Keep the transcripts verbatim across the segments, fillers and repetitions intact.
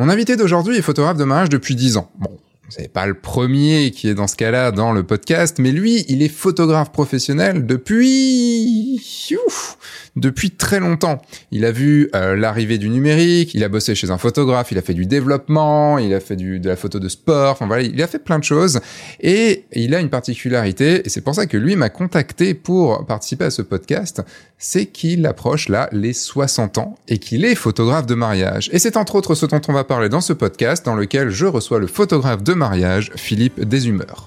Mon invité d'aujourd'hui est photographe de mariage depuis dix ans. Bon, c'est pas le premier qui est dans ce cas-là dans le podcast, mais lui, il est photographe professionnel depuis... Ouf, depuis très longtemps. Il a vu euh, l'arrivée du numérique, il a bossé chez un photographe, il a fait du développement, il a fait du, de la photo de sport, enfin voilà, il a fait plein de choses. Et il a une particularité, et c'est pour ça que lui m'a contacté pour participer à ce podcast, c'est qu'il approche là les soixante ans et qu'il est photographe de mariage. Et c'est entre autres ce dont on va parler dans ce podcast, dans lequel je reçois le photographe de mariage, Philippe Deshumeurs.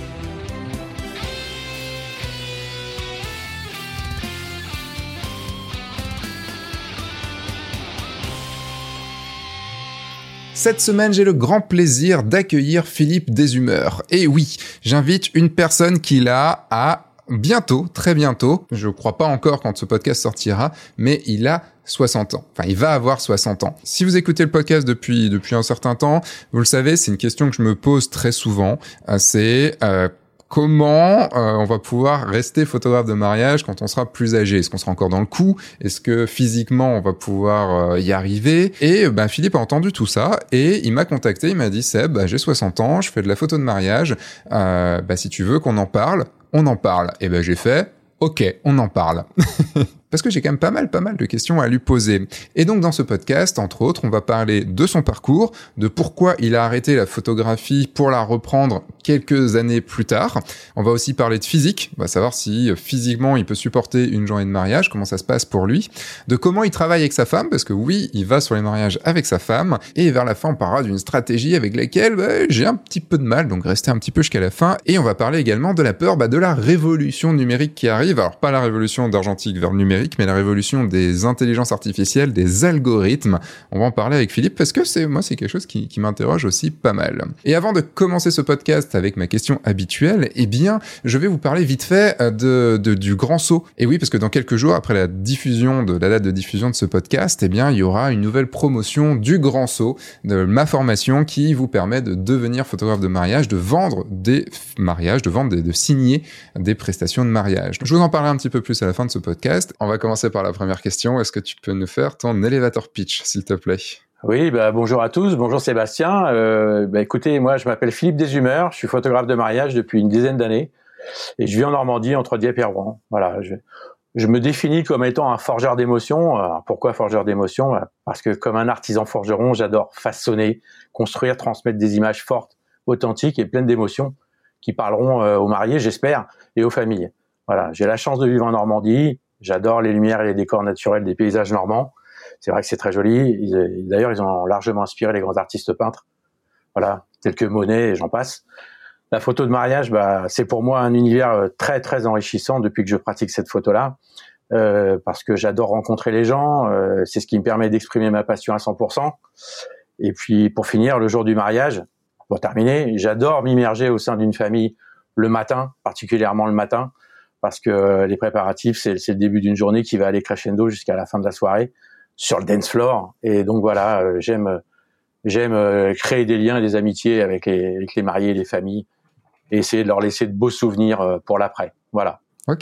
Cette semaine, j'ai le grand plaisir d'accueillir Philippe Deshumeurs. Et oui, j'invite une personne qui a à bientôt, très bientôt, je crois pas encore quand ce podcast sortira, mais il a soixante ans. Enfin, il va avoir soixante ans. Si vous écoutez le podcast depuis depuis un certain temps, vous le savez, c'est une question que je me pose très souvent. C'est euh, comment euh, on va pouvoir rester photographe de mariage quand on sera plus âgé? Est-ce qu'on sera encore dans le coup? Est-ce que physiquement on va pouvoir euh, y arriver? Et ben Philippe a entendu tout ça et il m'a contacté, il m'a dit Seb, bah, j'ai soixante ans, je fais de la photo de mariage, euh, bah, si tu veux qu'on en parle, on en parle. Et ben j'ai fait ok, on en parle. Parce que j'ai quand même pas mal, pas mal de questions à lui poser. Et donc, dans ce podcast, entre autres, on va parler de son parcours, de pourquoi il a arrêté la photographie pour la reprendre quelques années plus tard. On va aussi parler de physique. On va savoir si physiquement il peut supporter une journée de mariage, comment ça se passe pour lui. De comment il travaille avec sa femme, parce que oui, il va sur les mariages avec sa femme. Et vers la fin, on parlera d'une stratégie avec laquelle bah, j'ai un petit peu de mal, donc restez un petit peu jusqu'à la fin. Et on va parler également de la peur bah, de la révolution numérique qui arrive. Alors, pas la révolution d'argentique vers le numérique, mais la révolution des intelligences artificielles, des algorithmes. On va en parler avec Philippe parce que c'est moi c'est quelque chose qui, qui m'interroge aussi pas mal. Et avant de commencer ce podcast avec ma question habituelle, eh bien, je vais vous parler vite fait de, de du grand saut. Et oui, parce que dans quelques jours après la diffusion de la date de diffusion de ce podcast, eh bien, il y aura une nouvelle promotion du grand saut de ma formation qui vous permet de devenir photographe de mariage, de vendre des mariages, de vendre, des, de signer des prestations de mariage. Je vous en parlerai un petit peu plus à la fin de ce podcast. On va commencer par la première question. Est-ce que tu peux nous faire ton elevator pitch, s'il te plaît? Oui, bah, bonjour à tous. Bonjour Sébastien. Euh, bah, écoutez, moi, je m'appelle Philippe Deshumeurs. Je suis photographe de mariage depuis une dizaine d'années. Et je vis en Normandie, entre Dieppe et Rouen. Voilà. Je, je me définis comme étant un forgeur d'émotions. Alors, pourquoi forgeur d'émotions? Parce que comme un artisan forgeron, j'adore façonner, construire, transmettre des images fortes, authentiques et pleines d'émotions qui parleront euh, aux mariés, j'espère, et aux familles. Voilà. J'ai la chance de vivre en Normandie. J'adore les lumières et les décors naturels des paysages normands. C'est vrai que c'est très joli. Ils, d'ailleurs, ils ont largement inspiré les grands artistes peintres, voilà, tels que Monet et j'en passe. La photo de mariage, bah, c'est pour moi un univers très très enrichissant depuis que je pratique cette photo-là, euh, parce que j'adore rencontrer les gens. Euh, c'est ce qui me permet d'exprimer ma passion à cent pour cent. Et puis, pour finir, le jour du mariage, pour terminer, j'adore m'immerger au sein d'une famille le matin, particulièrement le matin. Parce que les préparatifs, c'est, c'est le début d'une journée qui va aller crescendo jusqu'à la fin de la soirée sur le dance floor. Et donc voilà, euh, j'aime j'aime euh, créer des liens et des amitiés avec les, avec les mariés et les familles et essayer de leur laisser de beaux souvenirs euh, pour l'après. Voilà. Ok.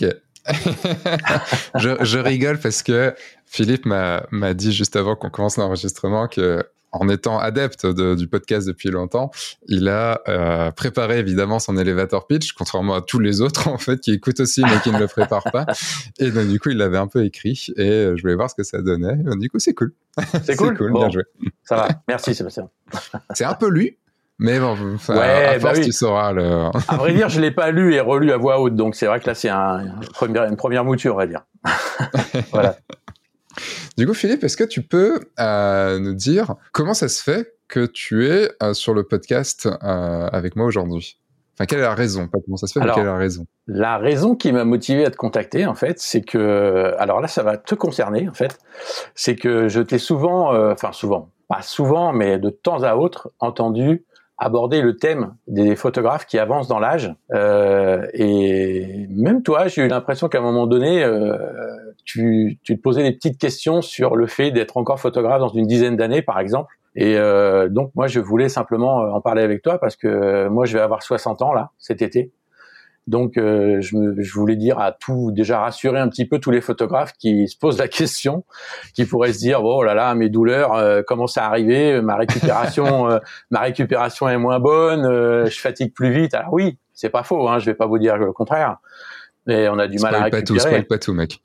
je, je rigole parce que Philippe m'a, m'a dit juste avant qu'on commence l'enregistrement que en étant adepte de, du podcast depuis longtemps, il a euh, préparé évidemment son elevator pitch, contrairement à tous les autres en fait qui écoutent aussi mais qui ne le préparent pas. Et donc du coup, il l'avait un peu écrit et je voulais voir ce que ça donnait. Et du coup, c'est cool. C'est, c'est cool, cool, bon, bien joué. Ça va, merci Sébastien. C'est un peu lu, mais bon, enfin, ouais, à force, bah oui. Tu sauras le... À vrai dire, je l'ai pas lu et relu à voix haute, donc c'est vrai que là, c'est un, une, première, une première mouture, on va dire. Voilà. Du coup, Philippe, est-ce que tu peux euh, nous dire comment ça se fait que tu es euh, sur le podcast euh, avec moi aujourd'hui? Enfin, quelle est la raison? Pas comment ça se fait, alors, mais quelle est la raison? La raison qui m'a motivé à te contacter, en fait, c'est que... Alors là, ça va te concerner, en fait. C'est que je t'ai souvent... Euh, enfin, souvent. Pas souvent, mais de temps à autre, entendu aborder le thème des photographes qui avancent dans l'âge. Euh, et même toi, j'ai eu l'impression qu'à un moment donné, euh, tu, tu te posais des petites questions sur le fait d'être encore photographe dans une dizaine d'années, par exemple. Et euh, donc, moi, je voulais simplement en parler avec toi parce que moi, je vais avoir soixante ans, là, cet été. Donc, euh, je, me, je voulais dire à tout, déjà rassurer un petit peu tous les photographes qui se posent la question, qui pourraient se dire, oh là là, mes douleurs euh, commencent à arriver, ma récupération, euh, ma récupération est moins bonne, euh, je fatigue plus vite. Alors oui, c'est pas faux, hein, je vais pas vous dire le contraire, mais on a du spoil mal à pas récupérer. Tout, spoil pas tout, mec.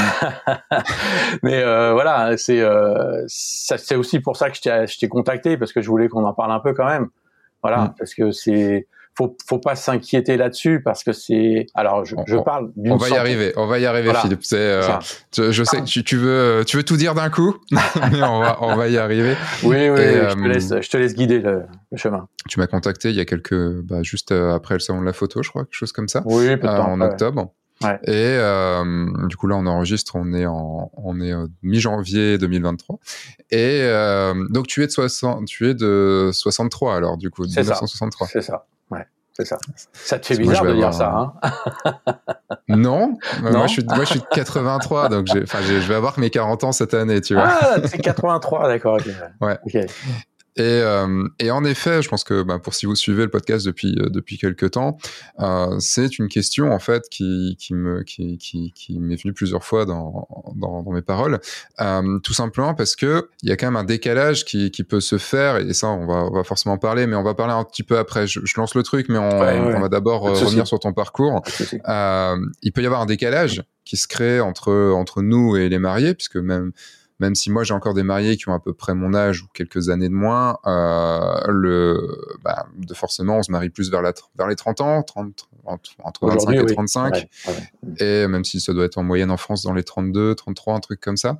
Mais euh, voilà, c'est euh, ça, c'est aussi pour ça que je t'ai, je t'ai contacté, parce que je voulais qu'on en parle un peu quand même. Voilà, mm. parce que c'est faut faut pas s'inquiéter là-dessus, parce que c'est alors je, je parle d'une on va y santé. arriver on va y arriver voilà. Philippe, c'est euh, je, je sais que tu, tu veux tu veux tout dire d'un coup mais on va on va y arriver. Oui oui, Et, je euh, te laisse je te laisse guider le, le chemin. Tu m'as contacté il y a quelques bah juste après le salon de la photo, je crois, quelque chose comme ça. Oui, peu de euh, temps, en ouais. octobre. Ouais. Et euh, du coup là on enregistre, on est en on est mi-janvier deux mille vingt-trois. Et euh, donc tu es de soixante tu es de soixante-trois alors du coup de c'est mille neuf cent soixante-trois. Ça. C'est ça. Ouais. C'est ça. Ça te fait Parce bizarre de dire ça, un... hein? Non, non, moi je suis moi je suis de quatre-vingt-trois, donc j'ai enfin je vais avoir mes quarante ans cette année, tu vois. Ah, c'est quatre-vingt-trois, d'accord. Okay. Ouais. Okay. Et, euh, et en effet, je pense que bah, pour si vous suivez le podcast depuis euh, depuis quelques temps, euh, c'est une question en fait qui qui me qui qui, qui m'est venue plusieurs fois dans dans, dans mes paroles, euh, tout simplement parce que il y a quand même un décalage qui qui peut se faire, et ça on va on va forcément parler, mais on va parler un petit peu après. Je, je lance le truc, mais on, ouais, ouais. on va d'abord euh, revenir sur ton parcours. Euh, il peut y avoir un décalage qui se crée entre entre nous et les mariés, puisque même Même si moi j'ai encore des mariés qui ont à peu près mon âge ou quelques années de moins, euh, le, bah, de forcément on se marie plus vers, la, vers les trente ans, trente, entre, entre vingt-cinq et trente-cinq, oui. ouais, ouais. Et même si ça doit être en moyenne en France dans les trente-deux, trente-trois, un truc comme ça.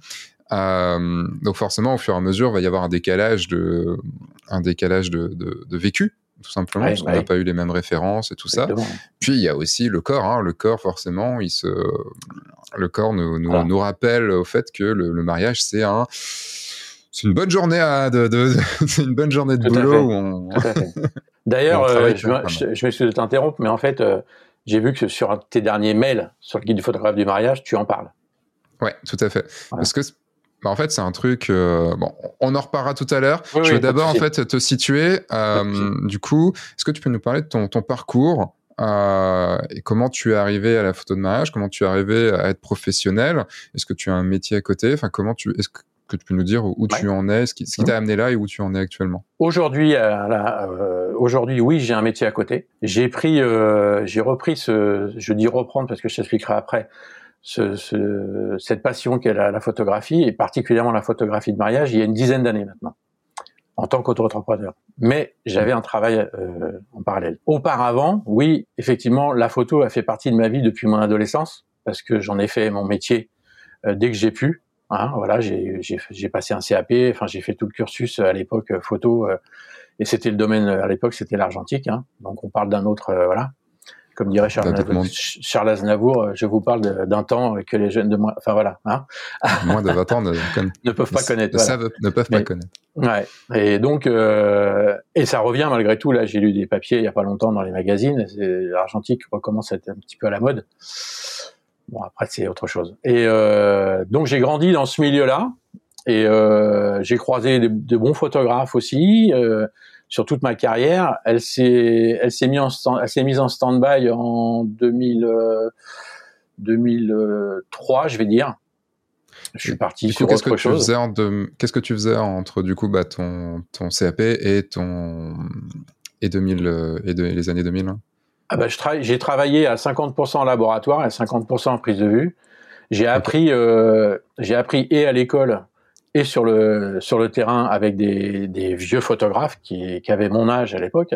Euh, donc forcément au fur et à mesure il va y avoir un décalage de, un décalage de, de, de vécu, tout simplement, ouais, parce qu'on n'a ouais. pas eu les mêmes références et tout Exactement. Ça. Puis il y a aussi le corps, hein. Le corps forcément, il se, le corps nous, nous, voilà. nous rappelle au fait que le, le mariage c'est un, c'est une bonne journée à, de, de, c'est une bonne journée de Tout boulot. Où on... Tout à fait. D'ailleurs, euh, je, je, je m'excuse de t'interrompre, mais en fait, euh, j'ai vu que sur un de tes derniers mails sur le guide du photographe du mariage, tu en parles. Ouais, tout à fait. Voilà. Parce que Bah en fait, c'est un truc. Euh, bon, on en reparlera tout à l'heure. Oui, je vais oui, d'abord en fait te situer. Euh, du coup, est-ce que tu peux nous parler de ton, ton parcours euh, et comment tu es arrivé à la photo de mariage, comment tu es arrivé à être professionnel? Est-ce que tu as un métier à côté? Enfin, comment tu Est-ce que que tu peux nous dire où ouais. tu en es, ce qui, ce qui t'a amené là et où tu en es actuellement? Aujourd'hui, euh, là, euh, aujourd'hui, oui, j'ai un métier à côté. J'ai pris, euh, j'ai repris ce, je dis reprendre parce que je t'expliquerai après. Ce, ce, cette passion qu'est la, la photographie, et particulièrement la photographie de mariage, il y a une dizaine d'années maintenant, en tant qu'auto-entrepreneur. Mais j'avais un travail euh, en parallèle. Auparavant, oui, effectivement, la photo a fait partie de ma vie depuis mon adolescence, parce que j'en ai fait mon métier euh, dès que j'ai pu. Hein, voilà, j'ai, j'ai, j'ai passé un C A P, enfin j'ai fait tout le cursus à l'époque euh, photo, euh, et c'était le domaine à l'époque, c'était l'argentique. Hein, donc on parle d'un autre, euh, voilà. Comme dirait Charles, Aznavour, Charles Aznavour, je vous parle de, d'un temps que les jeunes de moins, enfin voilà, hein. moins de vingt ans ne, ne peuvent pas connaître. Ne, voilà. savent, ne peuvent Mais, pas connaître. Ouais. Et donc, euh, et ça revient malgré tout. Là, j'ai lu des papiers il y a pas longtemps dans les magazines. L'argentique recommence à être un petit peu à la mode. Bon, après c'est autre chose. Et euh, donc j'ai grandi dans ce milieu-là et euh, j'ai croisé de, de bons photographes aussi. Euh, Sur toute ma carrière, elle s'est, elle s'est mise en stand, elle s'est mise en stand-by en deux mille, euh, deux mille trois, je vais dire. Je suis parti du sur coup, autre que chose. Tu en de, qu'est-ce que tu faisais entre du coup bah ton ton C A P et ton et deux mille et de, les années deux mille? Ah bah je travaille, j'ai travaillé à cinquante pour cent en laboratoire et à cinquante pour cent en prise de vue. J'ai appris, okay. euh, j'ai appris et à l'école et sur le sur le terrain avec des des vieux photographes qui qui avaient mon âge à l'époque.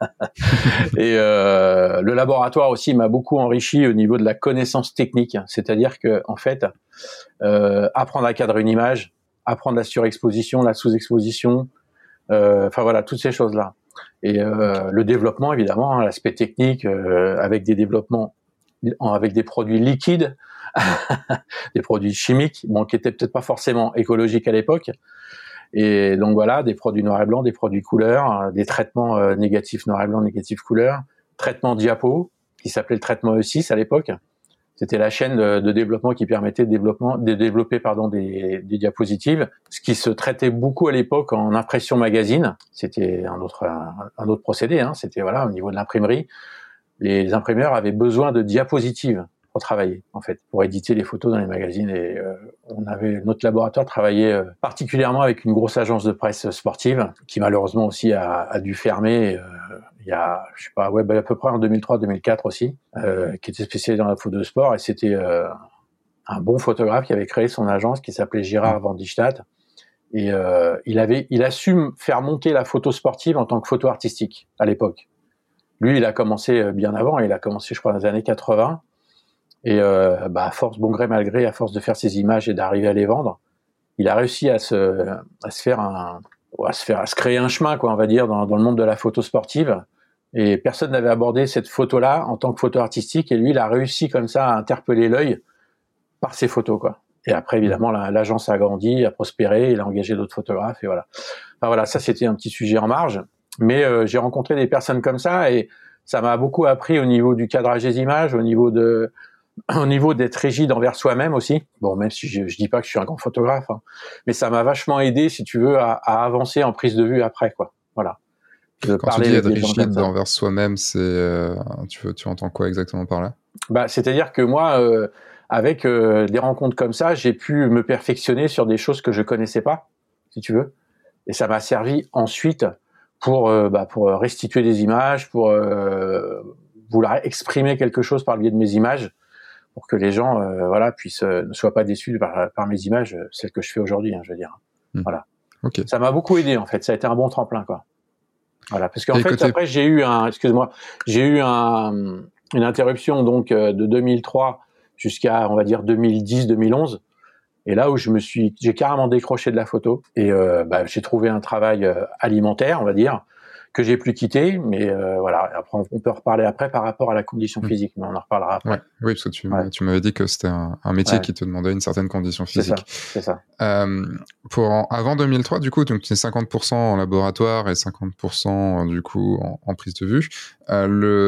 Et euh, le laboratoire aussi m'a beaucoup enrichi au niveau de la connaissance technique, c'est-à-dire que en fait euh, apprendre à cadrer une image, apprendre la surexposition, la sous-exposition, euh, enfin voilà toutes ces choses-là. Et euh, le développement évidemment, hein, l'aspect technique euh, avec des développements avec des produits liquides. Des produits chimiques, bon, qui étaient peut-être pas forcément écologiques à l'époque. Et donc voilà, des produits noir et blanc, des produits couleurs, des traitements euh, négatifs noir et blanc, négatifs couleurs, traitement diapo, qui s'appelait le traitement E six à l'époque. C'était la chaîne de, de développement qui permettait de, développement, de développer pardon, des, des diapositives, ce qui se traitait beaucoup à l'époque en impression magazine. C'était un autre, un, un autre procédé, hein. C'était voilà, au niveau de l'imprimerie. les imprimeurs avaient besoin de diapositives pour travailler, en fait, pour éditer les photos dans les magazines. Et euh, on avait notre laboratoire travaillait euh, particulièrement avec une grosse agence de presse sportive qui malheureusement aussi a, a dû fermer. Euh, il y a, je sais pas, ouais, bah, à peu près en deux mille trois deux mille quatre aussi, euh, qui était spécialisé dans la photo de sport. Et c'était euh, un bon photographe qui avait créé son agence qui s'appelait Girard Van Diestadt. Et euh, il avait, il a su faire monter la photo sportive en tant que photo artistique à l'époque. Lui, il a commencé bien avant. Il a commencé, je crois, dans les années quatre-vingts. Et euh, bah, à force, bon gré mal gré, à force de faire ses images et d'arriver à les vendre, il a réussi à se, à se faire un, à se faire, à se créer un chemin, quoi, on va dire, dans, dans le monde de la photo sportive. Et personne n'avait abordé cette photo-là en tant que photo artistique. Et lui, il a réussi comme ça à interpeller l'œil par ses photos, quoi. Et après, évidemment, la, l'agence a grandi, a prospéré, il a engagé d'autres photographes, et voilà. Enfin voilà, ça c'était un petit sujet en marge. Mais euh, j'ai rencontré des personnes comme ça, et ça m'a beaucoup appris au niveau du cadrage des images, au niveau de au niveau d'être rigide envers soi-même aussi. Bon, même si je, je dis pas que je suis un grand photographe, hein, mais ça m'a vachement aidé, si tu veux, à, à avancer en prise de vue après, quoi. Voilà. De Quand tu dis être rigide envers soi-même, c'est euh, tu veux, tu entends quoi exactement par là? Bah, c'est-à-dire que moi, euh, avec euh, des rencontres comme ça, j'ai pu me perfectionner sur des choses que je connaissais pas, si tu veux, et ça m'a servi ensuite pour euh, bah, pour restituer des images, pour euh, vouloir exprimer quelque chose par le biais de mes images, pour que les gens, euh, voilà, puissent euh, ne soient pas déçus par, par mes images, celles que je fais aujourd'hui, hein, je veux dire. Mmh. Voilà. Okay. Ça m'a beaucoup aidé en fait. Ça a été un bon tremplin, quoi. Voilà, parce qu'en et fait côté... après j'ai eu un, excuse-moi, j'ai eu un, une interruption donc euh, de deux mille trois jusqu'à on va dire deux mille dix deux mille onze. Et là où je me suis, j'ai carrément décroché de la photo et euh, bah, j'ai trouvé un travail euh, alimentaire, on va dire, que j'ai plus quitté, mais euh, voilà. Après, on peut reparler après par rapport à la condition physique, mais on en reparlera après. Ouais, oui, parce que tu, ouais. tu m'avais dit que c'était un, un métier ouais. qui te demandait une certaine condition physique. C'est ça. C'est ça. Euh, pour avant deux mille trois, du coup, donc tu es cinquante pour cent en laboratoire et cinquante pour cent du coup en, en prise de vue. Euh,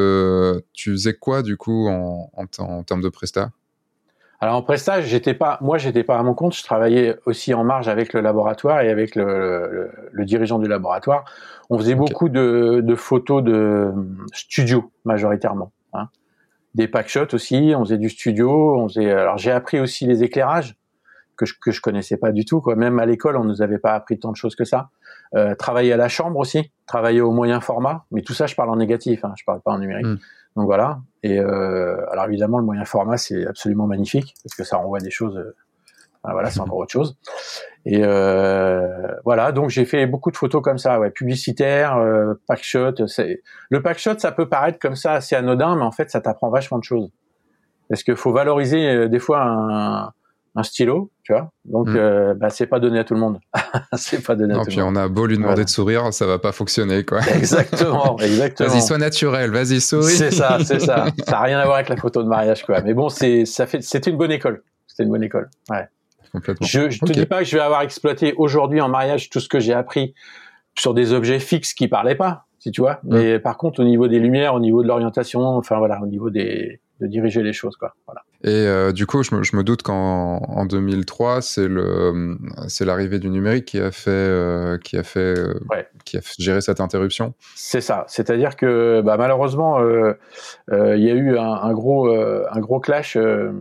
le, tu faisais quoi du coup en, en, en termes de prestat? Alors en prestage, j'étais pas, moi j'étais pas à mon compte, je travaillais aussi en marge avec le laboratoire et avec le, le, le dirigeant du laboratoire. On faisait okay. beaucoup de, de photos de studio majoritairement, hein. Des packshots aussi, on faisait du studio, on faisait. Alors j'ai appris aussi les éclairages que je que je connaissais pas du tout, quoi. Même à l'école, on nous avait pas appris tant de choses que ça. Euh, travailler à la chambre aussi, travailler au moyen format, mais tout ça je parle en négatif, hein, je parle pas en numérique. Mm. Donc voilà. Et euh, alors évidemment, le moyen format, c'est absolument magnifique parce que ça renvoie des choses. Euh, voilà, c'est encore autre chose. Et euh, voilà, donc j'ai fait beaucoup de photos comme ça, ouais, publicitaires, euh, packshot. C'est... Le packshot, ça peut paraître comme ça assez anodin, mais en fait, ça t'apprend vachement de choses. Parce qu'il faut valoriser euh, des fois un, un stylo, tu vois. Donc, mmh. euh, bah, c'est pas donné à tout le monde. c'est pas donné non, à tout le monde. Non, puis on a beau lui demander voilà. de sourire, ça va pas fonctionner, quoi. Exactement, exactement. Vas-y, sois naturel, vas-y, souris. C'est ça, c'est ça. Ça a rien à voir avec la photo de mariage, quoi. Mais bon, c'est, ça fait, c'était une bonne école. C'était une bonne école, ouais. Complètement. Je, je te okay. dis pas que je vais avoir exploité aujourd'hui en mariage tout ce que j'ai appris sur des objets fixes qui parlaient pas, si tu vois. Mmh. Mais par contre, au niveau des lumières, au niveau de l'orientation, enfin voilà, au niveau des, de diriger les choses, quoi. Voilà. Et euh, du coup, je me, je me doute qu'en en deux mille trois, c'est le, c'est l'arrivée du numérique qui a fait, euh, qui a fait, euh, ouais. qui a géré cette interruption. C'est ça. C'est-à-dire que, bah, malheureusement, euh, euh, il y a eu un, un gros, euh, un gros clash, euh,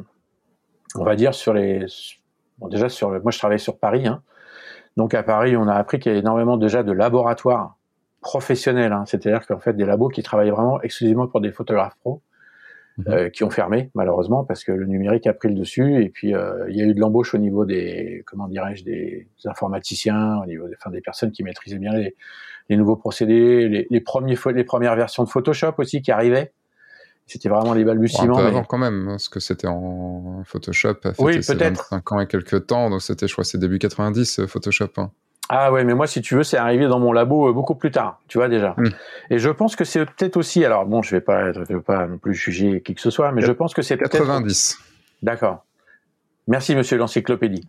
on va dire sur les. Bon, déjà sur le, moi je travaille sur Paris, hein. Donc à Paris, on a appris qu'il y a énormément déjà de laboratoires professionnels, hein. C'est-à-dire qu'en fait des labos qui travaillaient vraiment exclusivement pour des photographes pros, mmh. euh, qui ont fermé malheureusement parce que le numérique a pris le dessus et puis euh, il y a eu de l'embauche au niveau des, comment dirais-je, des informaticiens, au niveau des, enfin, des personnes qui maîtrisaient bien les, les nouveaux procédés, les, les premiers, les premières versions de Photoshop aussi qui arrivaient. C'était vraiment les balbutiements. Bon, un peu mais... avant quand même, parce que c'était en Photoshop, a fait oui, peut-être. vingt-cinq ans et quelques temps, donc c'était, je crois, c'est début quatre-vingt-dix, Photoshop. Hein. Ah ouais, mais moi, si tu veux, c'est arrivé dans mon labo beaucoup plus tard, tu vois déjà. Mm. Et je pense que c'est peut-être aussi, alors bon, je vais pas, je vais pas non plus juger qui que ce soit, mais je pense que c'est peut-être. quatre-vingt-dix. D'accord. Merci, monsieur l'encyclopédie.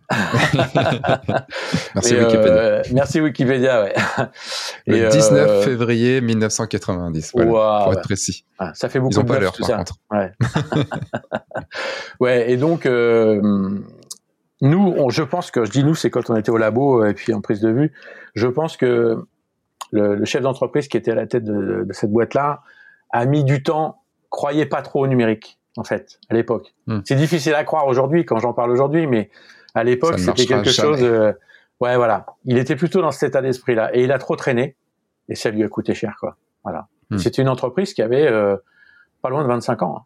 Merci, mais, Wikipédia. Euh, merci, Wikipédia, ouais. Le et dix-neuf euh... février mille neuf cent quatre-vingt-dix, voilà, wow, pour ouais. être précis. Ah, ça fait beaucoup Ils ont de pas neuf, l'heure, tout par ça. contre. Ouais. ouais, et donc, euh, nous, on, je pense que, je dis nous, c'est quand on était au labo et puis en prise de vue, je pense que le, le chef d'entreprise qui était à la tête de, de cette boîte-là a mis du temps croyait pas trop au numérique, en fait, à l'époque. Mm. C'est difficile à croire aujourd'hui, quand j'en parle aujourd'hui, mais à l'époque, c'était quelque jamais. chose... Euh, ouais, voilà. Il était plutôt dans cet état d'esprit-là. Et il a trop traîné, et ça lui a coûté cher, quoi. Voilà. Mm. C'était une entreprise qui avait euh, pas loin de vingt-cinq ans, hein,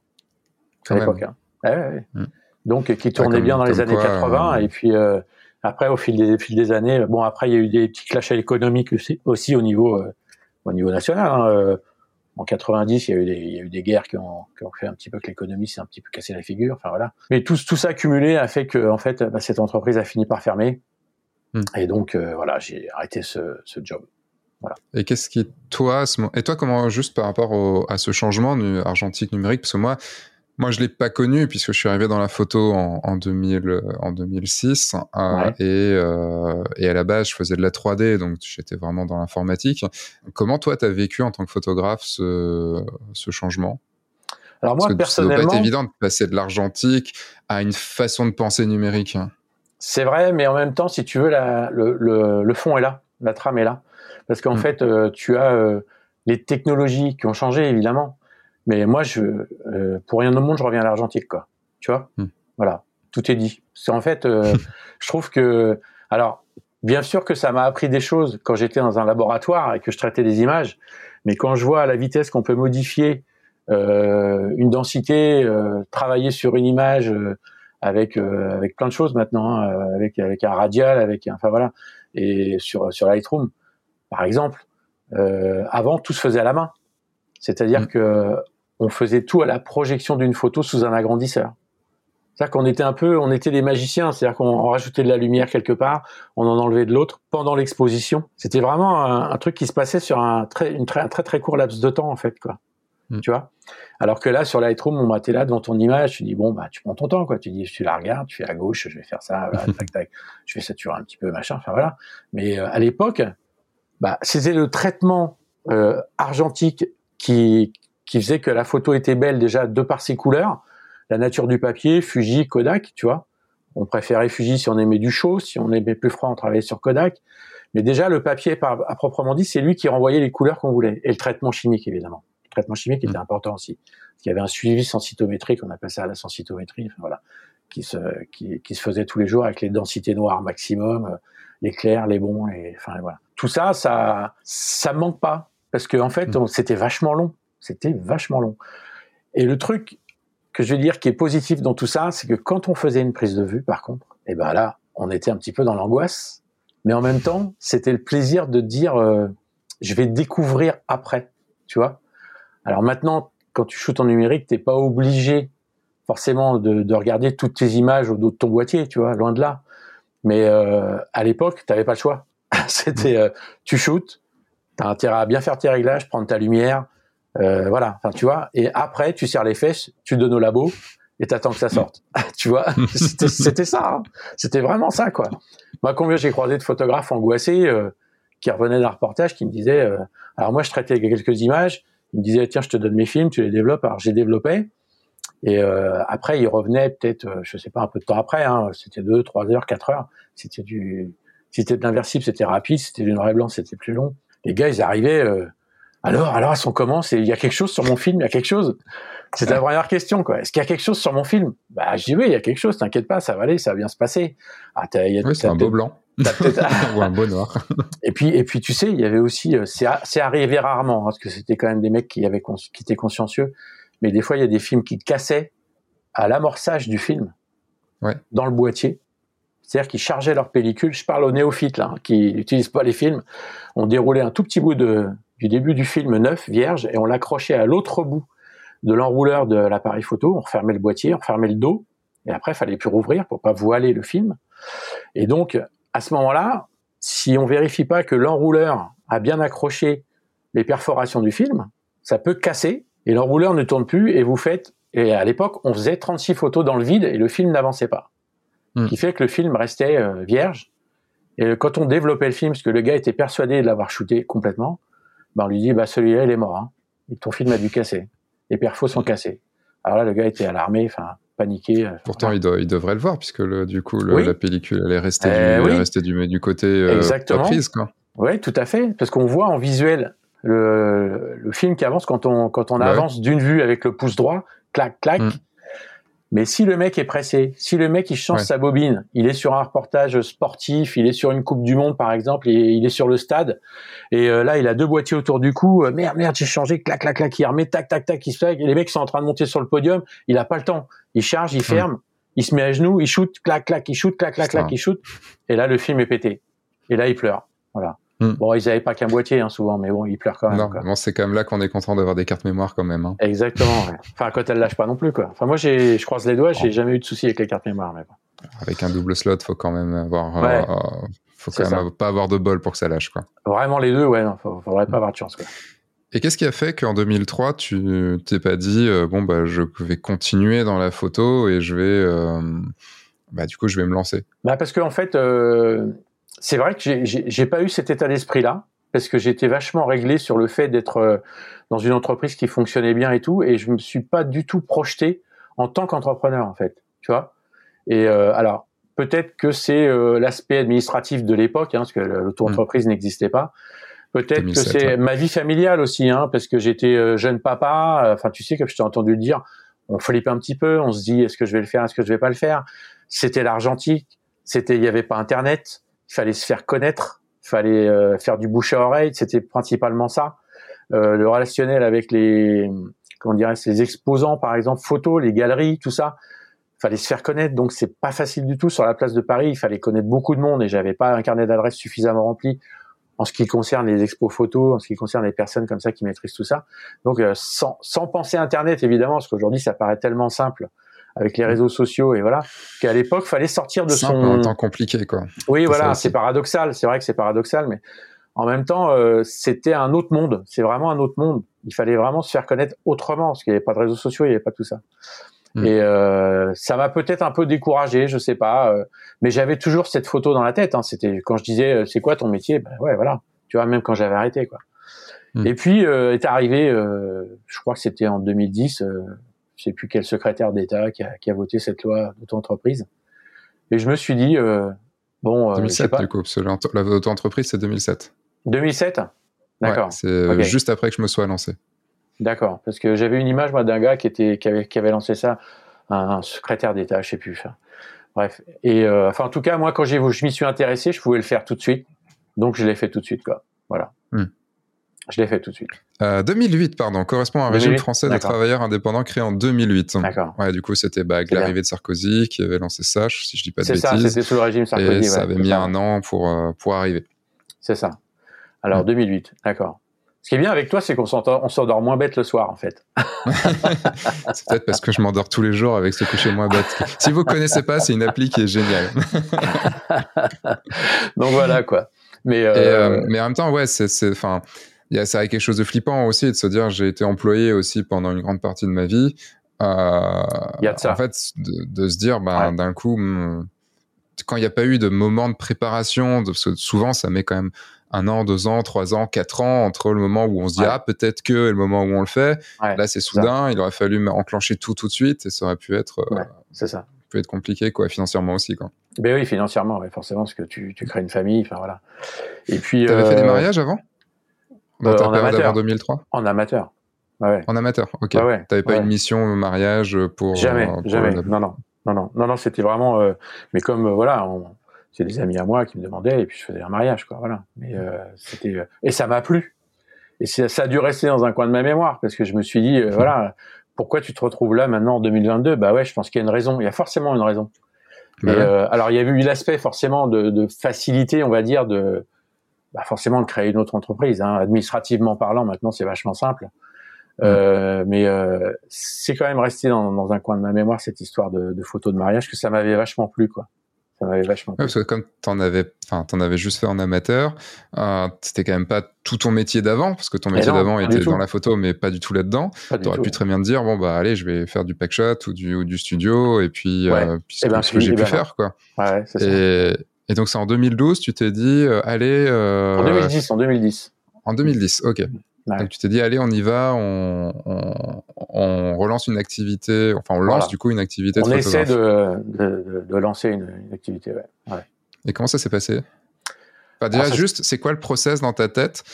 à l'époque. Hein. Ouais, ouais, ouais. Mm. Donc, qui tournait ah, comme, bien dans les années quoi, quatre-vingts, euh... et puis... Euh, Après, au fil des, au fil des années, bon, après, il y a eu des petits clashs économiques aussi, aussi au niveau, euh, au niveau national. Hein. Euh, en quatre-vingt-dix, il y a eu des, il y a eu des guerres qui ont, qui ont fait un petit peu que l'économie s'est un petit peu cassé la figure. Enfin voilà. Mais tout, tout ça accumulé a fait que, en fait, bah, cette entreprise a fini par fermer. Mm. Et donc, euh, voilà, j'ai arrêté ce, ce job. Voilà. Et qu'est-ce qui, toi, et toi, comment, juste par rapport au, à ce changement nu, argentique numérique, parce que moi, Moi, je l'ai pas connu puisque je suis arrivé dans la photo en, en, deux mille, en deux mille six euh, ouais. et, euh, et à la base, je faisais de la trois D, donc j'étais vraiment dans l'informatique. Comment toi, tu as vécu en tant que photographe ce, ce changement ? Alors moi, Parce que personnellement, ça doit pas être évident de passer de l'argentique à une façon de penser numérique. C'est vrai, mais en même temps, si tu veux, la, le, le, le fond est là, la trame est là, parce qu'en mmh. fait, euh, tu as euh, les technologies qui ont changé, évidemment. Mais moi, je, euh, pour rien au monde, je reviens à l'argentique, quoi. Tu vois, mm. Voilà, tout est dit. C'est en fait, euh, je trouve que, alors, bien sûr que ça m'a appris des choses quand j'étais dans un laboratoire et que je traitais des images, mais quand je vois à la vitesse qu'on peut modifier euh, une densité, euh, travailler sur une image euh, avec euh, avec plein de choses maintenant, hein, avec avec un radial, avec, enfin voilà, et sur sur Lightroom, par exemple, euh, avant tout se faisait à la main, c'est-à-dire mm. que on faisait tout à la projection d'une photo sous un agrandisseur. C'est-à-dire qu'on était un peu, on était des magiciens, c'est-à-dire qu'on rajoutait de la lumière quelque part, on en enlevait de l'autre pendant l'exposition. C'était vraiment un, un truc qui se passait sur un très, une très, un très très court laps de temps en fait, quoi. Mm. Tu vois. Alors que là, sur Lightroom, on bah, t'es là devant ton image, tu dis bon bah tu prends ton temps, quoi. Tu dis tu la regardes, tu fais à gauche, je vais faire ça, voilà, tac tac, je vais saturer un petit peu, machin, enfin voilà. Mais euh, à l'époque, bah c'était le traitement euh, argentique qui qui faisait que la photo était belle déjà de par ses couleurs, la nature du papier, Fuji, Kodak, tu vois. On préférait Fuji si on aimait du chaud, si on aimait plus froid, on travaillait sur Kodak. Mais déjà, le papier, par, à proprement dit, c'est lui qui renvoyait les couleurs qu'on voulait. Et le traitement chimique, évidemment. Le traitement chimique était mmh. important aussi. Parce qu'il y avait un suivi sensitométrique, on appelle ça la sensitométrie, enfin, voilà, qui se, qui, qui se faisait tous les jours avec les densités noires maximum, les clairs, les bons, les, enfin, voilà. Tout ça, ça, ça manque pas. Parce que, en fait, on, c'était vachement long. C'était vachement long. Et le truc que je veux dire qui est positif dans tout ça, c'est que quand on faisait une prise de vue, par contre, eh ben là, on était un petit peu dans l'angoisse, mais en même temps, c'était le plaisir de dire, euh, je vais découvrir après, tu vois. Alors maintenant, quand tu shootes en numérique, t'es pas obligé forcément de, de regarder toutes tes images au dos de ton boîtier, tu vois, loin de là. Mais euh, à l'époque, t'avais pas le choix. C'était, euh, tu shootes, t'as intérêt à bien faire tes réglages, prendre ta lumière. Euh, voilà, enfin tu vois, et après tu serres les fesses, tu donnes au labo et t'attends que ça sorte. Tu vois, c'était, c'était ça, hein. C'était vraiment ça quoi. Moi, combien j'ai croisé de photographes angoissés euh, qui revenaient d'un reportage, qui me disaient, euh, alors moi je traitais quelques images, ils me disaient tiens je te donne mes films, tu les développes. Alors j'ai développé et euh, après ils revenaient peut-être, euh, je sais pas un peu de temps après, hein, c'était deux, trois heures, quatre heures. C'était du, si c'était de l'inversible c'était rapide, si c'était du noir et blanc c'était plus long. Les gars ils arrivaient. Euh, Alors, alors, on commence et il y a quelque chose sur mon film, il y a quelque chose. C'est la première question, quoi. Est-ce qu'il y a quelque chose sur mon film? Bah, je dis oui, il y a quelque chose, t'inquiète pas, ça va aller, ça va bien se passer. Ah, t'as, y a, oui, c'est un beau blanc. Ou un beau noir. Et puis, et puis, tu sais, il y avait aussi, c'est, c'est arrivé rarement, hein, parce que c'était quand même des mecs qui avaient, qui étaient consciencieux. Mais des fois, il y a des films qui te cassaient à l'amorçage du film. Ouais. Dans le boîtier. C'est-à-dire qu'ils chargeaient leur pellicule. Je parle aux néophytes, là, hein, qui n'utilisent pas les films. On déroulait un tout petit bout de, du début du film neuf, vierge, et on l'accrochait à l'autre bout de l'enrouleur de l'appareil photo. On refermait le boîtier, on refermait le dos, et après, il fallait plus rouvrir pour pas voiler le film. Et donc, à ce moment-là, si on vérifie pas que l'enrouleur a bien accroché les perforations du film, ça peut casser, et l'enrouleur ne tourne plus, et vous faites, et à l'époque, on faisait trente-six photos dans le vide, et le film n'avançait pas. Ce qui fait que le film restait euh, vierge. Et quand on développait le film, parce que le gars était persuadé de l'avoir shooté complètement, ben on lui dit bah celui-là il est mort, hein. Et ton film a dû casser. Les perfos sont cassés. Alors là le gars était alarmé, enfin paniqué. Pourtant voilà. il, doit, il devrait le voir puisque le, du coup le, oui. la pellicule elle est restée, euh, du, oui. elle est restée du, du côté euh, pas prise quoi. Oui, tout à fait, parce qu'on voit en visuel le, le film qui avance quand on, quand on bah avance ouais. d'une vue avec le pouce droit, clac, clac. Mm. Mais si le mec est pressé, si le mec il change ouais. sa bobine, il est sur un reportage sportif, il est sur une Coupe du Monde par exemple, et il est sur le stade, et euh, là il a deux boîtiers autour du cou, euh, merde merde j'ai changé, clac clac clac, il remet, tac tac tac, il se fait, et les mecs sont en train de monter sur le podium, il a pas le temps, il charge, il ferme, mmh. il se met à genoux, il shoot, clac clac, il shoot, clac clac clac, il shoot, et là le film est pété, et là il pleure, voilà. Mmh. Bon, ils avaient pas qu'un boîtier, hein, souvent, mais bon, ils pleurent quand même. Non, quoi. Bon, c'est quand même là qu'on est content d'avoir des cartes mémoire quand même. Hein. Exactement. Ouais. Enfin, quand elles lâchent pas non plus, quoi. Enfin, moi, j'ai, je croise les doigts, j'ai oh. jamais eu de soucis avec les cartes mémoire. Mais bon. Avec un double slot, faut quand même avoir, ouais. euh, faut quand même pas avoir de bol pour que ça lâche, quoi. Vraiment les deux, ouais, non, faudrait pas avoir de chance, quoi. Et qu'est-ce qui a fait qu'en deux mille trois, tu t'es pas dit, euh, bon, bah, je vais continuer dans la photo et je vais, euh, bah, du coup, je vais me lancer. Bah, parce que en fait, euh, c'est vrai que j'ai, j'ai, j'ai pas eu cet état d'esprit-là. Parce que j'étais vachement réglé sur le fait d'être dans une entreprise qui fonctionnait bien et tout, et je me suis pas du tout projeté en tant qu'entrepreneur, en fait, tu vois. Et euh, alors, peut-être que c'est euh, l'aspect administratif de l'époque, hein, parce que l'auto-entreprise mmh. n'existait pas. Peut-être deux mille sept, que c'est ouais. ma vie familiale aussi, hein, parce que j'étais euh, jeune papa, enfin, tu sais, comme je t'ai entendu le dire, on flippe un petit peu, on se dit, est-ce que je vais le faire, est-ce que je vais pas le faire? C'était l'argentique, c'était, il y avait pas Internet, il fallait se faire connaître. Il fallait euh, faire du bouche à oreille, c'était principalement ça. Euh, le relationnel avec les, comment dirais, les exposants, par exemple, photos, les galeries, tout ça. Il fallait se faire connaître, donc c'est pas facile du tout sur la place de Paris. Il fallait connaître beaucoup de monde et j'avais pas un carnet d'adresses suffisamment rempli en ce qui concerne les expos photos, en ce qui concerne les personnes comme ça qui maîtrisent tout ça. Donc euh, sans, sans penser Internet évidemment, parce qu'aujourd'hui ça paraît tellement simple avec les réseaux sociaux et voilà, qu'à l'époque fallait sortir de simple, son. En même temps compliqué quoi. Oui c'est voilà, c'est paradoxal. C'est vrai que c'est paradoxal, mais en même temps euh, c'était un autre monde. C'est vraiment un autre monde. Il fallait vraiment se faire connaître autrement, parce qu'il n'y avait pas de réseaux sociaux, il n'y avait pas tout ça. Mmh. Et euh, ça m'a peut-être un peu découragé, je sais pas, euh, mais j'avais toujours cette photo dans la tête. Hein. C'était quand je disais c'est quoi ton métier, ben ouais voilà, tu vois, même quand j'avais arrêté quoi. Mmh. Et puis euh, est arrivé, euh, je crois que c'était en deux mille dix, euh, je sais plus quel secrétaire d'État qui a, qui a voté cette loi d'auto-entreprise. Et je me suis dit euh, bon. Euh, deux mille sept pas, du coup, parce que la auto-entreprise c'est deux mille sept. deux mille sept, d'accord. Ouais, c'est okay. Juste après que je me sois lancé. D'accord, parce que j'avais une image moi d'un gars qui était qui avait qui avait lancé ça, un, un secrétaire d'État, je sais plus. Enfin, bref, et euh, enfin en tout cas moi quand j'ai je m'y suis intéressé, je pouvais le faire tout de suite, donc je l'ai fait tout de suite quoi. Voilà, hmm. je l'ai fait tout de suite. Euh, deux mille huit pardon, correspond à un régime français de travailleurs indépendants créé en deux mille huit. D'accord. Ouais, du coup c'était bah, avec l'arrivée de Sarkozy qui avait lancé ça, si je dis pas de c'est bêtises. C'est ça, c'était sous le régime Sarkozy. Et ça ouais, avait mis ça. un an pour euh, pour arriver. C'est ça. Alors hmm. deux mille huit, d'accord. Ce qui est bien avec toi, c'est qu'on s'endort, on s'endort moins bête le soir, en fait. C'est peut-être parce que je m'endors tous les jours avec ce coucher moins bête. Si vous ne connaissez pas, c'est une appli qui est géniale. Donc voilà, quoi. Mais, euh... Et, euh, mais en même temps, ouais, c'est, c'est, enfin, il y a, ça a quelque chose de flippant aussi, de se dire, j'ai été employé aussi pendant une grande partie de ma vie. Euh, il y a de ça. En fait, de, de se dire, ben, ouais. d'un coup, quand il n'y a pas eu de moment de préparation, parce que souvent, ça met quand même un an, deux ans, trois ans, quatre ans entre le moment où on se dit ouais. ah peut-être que et le moment où on le fait. Ouais, là c'est soudain, ça. Il aurait fallu enclencher tout tout de suite et ça aurait pu être ouais, euh, c'est ça. Pu être compliqué quoi, financièrement aussi quoi. Ben oui, financièrement, ouais, forcément parce que tu tu crées une famille, enfin voilà. Et puis. T'avais euh... fait des mariages avant dans euh, ta en période amateur. avant deux mille trois. En amateur. Ouais. En amateur, ok. Ouais, ouais, T'avais pas ouais. une mission mariage pour. Jamais, euh, pour jamais. Le... Non non non non non non, c'était vraiment. Euh... Mais comme euh, voilà. On... C'est des amis à moi qui me demandaient et puis je faisais un mariage quoi voilà mais euh, c'était euh... et ça m'a plu et ça, ça a dû rester dans un coin de ma mémoire parce que je me suis dit euh, voilà pourquoi tu te retrouves là maintenant en deux mille vingt-deux bah ouais je pense qu'il y a une raison il y a forcément une raison bah et, ouais. euh, alors il y a eu l'aspect forcément de, de facilité on va dire de bah, forcément de créer une autre entreprise hein. Administrativement parlant maintenant c'est vachement simple mmh. euh, mais euh, c'est quand même resté dans, dans un coin de ma mémoire cette histoire de, de photos de mariage que ça m'avait vachement plu quoi. Ça m'avait vachement plu. Ouais, parce que comme t'en avais, enfin, t'en avais juste fait en amateur, euh, c'était quand même pas tout ton métier d'avant, parce que ton métier non, d'avant était dans la photo, mais pas du tout là-dedans. T'aurais pu très bien te dire, bon, bah, allez, je vais faire du packshot ou du, ou du studio, et puis, ouais. euh, puis c'est ben, ce que j'ai pu ben, faire, quoi. Ouais, c'est ça. Et, et donc, c'est en deux mille douze, tu t'es dit, euh, allez, euh... En deux mille dix, en deux mille dix. En deux mille dix, ok. Ouais. Donc tu t'es dit allez on y va, on, on, on relance une activité, enfin on lance voilà. du coup une activité de on photographe. On essaie de, de, de lancer une, une activité, ouais. ouais. Et comment ça s'est passé? Enfin, déjà ah, juste, c'est quoi le process dans ta tête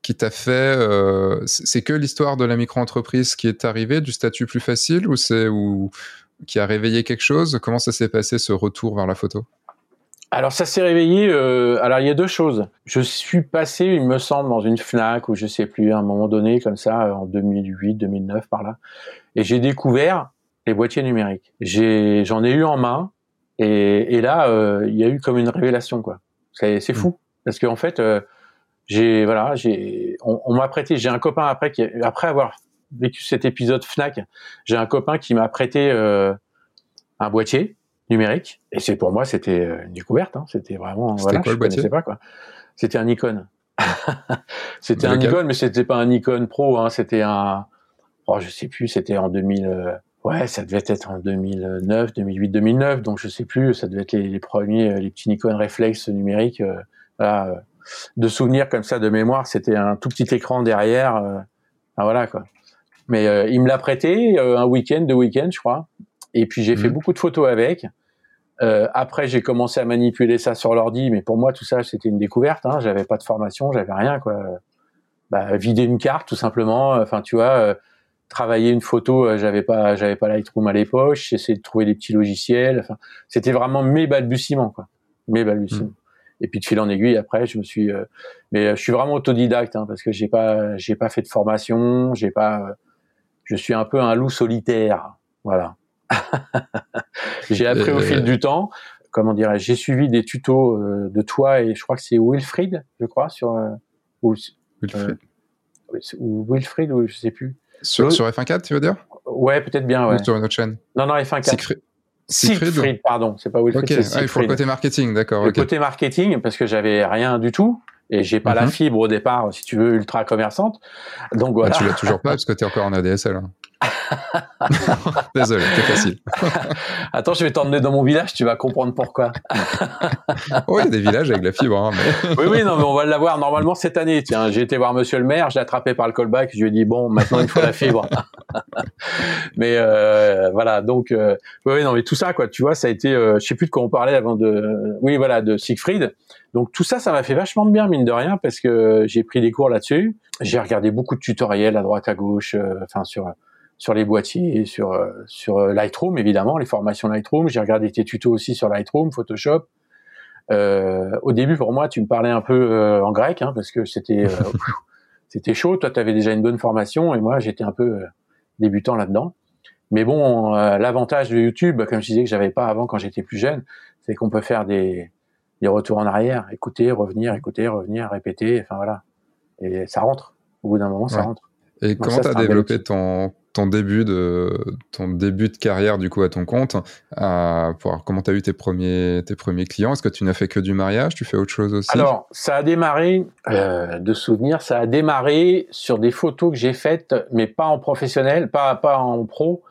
qui t'a fait... Euh, c'est que l'histoire de la micro-entreprise qui est arrivée, du statut plus facile, ou c'est ou qui a réveillé quelque chose? Comment ça s'est passé, ce retour vers la photo? Alors ça s'est réveillé, euh, alors il y a deux choses. Je suis passé, il me semble, dans une Fnac, ou je sais plus, à un moment donné, comme ça, en deux mille huit, deux mille neuf, par là, et j'ai découvert les boîtiers numériques. J'ai, j'en ai eu en main, et, et là, euh, il y a eu comme une révélation, quoi. C'est, c'est fou, parce qu'en fait, euh, j'ai, voilà, j'ai, on, on m'a prêté, j'ai un copain après, qui, après avoir vécu cet épisode Fnac, j'ai un copain qui m'a prêté euh, un boîtier numérique, et c'est pour moi c'était une découverte, hein. C'était vraiment, c'était voilà, quoi, je le boîtier? connaissais pas, quoi. C'était un Nikon. C'était De un lequel? Nikon, mais c'était pas un Nikon Pro, hein. C'était un, oh je sais plus, c'était en deux mille, euh, ouais, ça devait être en deux mille neuf, deux mille huit, deux mille neuf, donc je sais plus, ça devait être les, les premiers, les petits Nikon réflexes numériques, euh, voilà, euh, de souvenirs comme ça de mémoire. C'était un tout petit écran derrière, euh, enfin, voilà, quoi. Mais euh, il me l'a prêté euh, un week-end, deux week-ends, je crois. Et puis j'ai mmh. fait beaucoup de photos avec. Euh, après, j'ai commencé à manipuler ça sur l'ordi, mais pour moi, tout ça, c'était une découverte. Hein. J'avais pas de formation, j'avais rien, quoi. Bah, vider une carte, tout simplement. Enfin, tu vois, euh, travailler une photo, euh, j'avais pas, j'avais pas Lightroom à l'époque. J'essayais de trouver des petits logiciels. Enfin, c'était vraiment mes balbutiements, quoi. Mes balbutiements. Mmh. Et puis de fil en aiguille, après, je me suis. Euh... Mais euh, je suis vraiment autodidacte, hein, parce que j'ai pas, j'ai pas fait de formation, j'ai pas. Euh... Je suis un peu un loup solitaire, voilà. J'ai appris euh... au fil du temps. Comment dirais-je, j'ai suivi des tutos euh, de toi et je crois que c'est Wilfried, je crois, sur euh, ou, Wilfried. Euh, ou Wilfried, ou je sais plus. Sur, sur F un point quatre, tu veux dire? Ouais, peut-être bien, ouais. Ou sur une autre chaîne? Non, non, F un point quatre. Siegfried. Siegfried, Siegfried pardon, c'est pas Wilfried, okay. c'est Siegfried. Ah, il faut le côté marketing, d'accord. Le okay. côté marketing, parce que j'avais rien du tout. Et j'ai pas mm-hmm. la fibre au départ, si tu veux, ultra commerçante. Donc voilà. Bah, tu l'as toujours pas parce que t'es encore en A D S L. Hein. Désolé, c'est facile. Attends, je vais t'emmener dans mon village, tu vas comprendre pourquoi. Oh, il y a des villages avec la fibre. Hein, mais... oui, oui, non, mais on va l'avoir normalement cette année. Tiens, j'ai été voir Monsieur le maire, je l'ai attrapé par le callback, je lui ai dit bon, maintenant il faut la fibre. mais euh, voilà, donc euh, oui, non, mais tout ça, quoi. Tu vois, ça a été, euh, je sais plus de quoi on parlait avant de, oui, voilà, de Siegfried. Donc tout ça, ça m'a fait vachement de bien, mine de rien, parce que j'ai pris des cours là-dessus. J'ai regardé beaucoup de tutoriels à droite, à gauche, enfin euh, sur sur les boîtiers, sur euh, sur Lightroom évidemment, les formations Lightroom. J'ai regardé tes tutos aussi sur Lightroom, Photoshop. Euh, au début, pour moi, tu me parlais un peu euh, en grec, hein, parce que c'était euh, c'était chaud. Toi, tu avais déjà une bonne formation, et moi, j'étais un peu euh, débutant là-dedans. Mais bon, euh, l'avantage de YouTube, comme je disais que j'avais pas avant quand j'étais plus jeune, c'est qu'on peut faire des des retours en arrière, écouter, revenir, écouter, revenir, répéter, enfin voilà. Et ça rentre. Au bout d'un moment, ça ouais. rentre. Et donc comment tu as développé ton, ton, début de, ton début de carrière, du coup, à ton compte euh, pour, comment tu as eu tes premiers, tes premiers clients? Est-ce que tu n'as fait que du mariage? Tu fais autre chose aussi? Alors, ça a démarré, euh, de souvenirs, ça a démarré sur des photos que j'ai faites, mais pas en professionnel, pas, pas en pro.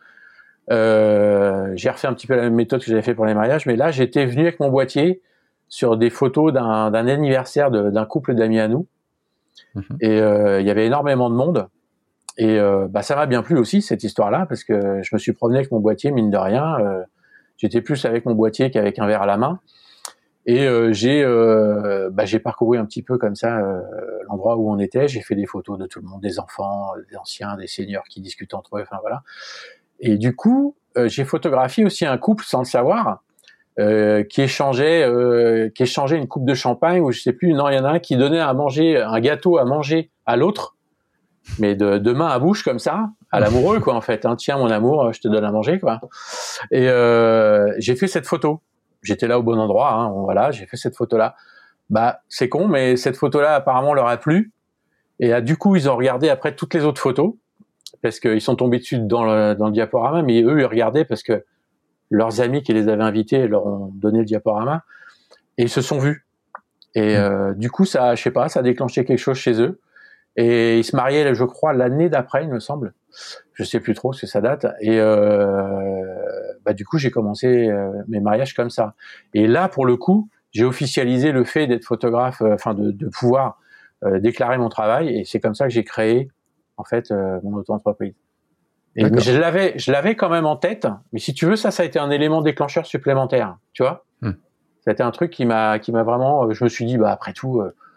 Euh, j'ai refait un petit peu la même méthode que j'avais fait pour les mariages, mais là, j'étais venu avec mon boîtier sur des photos d'un, d'un anniversaire de, d'un couple d'amis à nous. Mmh. Et euh, il y avait énormément de monde. Et euh, bah, ça m'a bien plu aussi, cette histoire-là, parce que je me suis promené avec mon boîtier, mine de rien. Euh, j'étais plus avec mon boîtier qu'avec un verre à la main. Et euh, j'ai, euh, bah, j'ai parcouru un petit peu comme ça euh, l'endroit où on était. J'ai fait des photos de tout le monde, des enfants, des anciens, des seniors qui discutent entre eux, enfin voilà. Et du coup, euh, j'ai photographié aussi un couple, sans le savoir, Euh, qui échangeait euh, qui échangeait une coupe de champagne, ou je sais plus, non, il y en a un qui donnait à manger un gâteau à manger à l'autre, mais de, de main à bouche comme ça, à l'amoureux, quoi, en fait, hein. Tiens, mon amour, je te donne à manger, quoi. Et euh, j'ai fait cette photo. J'étais là au bon endroit, hein, voilà, j'ai fait cette photo-là. Bah, c'est con, mais cette photo-là, apparemment, leur a plu. Et ah, du coup, ils ont regardé après toutes les autres photos, parce qu'ils sont tombés dessus dans le, dans le diaporama, mais eux, ils regardaient parce que leurs amis qui les avaient invités leur ont donné le diaporama, et ils se sont vus. Et euh, du coup, ça, je sais pas, ça a déclenché quelque chose chez eux. Et ils se mariaient, je crois, l'année d'après, il me semble. Je sais plus trop, c'est ça date. Et euh, bah du coup, j'ai commencé euh, mes mariages comme ça. Et là, pour le coup, j'ai officialisé le fait d'être photographe, enfin euh, de, de pouvoir euh, déclarer mon travail. Et c'est comme ça que j'ai créé, en fait, euh, mon auto-entreprise. Et mais je l'avais, je l'avais quand même en tête. Mais si tu veux, ça, ça a été un élément déclencheur supplémentaire. Tu vois, hmm. Ça a été un truc qui m'a, qui m'a vraiment. Je me suis dit, bah après tout, euh,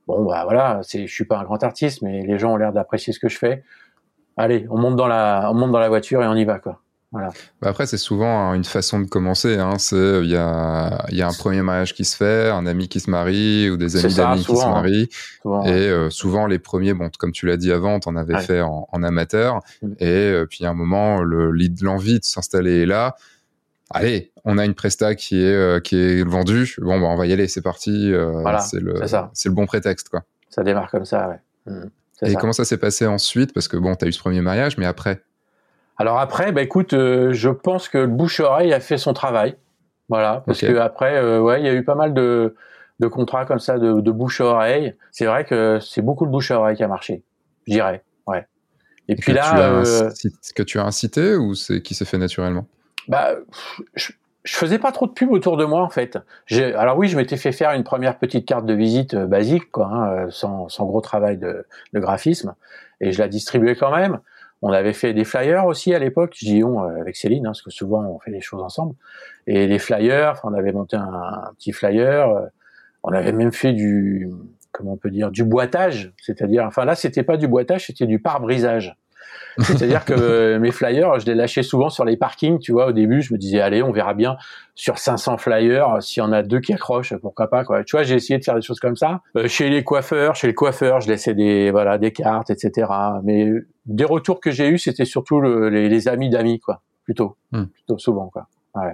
bon, bah voilà, c'est, je suis pas un grand artiste, mais les gens ont l'air d'apprécier ce que je fais. Allez, on monte dans la, on monte dans la voiture et on y va, quoi. Voilà. Bah après, c'est souvent une façon de commencer. Hein. C'est il y a il y a un premier mariage qui se fait, un ami qui se marie ou des amis ça, d'amis qui se marient. Hein. Souvent, et ouais. euh, souvent les premiers, bon, comme tu l'as dit avant, t'en avais ouais. fait en, en amateur. Mmh. Et euh, puis à un moment, le l'envie de s'installer est là. Allez, on a une presta qui est euh, qui est vendue. Bon, bah on va y aller, c'est parti. Euh, voilà, c'est le c'est ça. C'est le bon prétexte, quoi. Ça démarre comme ça, ouais. Mmh. Et ça. Comment ça s'est passé ensuite? Parce que bon, t'as eu ce premier mariage, mais après. Alors après, bah écoute, euh, je pense que le bouche-oreille a fait son travail, voilà, parce okay. que après, euh, ouais, il y a eu pas mal de, de contrats comme ça de, de bouche-oreille. C'est vrai que c'est beaucoup le bouche-oreille qui a marché, je dirais, ouais. Et, Et puis que là, tu euh, incité, que tu as incité ou c'est qui s'est fait naturellement? Bah, je, je faisais pas trop de pub autour de moi en fait. J'ai, alors oui, je m'étais fait faire une première petite carte de visite euh, basique, quoi, hein, sans, sans gros travail de, de graphisme, et je la distribuais quand même. On avait fait des flyers aussi à l'époque, je dis on avec Céline, hein, parce que souvent on fait des choses ensemble. Et les flyers, on avait monté un, un petit flyer, euh, on avait même fait du, comment on peut dire, du boitage, c'est-à-dire, enfin là c'était pas du boitage, c'était du pare-brisage. C'est-à-dire que euh, mes flyers, je les lâchais souvent sur les parkings, tu vois. Au début, je me disais allez, on verra bien sur cinq cents flyers, s'il y en a deux qui accrochent, pourquoi pas, quoi. Tu vois, j'ai essayé de faire des choses comme ça. Euh, chez les coiffeurs, chez le coiffeur, je laissais des voilà des cartes, et cetera. Mais des retours que j'ai eus, c'était surtout le, les, les amis d'amis, quoi. Plutôt, hmm. plutôt souvent, quoi. Ouais.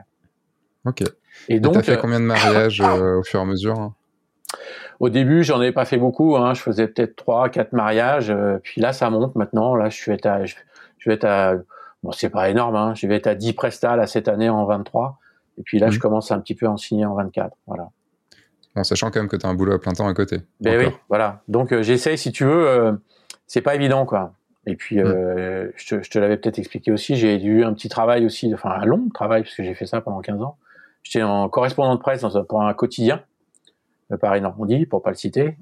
Ok. Et, et donc, t'as fait combien de mariages euh, au fur et à mesure, hein? Au début, j'en ai pas fait beaucoup, hein. Je faisais peut-être trois, quatre mariages. Euh, puis là, ça monte maintenant. Là, je suis à, je, je vais être à, bon, c'est pas énorme, hein. Je vais être à dix prestats là cette année en vingt-trois. Et puis là, mmh. je commence un petit peu à en signer en vingt-quatre. Voilà. En sachant quand même que tu as un boulot à plein temps à côté. Ben encore. Oui, voilà. Donc euh, j'essaye, si tu veux, euh, c'est pas évident, quoi. Et puis, euh, mmh. je te, je te l'avais peut-être expliqué aussi. J'ai eu un petit travail aussi, enfin un long travail parce que j'ai fait ça pendant quinze ans. J'étais en correspondant de presse dans un, pour un quotidien. Paris-Normandie, pour pas le citer.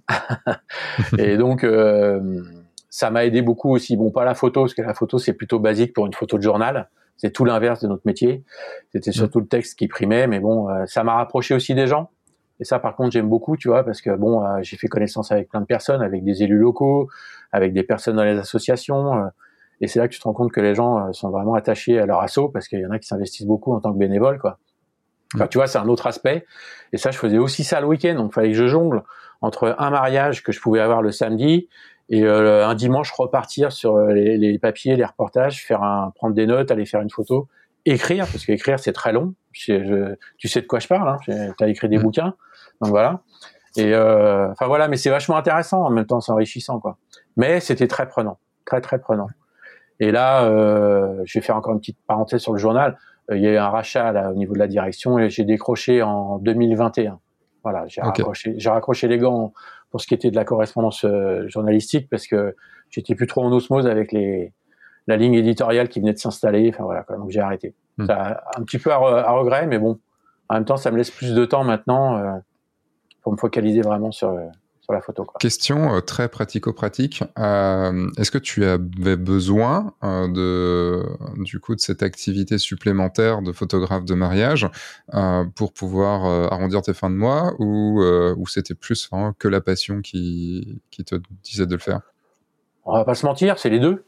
Et donc, euh, ça m'a aidé beaucoup aussi. Bon, pas la photo, parce que la photo, c'est plutôt basique pour une photo de journal. C'est tout l'inverse de notre métier. C'était surtout mmh. le texte qui primait, mais bon, euh, ça m'a rapproché aussi des gens. Et ça, par contre, j'aime beaucoup, tu vois, parce que bon, euh, j'ai fait connaissance avec plein de personnes, avec des élus locaux, avec des personnes dans les associations. Euh, et c'est là que tu te rends compte que les gens euh, sont vraiment attachés à leur asso, parce qu'il y en a qui s'investissent beaucoup en tant que bénévoles, quoi. Enfin, tu vois, c'est un autre aspect. Et ça, je faisais aussi ça le week-end. Donc, il fallait que je jongle entre un mariage que je pouvais avoir le samedi et euh, un dimanche repartir sur les, les papiers, les reportages, faire un, prendre des notes, aller faire une photo, écrire, parce qu'écrire, c'est très long. Je, je, tu sais de quoi je parle, hein. Tu as écrit des mmh. bouquins. Donc, voilà. Et euh, enfin, voilà, mais c'est vachement intéressant. En même temps, c'est enrichissant, quoi. Mais c'était très prenant. Très, très prenant. Et là, euh, je vais faire encore une petite parenthèse sur le journal. Il y a eu un rachat là, au niveau de la direction et j'ai décroché en deux mille vingt et un. Voilà, j'ai okay. raccroché, j'ai raccroché les gants pour ce qui était de la correspondance euh, journalistique parce que j'étais plus trop en osmose avec les la ligne éditoriale qui venait de s'installer. Enfin voilà, quoi, donc j'ai arrêté. Mm. Ça, un petit peu à, re, à regret, mais bon, en même temps, ça me laisse plus de temps maintenant euh, pour me focaliser vraiment sur euh, sur la photo, quoi. Question euh, très pratico-pratique. Euh, est-ce que tu avais besoin euh, de, du coup, de cette activité supplémentaire de photographe de mariage euh, pour pouvoir euh, arrondir tes fins de mois ou, euh, ou c'était plus hein, que la passion qui, qui te disait de le faire? On va pas se mentir, c'est les deux.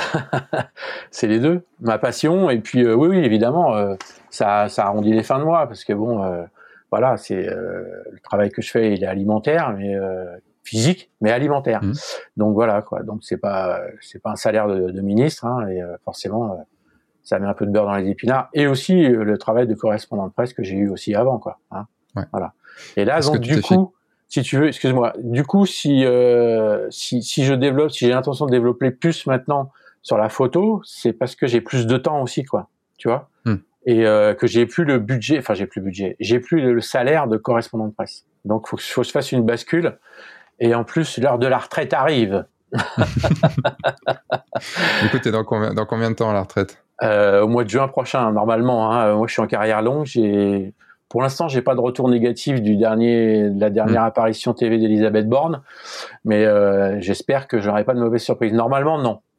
C'est les deux. Ma passion et puis euh, oui, oui, évidemment, euh, ça, ça arrondit les fins de mois parce que bon, euh, voilà, c'est euh, le travail que je fais, il est alimentaire, mais euh, physique, mais alimentaire. Mmh. Donc voilà, quoi. Donc c'est pas, c'est pas un salaire de, de ministre, hein, et euh, forcément, euh, ça met un peu de beurre dans les épinards. Et aussi euh, le travail de correspondant de presse que j'ai eu aussi avant, quoi. Hein, ouais. Voilà. Et là, Est-ce donc du coup. Fait... Si tu veux, excuse-moi. Du coup, si euh, si si je développe, si j'ai l'intention de développer plus maintenant sur la photo, c'est parce que j'ai plus de temps aussi, quoi. Tu vois, hmm. et euh, que j'ai plus le budget, enfin j'ai plus le budget, j'ai plus le salaire de correspondant de presse. Donc faut que faut que je fasse une bascule. Et en plus, l'heure de la retraite arrive. Du coup, t'es dans combien dans combien de temps à la retraite? euh, Au mois de juin prochain, normalement. Hein. Moi, je suis en carrière longue. J'ai Pour l'instant, j'ai pas de retour négatif du dernier, de la dernière mmh. apparition T V d'Elisabeth Borne, mais euh, j'espère que j'aurai pas de mauvaise surprise. Normalement, non.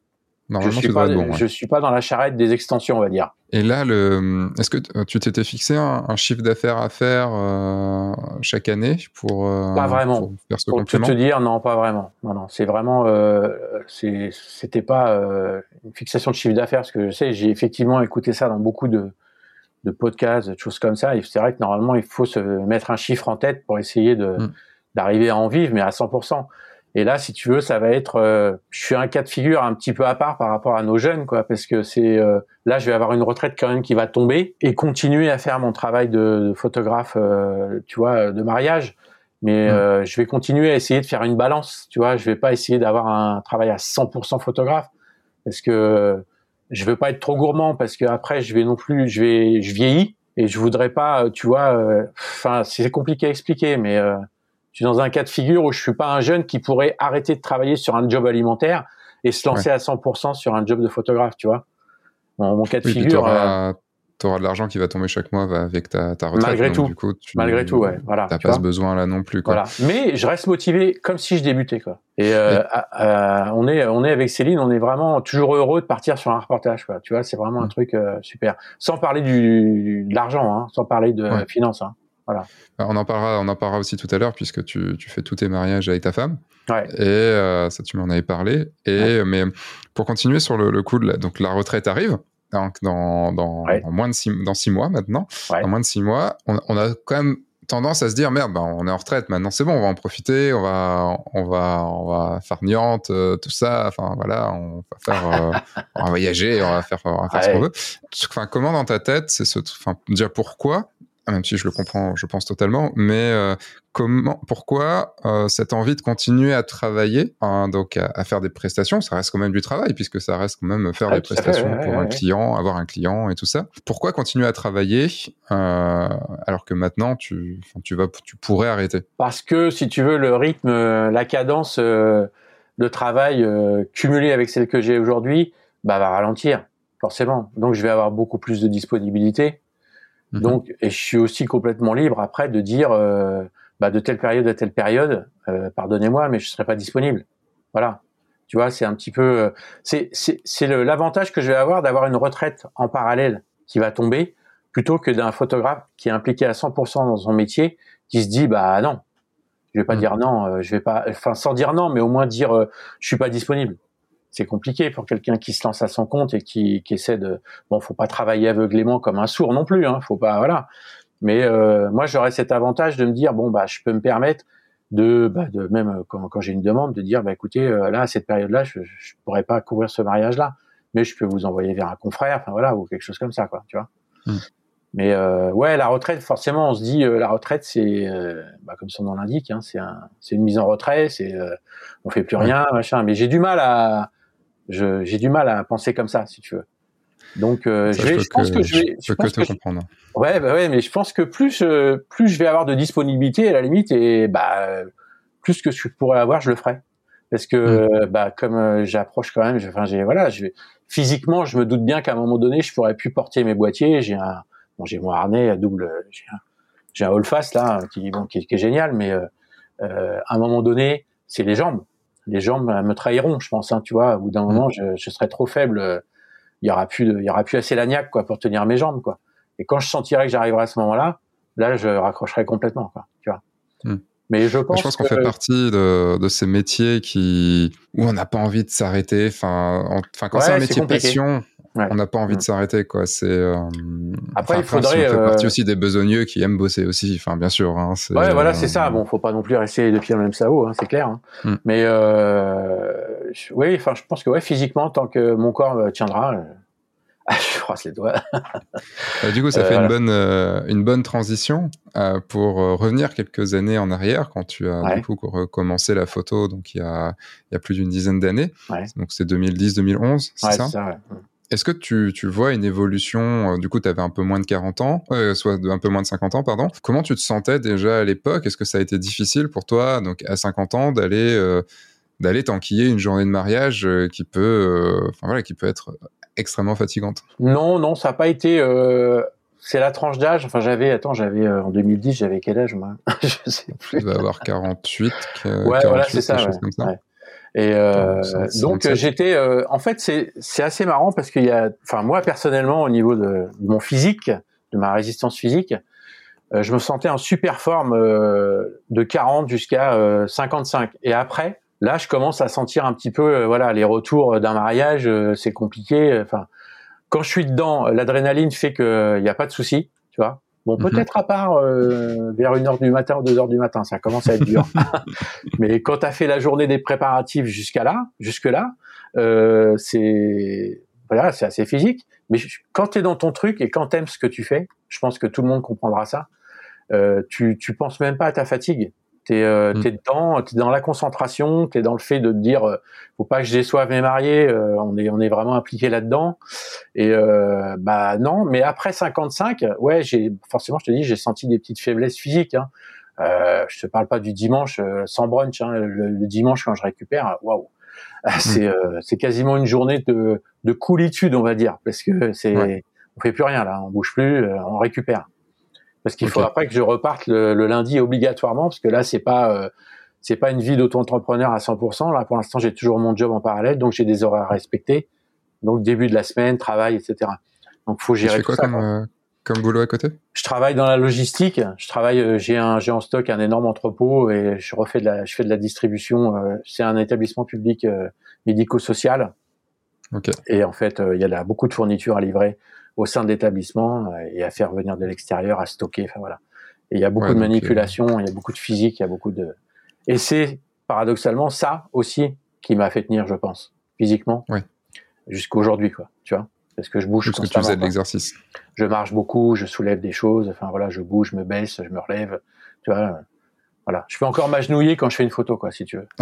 Normalement, je suis tu pas, dois être bon. Ouais. je suis pas dans la charrette des extensions, on va dire. Et là, le, est-ce que tu t'étais fixé un, un chiffre d'affaires à faire euh, chaque année pour, euh, Pas vraiment. pour faire ce Pour complément? tout te dire, non, pas vraiment. Non, non, c'est vraiment, euh, c'est, c'était pas euh, une fixation de chiffre d'affaires, parce que je sais, j'ai effectivement écouté ça dans beaucoup de, de podcasts, de choses comme ça. Et c'est vrai que normalement, il faut se mettre un chiffre en tête pour essayer de mm. d'arriver à en vivre, mais à cent pour cent. Et là, si tu veux, ça va être, euh, je suis un cas de figure un petit peu à part par rapport à nos jeunes, quoi, parce que c'est euh, là, je vais avoir une retraite quand même qui va tomber et continuer à faire mon travail de, de photographe, euh, tu vois, de mariage. Mais mmh. euh, je vais continuer à essayer de faire une balance, tu vois. Je vais pas essayer d'avoir un travail à cent pour cent photographe, parce que je veux pas être trop gourmand, parce que après, je vais non plus, je vais, je vieillis et je voudrais pas, tu vois. Enfin, euh, c'est compliqué à expliquer, mais euh, je suis dans un cas de figure où je suis pas un jeune qui pourrait arrêter de travailler sur un job alimentaire et se lancer ouais. à cent pour cent sur un job de photographe, tu vois. Mon, mon cas de oui, figure. T'auras, euh, t'auras de l'argent qui va tomber chaque mois avec ta, ta retraite. Malgré donc, tout. Du coup, tu, Malgré tout, ouais. Voilà. T'as pas vois ce besoin là non plus, quoi. Voilà. Mais je reste motivé comme si je débutais, quoi. Et, euh, et... Euh, on est, on est avec Céline, on est vraiment toujours heureux de partir sur un reportage, quoi. Tu vois, c'est vraiment mmh. un truc euh, super. Sans parler du, de l'argent, hein, sans parler de ouais. finance, hein. Voilà. On en parlera, on en parlera aussi tout à l'heure puisque tu, tu fais tous tes mariages avec ta femme. Ouais. Et euh, ça, tu m'en avais parlé. Et ouais. mais pour continuer sur le, le coup de la, donc la retraite arrive. Donc dans dans, ouais. dans moins de six, dans six mois maintenant. Ouais. Dans moins de six mois, on, on a quand même tendance à se dire merde, ben on est en retraite maintenant, c'est bon, on va en profiter, on va on va on va faire niante, euh, tout ça. Enfin voilà, on va faire, euh, on va voyager, on va faire, on va faire ouais. ce qu'on veut. Enfin comment dans ta tête, c'est ce, enfin déjà pourquoi? Même si je le comprends, je pense totalement, mais euh, comment, pourquoi euh, cette envie de continuer à travailler, hein, donc à, à faire des prestations, ça reste quand même du travail, puisque ça reste quand même faire ah, des prestations fait, ouais, pour ouais, un ouais. client, avoir un client et tout ça. Pourquoi continuer à travailler euh, alors que maintenant tu, tu vas, tu pourrais arrêter? Parce que si tu veux, le rythme, la cadence euh, de travail euh, cumulée avec celle que j'ai aujourd'hui, bah va ralentir forcément. Donc je vais avoir beaucoup plus de disponibilité. Donc, et je suis aussi complètement libre après de dire, euh, bah, de telle période à telle période, euh, pardonnez-moi, mais je serai pas disponible. Voilà. Tu vois, c'est un petit peu, euh, c'est, c'est, c'est le, l'avantage que je vais avoir d'avoir une retraite en parallèle qui va tomber plutôt que d'un photographe qui est impliqué à cent pour cent dans son métier, qui se dit, bah, non. Je vais pas mmh. dire non, euh, je vais pas, enfin, sans dire non, mais au moins dire, euh, je suis pas disponible. C'est compliqué pour quelqu'un qui se lance à son compte et qui, qui essaie de, bon, faut pas travailler aveuglément comme un sourd non plus, hein, faut pas, voilà. Mais euh, moi, j'aurais cet avantage de me dire, bon, bah, je peux me permettre de, bah, de même quand, quand j'ai une demande, de dire, bah, écoutez, euh, là, à cette période-là, je, je pourrais pas couvrir ce mariage-là, mais je peux vous envoyer vers un confrère, enfin voilà, ou quelque chose comme ça, quoi, tu vois. Mmh. Mais euh, ouais, la retraite, forcément, on se dit, euh, la retraite, c'est, euh, bah, comme son nom l'indique, hein, c'est un, c'est une mise en retrait, c'est, euh, on fait plus rien, machin. Mais j'ai du mal à Je, j'ai du mal à penser comme ça, si tu veux. Donc, euh, ça, je, vais, je, je pense que, que je vais. Je peux que te comprendre. Je, ouais, bah ouais, mais je pense que plus, euh, plus je vais avoir de disponibilité à la limite, et bah, plus que je pourrais avoir, je le ferai. Parce que, mmh. euh, bah, comme euh, j'approche quand même, enfin, j'ai, voilà, je, physiquement, je me doute bien qu'à un moment donné, je pourrais plus porter mes boîtiers. J'ai un, bon, j'ai mon harnais à double, j'ai un, j'ai un Holdfast là, qui, bon, qui, qui est génial, mais euh, euh, à un moment donné, c'est les jambes. Les jambes me trahiront, je pense, hein, tu vois. Au bout d'un mmh. moment, je, je serai trop faible. Il y aura plus, de, il y aura plus assez lagnac, quoi, pour tenir mes jambes, quoi. Et quand je sentirai que j'arriverai à ce moment-là, là, je raccrocherai complètement, quoi, tu vois. Mmh. Mais je pense, je pense qu'on que... fait partie de, de ces métiers qui où on n'a pas envie de s'arrêter. Enfin, enfin quand ouais, c'est un métier passion, ouais. on n'a pas envie mmh. de s'arrêter, quoi. C'est euh... après, enfin, il faudrait. On fait euh... partie aussi des besogneux qui aiment bosser aussi. Enfin, bien sûr. Hein, c'est, ouais, voilà, euh... c'est ça. Bon, faut pas non plus rester deux pieds dans le même sabot, hein, c'est clair. Hein. Mmh. Mais euh... oui, enfin, je pense que ouais, physiquement, tant que mon corps euh, tiendra. Euh... je croise les doigts. euh, du coup, ça euh, fait voilà. une bonne euh, une bonne transition euh, pour euh, revenir quelques années en arrière quand tu as ouais. du coup recommencé la photo, donc il y a il y a plus d'une dizaine d'années. Ouais. Donc c'est deux mille dix deux mille onze, c'est ouais, ça, c'est ça ouais. Est-ce que tu, tu vois une évolution, euh, du coup tu avais un peu moins de quarante ans, euh, soit un peu moins de cinquante ans, pardon. Comment tu te sentais déjà à l'époque? Est-ce que ça a été difficile pour toi, donc à cinquante ans, d'aller euh, d'aller t'enquiller une journée de mariage euh, qui peut euh, enfin voilà, qui peut être extrêmement fatigante? Non, non, ça n'a pas été... Euh... C'est la tranche d'âge. Enfin, j'avais... Attends, j'avais... Euh, en deux mille dix, j'avais quel âge, moi? Je sais plus. Tu vas avoir quarante-huit, ouais, quarante-huit, voilà, c'est ça, ouais. comme ça. Ouais. Et euh, ça, ça, donc ça, j'étais, euh, en fait, c'est c'est assez marrant parce qu'il y a, enfin moi personnellement au niveau de, de mon physique, de ma résistance physique, euh, je me sentais en super forme euh, de quarante jusqu'à euh, cinquante-cinq. Et après, là, je commence à sentir un petit peu, euh, voilà, les retours d'un mariage, euh, c'est compliqué. Enfin, quand je suis dedans, l'adrénaline fait que il y a pas de souci, tu vois. Bon, peut-être mm-hmm. à part euh, vers une heure du matin ou deux heures du matin, ça commence à être dur. Mais quand tu as fait la journée des préparatifs jusqu'à là, jusque là, euh, c'est voilà, c'est assez physique. Mais quand tu es dans ton truc et quand t'aimes ce que tu fais, je pense que tout le monde comprendra ça. Euh, tu tu penses même pas à ta fatigue. T'es euh, mm. t'es dedans, t'es dans la concentration, t'es dans le fait de te dire, euh, faut pas que je déçoive mes mariés. Euh, on est on est vraiment impliqué là-dedans. Et euh, bah non. Mais après cinquante-cinq, ouais, j'ai forcément, je te dis, j'ai senti des petites faiblesses physiques. Hein. Euh, je te parle pas du dimanche euh, sans brunch. Hein, le, le dimanche quand je récupère, waouh, c'est euh, c'est quasiment une journée de de coolitude, on va dire, parce que c'est ouais. on fait plus rien là, on bouge plus, euh, on récupère. Parce qu'il okay. faut après que je reparte le, le lundi obligatoirement, parce que là c'est pas euh, c'est pas une vie d'auto-entrepreneur à cent pour cent. Là pour l'instant j'ai toujours mon job en parallèle, donc j'ai des horaires à respecter. Donc début de la semaine, travail, et cetera. Donc faut gérer tu fais tout quoi ça. Comme, quoi. Euh, comme boulot à côté? Je travaille dans la logistique. Je travaille, euh, j'ai un, j'ai en stock un énorme entrepôt et je refais de la, je fais de la distribution. Euh, c'est un établissement public euh, médico-social. Okay. Et en fait, euh, il y a là, beaucoup de fournitures à livrer au sein de l'établissement euh, et à faire venir de l'extérieur, à stocker. Enfin voilà. Et il y a beaucoup ouais, de manipulation, euh... il y a beaucoup de physique, il y a beaucoup de. Et c'est paradoxalement ça aussi qui m'a fait tenir, je pense, physiquement, ouais. jusqu'à aujourd'hui, quoi. Tu vois. Parce que je bouge Parce constamment. que tu faisais de l'exercice. Je marche beaucoup, je soulève des choses. Enfin voilà, je bouge, je me baisse, je me relève. Tu vois. Euh, voilà. Je peux encore m'agenouiller quand je fais une photo, quoi, si tu veux.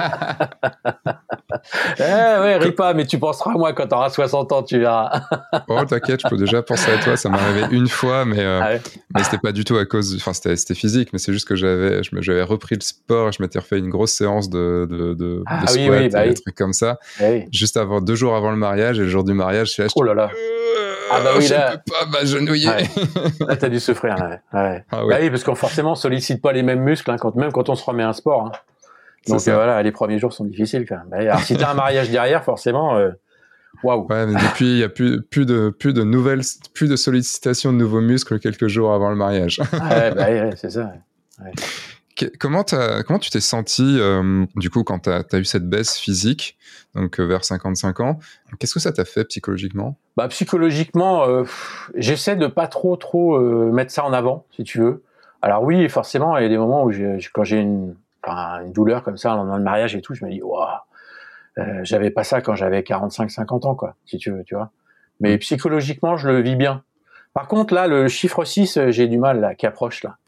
eh ouais, ris pas, mais tu penseras à moi quand t'auras soixante ans, tu verras. Oh, t'inquiète, je peux déjà penser à toi. Ça m'est arrivé une fois, mais euh, ah ouais. mais c'était pas du tout à cause. Enfin, c'était c'était physique, mais c'est juste que j'avais je j'avais repris le sport et je m'étais refait une grosse séance de de de, ah, de squat oui, oui, bah et oui. des trucs comme ça. Ah oui. Juste avant deux jours avant le mariage et le jour du mariage, je suis là. Oh là là. Euh, ah bah oui, je là. peux pas m'agenouiller. Ouais. Là, t'as dû souffrir. Là. Ouais. Ah ouais. Bah oui, parce qu'on forcément sollicite pas les mêmes muscles, hein, quand même quand on se remet à un sport. Hein. Donc euh, voilà, les premiers jours sont difficiles quand même. Bah, alors si t'as un mariage derrière, forcément, waouh. Wow. Ouais, mais depuis il y a plus plus de plus de nouvelles, plus de sollicitation de nouveaux muscles quelques jours avant le mariage. ouais, bah ouais, c'est ça. Ouais. Comment, t'as, comment tu t'es senti euh, du coup quand tu as eu cette baisse physique, donc euh, vers cinquante-cinq ans? Qu'est-ce que ça t'a fait psychologiquement? Bah psychologiquement, euh, j'essaie de pas trop trop euh, mettre ça en avant, si tu veux. Alors oui, forcément, il y a des moments où j'ai, quand j'ai une, enfin, une douleur comme ça, le lendemain de mariage et tout, je me dis waouh, euh, j'avais pas ça quand j'avais quarante-cinq cinquante ans, quoi, si tu veux, tu vois. Mais mmh. psychologiquement, je le vis bien. Par contre, là, le chiffre six, j'ai du mal là, qui approche là.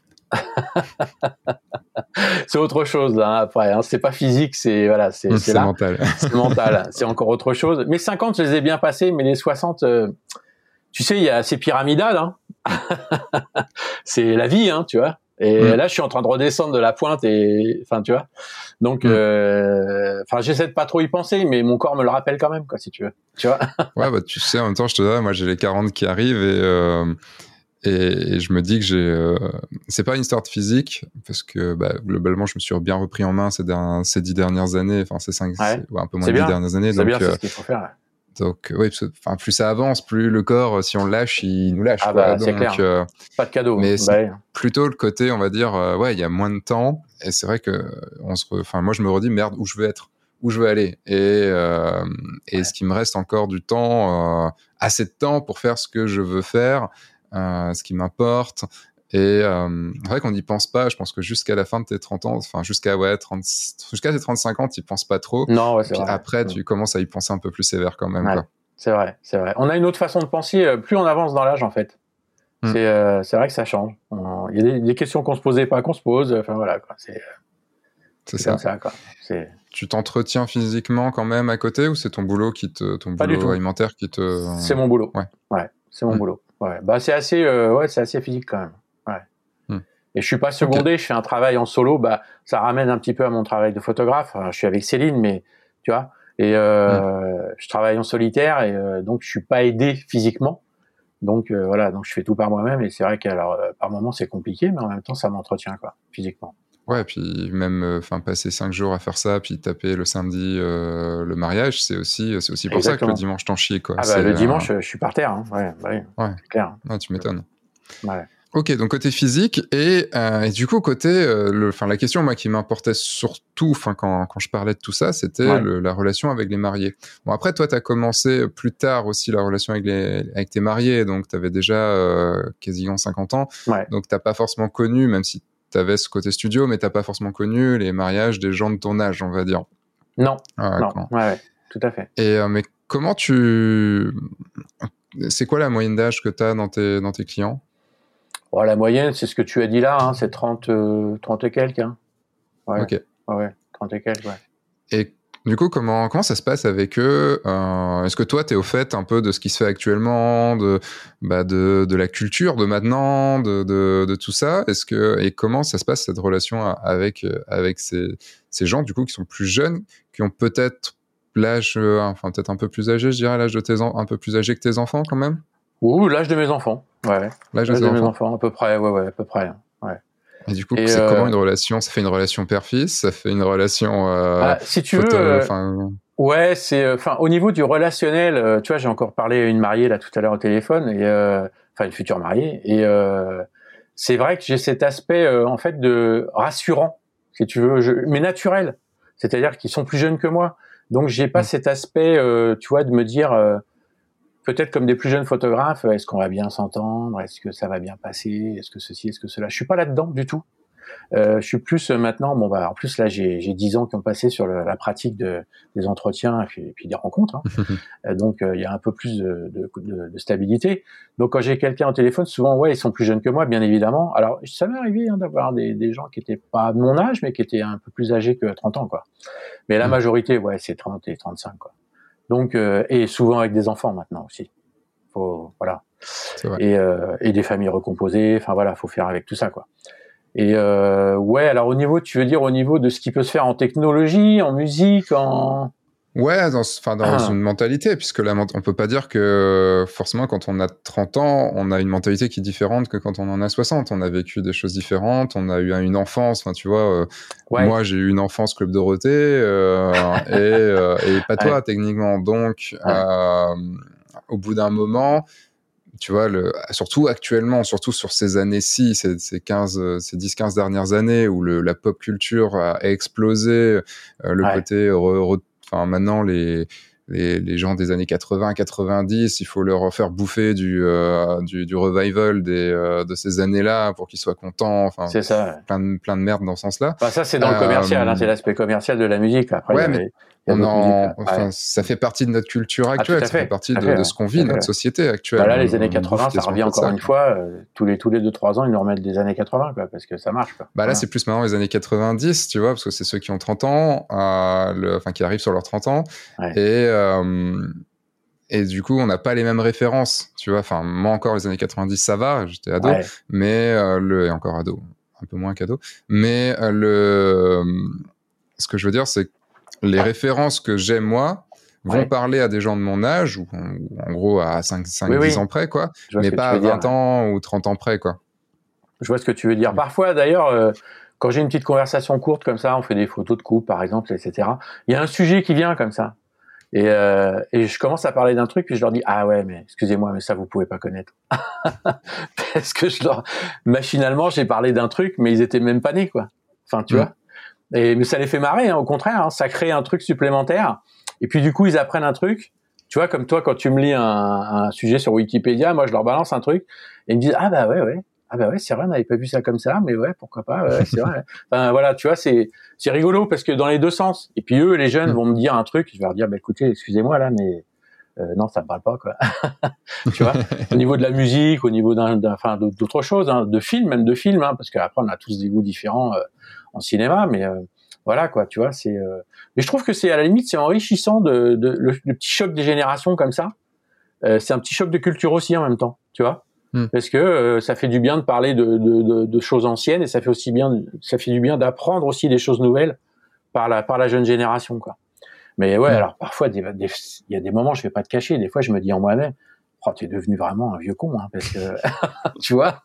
c'est autre chose là, après hein. C'est pas physique, c'est voilà, c'est mmh, c'est, c'est là. mental. C'est mental, c'est encore autre chose. Mais cinquante, je les ai bien passés, mais les soixante, euh, tu sais, il y a c'est pyramidal hein. C'est la vie hein, tu vois. Et mmh. là, je suis en train de redescendre de la pointe et enfin, tu vois. Donc, mmh. euh, enfin, j'essaie de pas trop y penser, mais mon corps me le rappelle quand même, quoi, si tu veux. Tu vois. Ouais, bah tu sais, en même temps, je te dis, moi, j'ai les quarante qui arrivent et euh, et, et je me dis que j'ai, euh, c'est pas une histoire de physique parce que bah, globalement, je me suis bien repris en main ces dernières, ces dix dernières années, enfin ces cinq, ouais. ouais, un peu moins de dix dernières années. C'est donc, bien, euh, c'est ce qu'il faut faire. Ouais. Donc oui, enfin plus ça avance, plus le corps, si on le lâche, il nous lâche. Ah quoi. bah donc, c'est clair. Euh, pas de cadeau. Mais bah, c'est ouais. plutôt le côté, on va dire, euh, ouais, il y a moins de temps, et c'est vrai que on se, enfin re... moi je me redis merde où je veux être, où je veux aller, et euh, et ouais. ce qui me reste encore du temps, euh, assez de temps pour faire ce que je veux faire, euh, ce qui m'importe. Et euh, c'est vrai qu'on n'y pense pas. Je pense que jusqu'à la fin de tes trente ans, enfin jusqu'à ouais trente, jusqu'à tes trente-cinq ans, tu n'y penses pas trop. Non, ouais, c'est et puis vrai. après, mmh. tu commences à y penser un peu plus sévère quand même. Ouais. Quoi. C'est vrai, c'est vrai. On a une autre façon de penser. Plus on avance dans l'âge, en fait. Mmh. C'est, euh, c'est vrai que ça change. Il y a des, des questions qu'on se posait pas, qu'on se pose. Enfin voilà, quoi. C'est, c'est, c'est ça. comme ça, quoi. C'est... Tu t'entretiens physiquement quand même à côté ou c'est ton boulot qui te, ton pas boulot alimentaire qui te. C'est mon boulot. Ouais. Ouais, c'est mon mmh. boulot. Ouais. Bah c'est assez, euh, ouais, c'est assez physique quand même. Ouais. Mmh. Et je suis pas secondé, okay. Je fais un travail en solo, bah ça ramène un petit peu à mon travail de photographe. Alors, je suis avec Céline, mais tu vois, et euh, mmh. je travaille en solitaire et euh, donc je suis pas aidé physiquement. Donc euh, voilà, donc je fais tout par moi-même et c'est vrai que alors euh, par moments c'est compliqué, mais en même temps ça m'entretient quoi, physiquement. Ouais, puis même, enfin, euh, passer cinq jours à faire ça, puis taper le samedi euh, le mariage, c'est aussi, c'est aussi pour Exactement. ça que le dimanche t'en chies, quoi. Ah bah, le dimanche, euh... je suis par terre, hein. Ouais, bah, ouais, ouais. C'est clair. Ouais, tu m'étonnes. Ouais. Ok, donc côté physique et, euh, et du coup côté, euh, le, enfin la question moi qui m'importait surtout, enfin quand quand je parlais de tout ça, c'était ouais. le, la relation avec les mariés. Bon après toi t'as commencé plus tard aussi la relation avec les avec tes mariés, donc t'avais déjà euh, quasiment cinquante ans, ouais. donc t'as pas forcément connu, même si t'avais ce côté studio, mais t'as pas forcément connu les mariages des gens de ton âge, on va dire. Non, euh, non, quand... ouais, ouais, tout à fait. Et euh, mais comment tu, c'est quoi la moyenne d'âge que t'as dans tes dans tes clients? Oh, la moyenne, c'est ce que tu as dit là, hein, c'est trente, euh, trente et quelques. Hein. Ouais, ok. Ouais, trente et quelques, ouais. Et du coup, comment, comment ça se passe avec eux euh, Est-ce que toi, tu es au fait un peu de ce qui se fait actuellement, de, bah de, de la culture de maintenant, de, de, de tout ça Est-ce que, et comment ça se passe cette relation avec, avec ces, ces gens, du coup, qui sont plus jeunes, qui ont peut-être l'âge, euh, enfin peut-être un peu plus âgé, je dirais, l'âge de tes en, un peu plus âgé que tes enfants quand même Ouh, l'âge de mes enfants, ouais. L'âge, l'âge de, de enfants. mes enfants, à peu près, ouais, ouais, à peu près, ouais. Et du coup, et c'est euh... comment une relation? Ça fait une relation père-fils? Ça fait une relation euh, ah, si tu photo, veux, euh, enfin... ouais, c'est, enfin, au niveau du relationnel, euh, tu vois, j'ai encore parlé à une mariée là tout à l'heure au téléphone, et euh, enfin une future mariée, et euh, c'est vrai que j'ai cet aspect euh, en fait de rassurant, si tu veux, je, mais naturel, c'est-à-dire qu'ils sont plus jeunes que moi, donc j'ai pas mmh. cet aspect, euh, tu vois, de me dire euh, peut-être comme des plus jeunes photographes, est-ce qu'on va bien s'entendre, est-ce que ça va bien passer, est-ce que ceci, est-ce que cela, je suis pas là-dedans du tout. Euh, je suis plus euh, maintenant, bon bah en plus là j'ai j'ai dix ans qui ont passé sur le, la pratique de des entretiens et puis, et puis des rencontres, hein. euh, donc il euh, y a un peu plus de, de, de, de stabilité. Donc quand j'ai quelqu'un au téléphone, souvent ouais ils sont plus jeunes que moi bien évidemment. Alors ça m'est arrivé hein, d'avoir des, des gens qui étaient pas de mon âge mais qui étaient un peu plus âgés que trente ans quoi. Mais la majorité ouais c'est trente et trente-cinq quoi. Donc euh, et souvent avec des enfants maintenant aussi. Faut voilà. Et, euh, et des familles recomposées. Enfin voilà, faut faire avec tout ça quoi. Et euh, ouais, alors au niveau, tu veux dire au niveau de ce qui peut se faire en technologie, en musique, en ouais, dans, enfin dans ah. une mentalité, puisque la, on peut pas dire que forcément quand on a trente ans, on a une mentalité qui est différente que quand on en a soixante. On a vécu des choses différentes, on a eu une enfance, enfin tu vois. Euh, ouais. Moi, j'ai eu une enfance Club Dorothée euh, et, euh, et pas toi ouais. techniquement. Donc, ouais. euh, au bout d'un moment. Tu vois, le, surtout actuellement, surtout sur ces années-ci, ces, ces quinze, ces dix quinze dernières années où le, la pop culture a explosé, euh, le ouais. côté, enfin, maintenant, les, les, les gens des années quatre-vingts, quatre-vingt-dix, il faut leur faire bouffer du, euh, du, du revival des, euh, de ces années-là pour qu'ils soient contents. Enfin, c'est ça. Ouais. Plein de, plein de merde dans ce sens-là. Bah, ça, c'est dans euh, le commercial, hein, c'est l'aspect commercial de la musique. Après, ouais, il y a, mais il y a on en, musiques, enfin, ouais. ça fait partie de notre culture actuelle, ah, ça fait partie de, fait, de ce qu'on vit, notre fait. société actuelle. Bah là, les années quatre-vingts, ça revient encore ça, une quoi. fois. Euh, tous les tous les deux trois ans, ils nous remettent des années quatre-vingts, quoi, parce que ça marche, quoi. Bah là, voilà. C'est plus maintenant les années quatre-vingt-dix, tu vois, parce que c'est ceux qui ont trente ans, euh, le, enfin qui arrivent sur leurs trente ans, ouais. et euh, et du coup, on n'a pas les mêmes références, tu vois. Enfin, moi encore, les années quatre-vingt-dix, ça va, j'étais ado, ouais. mais euh, le et encore ado, un peu moins qu'ado, mais euh, le ce que je veux dire, c'est que les références que j'ai moi vont ouais. parler à des gens de mon âge, ou, ou en gros à cinq dix oui, oui. ans près, quoi, mais pas à vingt dire, ans ouais. ou trente ans près, quoi. Je vois ce que tu veux dire. Parfois, d'ailleurs, euh, quand j'ai une petite conversation courte comme ça, on fait des photos de couple, par exemple, et cetera. Il y a un sujet qui vient comme ça. Et, euh, et je commence à parler d'un truc, puis je leur dis « Ah ouais, mais excusez-moi, mais ça, vous pouvez pas connaître. » Parce que je leur... machinalement, j'ai parlé d'un truc, mais ils étaient même pas nés, quoi. Enfin, tu mmh. vois. Et, mais ça les fait marrer, hein, au contraire. Hein, ça crée un truc supplémentaire. Et puis, du coup, ils apprennent un truc. Tu vois, comme toi, quand tu me lis un, un sujet sur Wikipédia, moi, je leur balance un truc. Et ils me disent « Ah bah ouais, ouais. Ah bah ouais, c'est vrai, on n'avait pas vu ça comme ça, mais ouais, pourquoi pas, ouais, c'est vrai. » Enfin voilà, tu vois, c'est c'est rigolo parce que dans les deux sens. Et puis eux, les jeunes, vont me dire un truc, je vais leur dire, bah écoutez, excusez-moi là, mais euh, non, ça me parle pas, quoi. Tu vois, au niveau de la musique, au niveau d'un, enfin d'autres choses, hein, de films, même de films, hein, parce qu'après on a tous des goûts différents euh, en cinéma, mais euh, voilà quoi, tu vois, c'est. Euh... Mais je trouve que c'est à la limite, c'est enrichissant de, de le, le petit choc des générations comme ça. Euh, c'est un petit choc de culture aussi en même temps, tu vois. Mmh. Parce que euh, ça fait du bien de parler de, de, de, de choses anciennes et ça fait aussi bien, ça fait du bien d'apprendre aussi des choses nouvelles par la par la jeune génération, quoi. Mais ouais, mmh. alors parfois il y a des moments, je vais pas te cacher, des fois je me dis en moi-même, oh, t'es devenu vraiment un vieux con, hein, parce que, tu vois,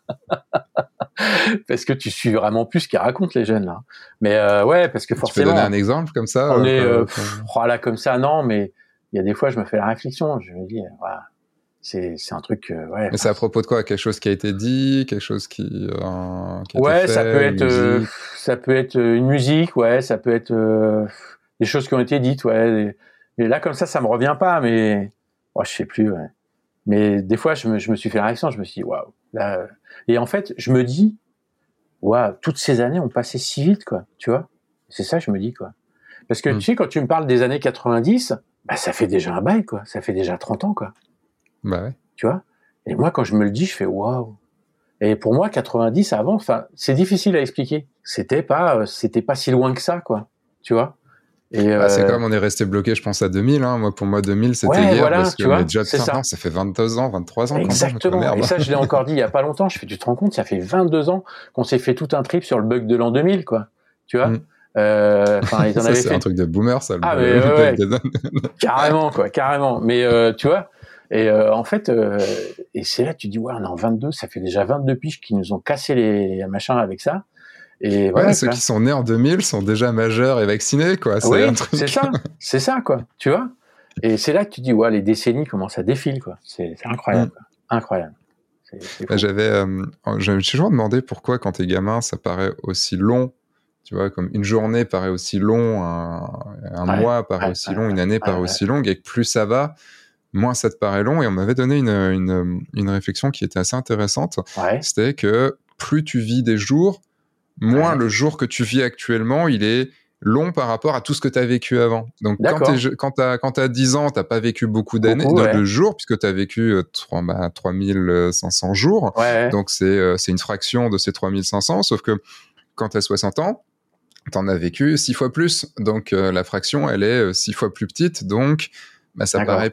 parce que tu suis vraiment plus ce qu'ils racontent les jeunes là. Mais euh, ouais, parce que forcément. Tu peux donner un exemple comme ça? On euh, est, euh, comme- pff, oh là comme ça, non, mais il y a des fois, je me fais la réflexion, je me dis, euh, voilà, c'est c'est un truc, euh, ouais. Mais c'est à propos de quoi? Quelque chose qui a été dit, quelque chose qui, euh, qui a Ouais, été fait, ça peut une être, euh, musique. ça peut être euh, une musique, ouais, ça peut être euh, des choses qui ont été dites, ouais. Et, et là, comme ça, ça me revient pas, mais oh, je sais plus, ouais. Mais des fois, je me, je me suis fait la réaction, je me suis dit, waouh. Là, euh, et en fait, je me dis, waouh, toutes ces années ont passé si vite, quoi. Tu vois? C'est ça, je me dis, quoi. Parce que Mm. tu sais, quand tu me parles des années quatre-vingt-dix, bah, ça fait déjà un bail, quoi. Ça fait déjà trente ans, quoi. Bah ouais. Tu vois? Et moi, quand je me le dis, je fais waouh. Et pour moi, quatre-vingt-dix avant, enfin, c'est difficile à expliquer. C'était pas, euh, c'était pas si loin que ça, quoi. Tu vois? Et Bah, c'est euh, comme on est resté bloqué, je pense, à deux mille. Hein. Moi, pour moi, deux mille, c'était ouais, hier, voilà, parce que, tu mais vois, déjà, c'est putain, ça. non, ça fait vingt-deux ans, vingt-trois ans, quand même. Exactement. Merde. Et ça, je l'ai encore dit il y a pas longtemps. Je fais, tu te rends compte, ça fait vingt-deux ans qu'on s'est fait tout un trip sur le bug de l'an deux mille, quoi. Tu vois? Mm. Euh, Enfin, ils en Ça, avaient c'est fait. un truc de boomer, ça, le, Ah, mais le ouais, bug ouais, des carrément, quoi, carrément. Mais euh, tu vois, et euh, en fait, euh, et c'est là que tu dis, ouais, on est en vingt-deux, ça fait déjà vingt-deux piges qui nous ont cassé les machins avec ça. Et Ouais, voilà, ceux quoi. qui sont nés en deux mille sont déjà majeurs et vaccinés, quoi. C'est un Oui, truc. c'est ça, c'est ça, quoi. Tu vois. Et c'est là que tu dis, ouais, les décennies commencent à défiler, quoi. C'est, c'est incroyable, Mm. quoi. Incroyable. C'est, c'est Bah, fou. j'avais, euh, je me suis toujours demandé pourquoi, quand t'es gamin, ça paraît aussi long. Tu vois, comme une journée paraît aussi long, un, un Ouais, mois paraît ouais, aussi ouais, long, une année ouais, paraît ouais. aussi longue, et que plus ça va, moins ça te paraît long. Et on m'avait donné une, une, une réflexion qui était assez intéressante. Ouais, C'était que plus tu vis des jours, moins ouais. le jour que tu vis actuellement, il est long par rapport à tout ce que tu as vécu avant. Donc, quand D'accord. tu as, quand t'as dix ans, tu n'as pas vécu beaucoup d'années, Beaucoup, de, ouais. de jours, puisque tu as vécu euh, trois, bah, trois mille cinq cents jours. Ouais, ouais. Donc, c'est euh, c'est une fraction de ces trois mille cinq cents, sauf que quand tu as soixante ans, tu en as vécu six fois plus. Donc, euh, la fraction, elle est euh, six fois plus petite. Donc, bah, ça D'accord. paraît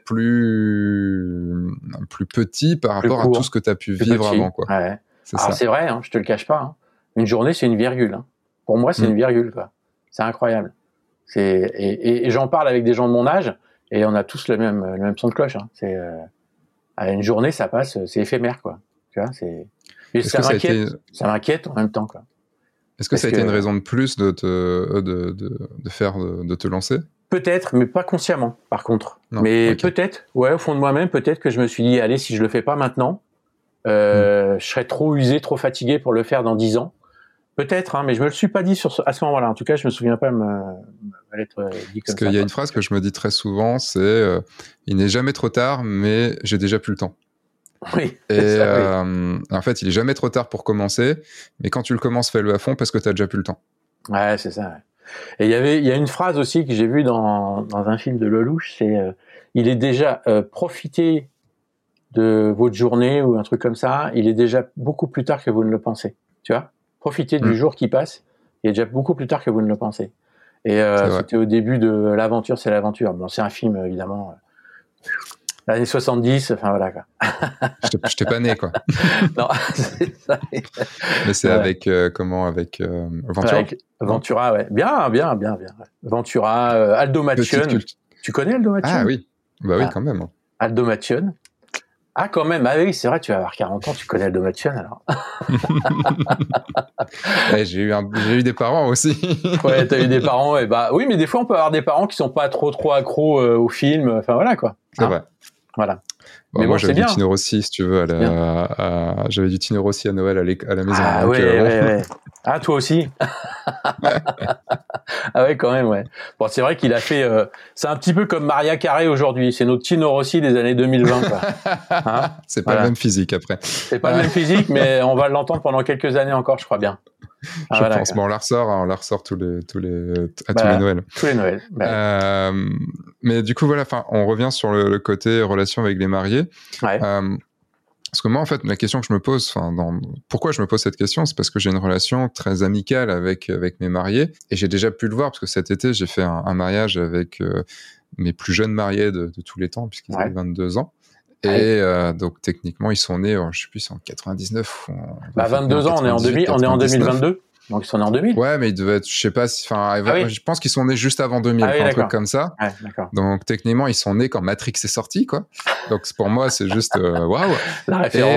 plus, plus petit par Plus rapport à tout court, ce que tu as pu plus vivre petit. avant, quoi. Ouais. C'est Alors ça. c'est vrai, hein, je te le cache pas. Hein. Une journée, c'est une virgule. Hein. Pour moi, c'est Mm. une virgule, quoi. C'est incroyable. C'est et, et, et j'en parle avec des gens de mon âge et on a tous le même le même son de cloche. Hein. C'est euh, une journée, ça passe, c'est éphémère, quoi. Tu vois, c'est. Et Est-ce ça que ça a m'inquiète. été... Ça m'inquiète en même temps, quoi. Est-ce que Parce ça a été que une raison de plus de te, de, de, de faire, de, de te lancer? peut-être, mais pas consciemment, par contre. Non, Mais ok. peut-être, ouais, au fond de moi-même, peut-être que je me suis dit, allez, si je le fais pas maintenant, euh, mm. je serais trop usé, trop fatigué pour le faire dans dix ans. Peut-être, hein, mais je me le suis pas dit sur ce, à ce moment-là. En tout cas, je me souviens pas me, me l'être dit comme Parce qu'il ça. y a quoi. une phrase que je me dis très souvent, c'est euh, il n'est jamais trop tard, mais j'ai déjà plus le temps. Oui. Et Ça, euh, oui. en fait, il est jamais trop tard pour commencer, mais quand tu le commences, fais-le à fond parce que tu as déjà plus le temps. Ouais, c'est ça. Ouais. Et il y avait, il y a une phrase aussi que j'ai vue dans dans un film de Lelouch, c'est euh, il est déjà euh, profité de votre journée ou un truc comme ça, il est déjà beaucoup plus tard que vous ne le pensez. Tu vois, profitez du Mm. jour qui passe, il est déjà beaucoup plus tard que vous ne le pensez. Et euh, c'était au début de l'aventure, c'est l'aventure. Bon, c'est un film évidemment. Euh, L'année soixante-dix, enfin voilà quoi. Je t'ai pas né quoi. Non, c'est ça. Mais c'est ouais. avec euh, comment avec euh, Ventura. Avec Ventura, ouais. Bien, bien, bien, bien. Ventura, euh, Aldo Macione. Tu connais Aldo Macione? Ah oui, bah oui ah. quand même. Aldo Macione. Ah quand même, ah oui, c'est vrai, tu vas avoir quarante ans, tu connais Aldo Macione alors. ouais, j'ai eu un, j'ai eu des parents aussi. Ouais, t'as eu des parents, et bah oui, mais des fois on peut avoir des parents qui sont pas trop trop accros euh, au film, enfin voilà quoi. C'est hein vrai. Voilà. Bon, mais moi, bon, j'avais c'est du bien. Tino Rossi, si tu veux, à la, à, j'avais du Tino Rossi à Noël à, à la maison. Ah donc, ouais, euh, bon. ouais, ouais. Ah, toi aussi. Ah ouais, quand même, ouais. Bon, c'est vrai qu'il a fait, euh, c'est un petit peu comme Maria Carey aujourd'hui. C'est notre Tino Rossi des années deux mille vingt, quoi. Hein c'est pas voilà. le même physique après. C'est pas le même physique, mais on va l'entendre pendant quelques années encore, je crois bien. Ah, je voilà, pense. Bon, on la ressort, hein, on la ressort tous les, tous les, à bah, tous les Noëls. Tous les Noëls. Bah. Euh, mais du coup, voilà, enfin, on revient sur le, le côté relation avec les mariés. Ouais. Euh, parce que moi, en fait, la question que je me pose, enfin, dans, pourquoi je me pose cette question, c'est parce que j'ai une relation très amicale avec avec mes mariés, et j'ai déjà pu le voir parce que cet été, j'ai fait un, un mariage avec euh, mes plus jeunes mariés de, de tous les temps, puisqu'ils ouais. avaient vingt-deux ans. Et ouais. euh, donc techniquement, ils sont nés, je sais plus, c'est en quatre-vingt-dix-neuf ou en, bah, vingt-deux ans, on est en, demi, on est en deux mille vingt-deux. Donc ils sont nés en deux mille. Ouais, mais ils devaient être, je sais pas si, enfin, Ah oui. je pense qu'ils sont nés juste avant deux mille, Ah oui, un d'accord. truc comme ça. Ouais, d'accord. Donc techniquement, ils sont nés quand Matrix est sorti, quoi. Donc pour moi, c'est juste euh, waouh. La référence. Et,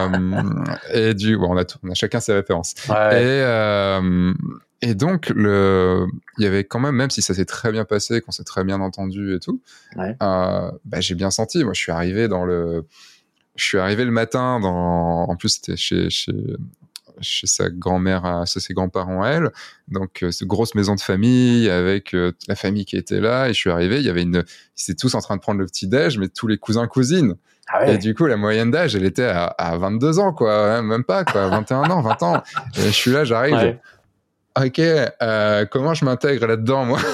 euh, et du, bon, on a tout, on a chacun ses références. Ouais, ouais. Et euh, et donc le, il y avait quand même, même si ça s'est très bien passé, qu'on s'est très bien entendu et tout, Ouais. euh, bah, j'ai bien senti. Moi, je suis arrivé dans le, je suis arrivé le matin dans, en plus c'était chez chez chez sa grand-mère, chez ses grands-parents à elle, donc euh, cette grosse maison de famille avec euh, la famille qui était là, et je suis arrivé, il y avait une, ils étaient tous en train de prendre le petit déj, mais tous les cousins cousines. Ah ouais. Et du coup, la moyenne d'âge, elle était à, à vingt-deux ans, quoi, même pas, quoi, vingt et un ans, vingt ans. Et je suis là, j'arrive. Ouais. Ok, euh, comment je m'intègre là-dedans, moi?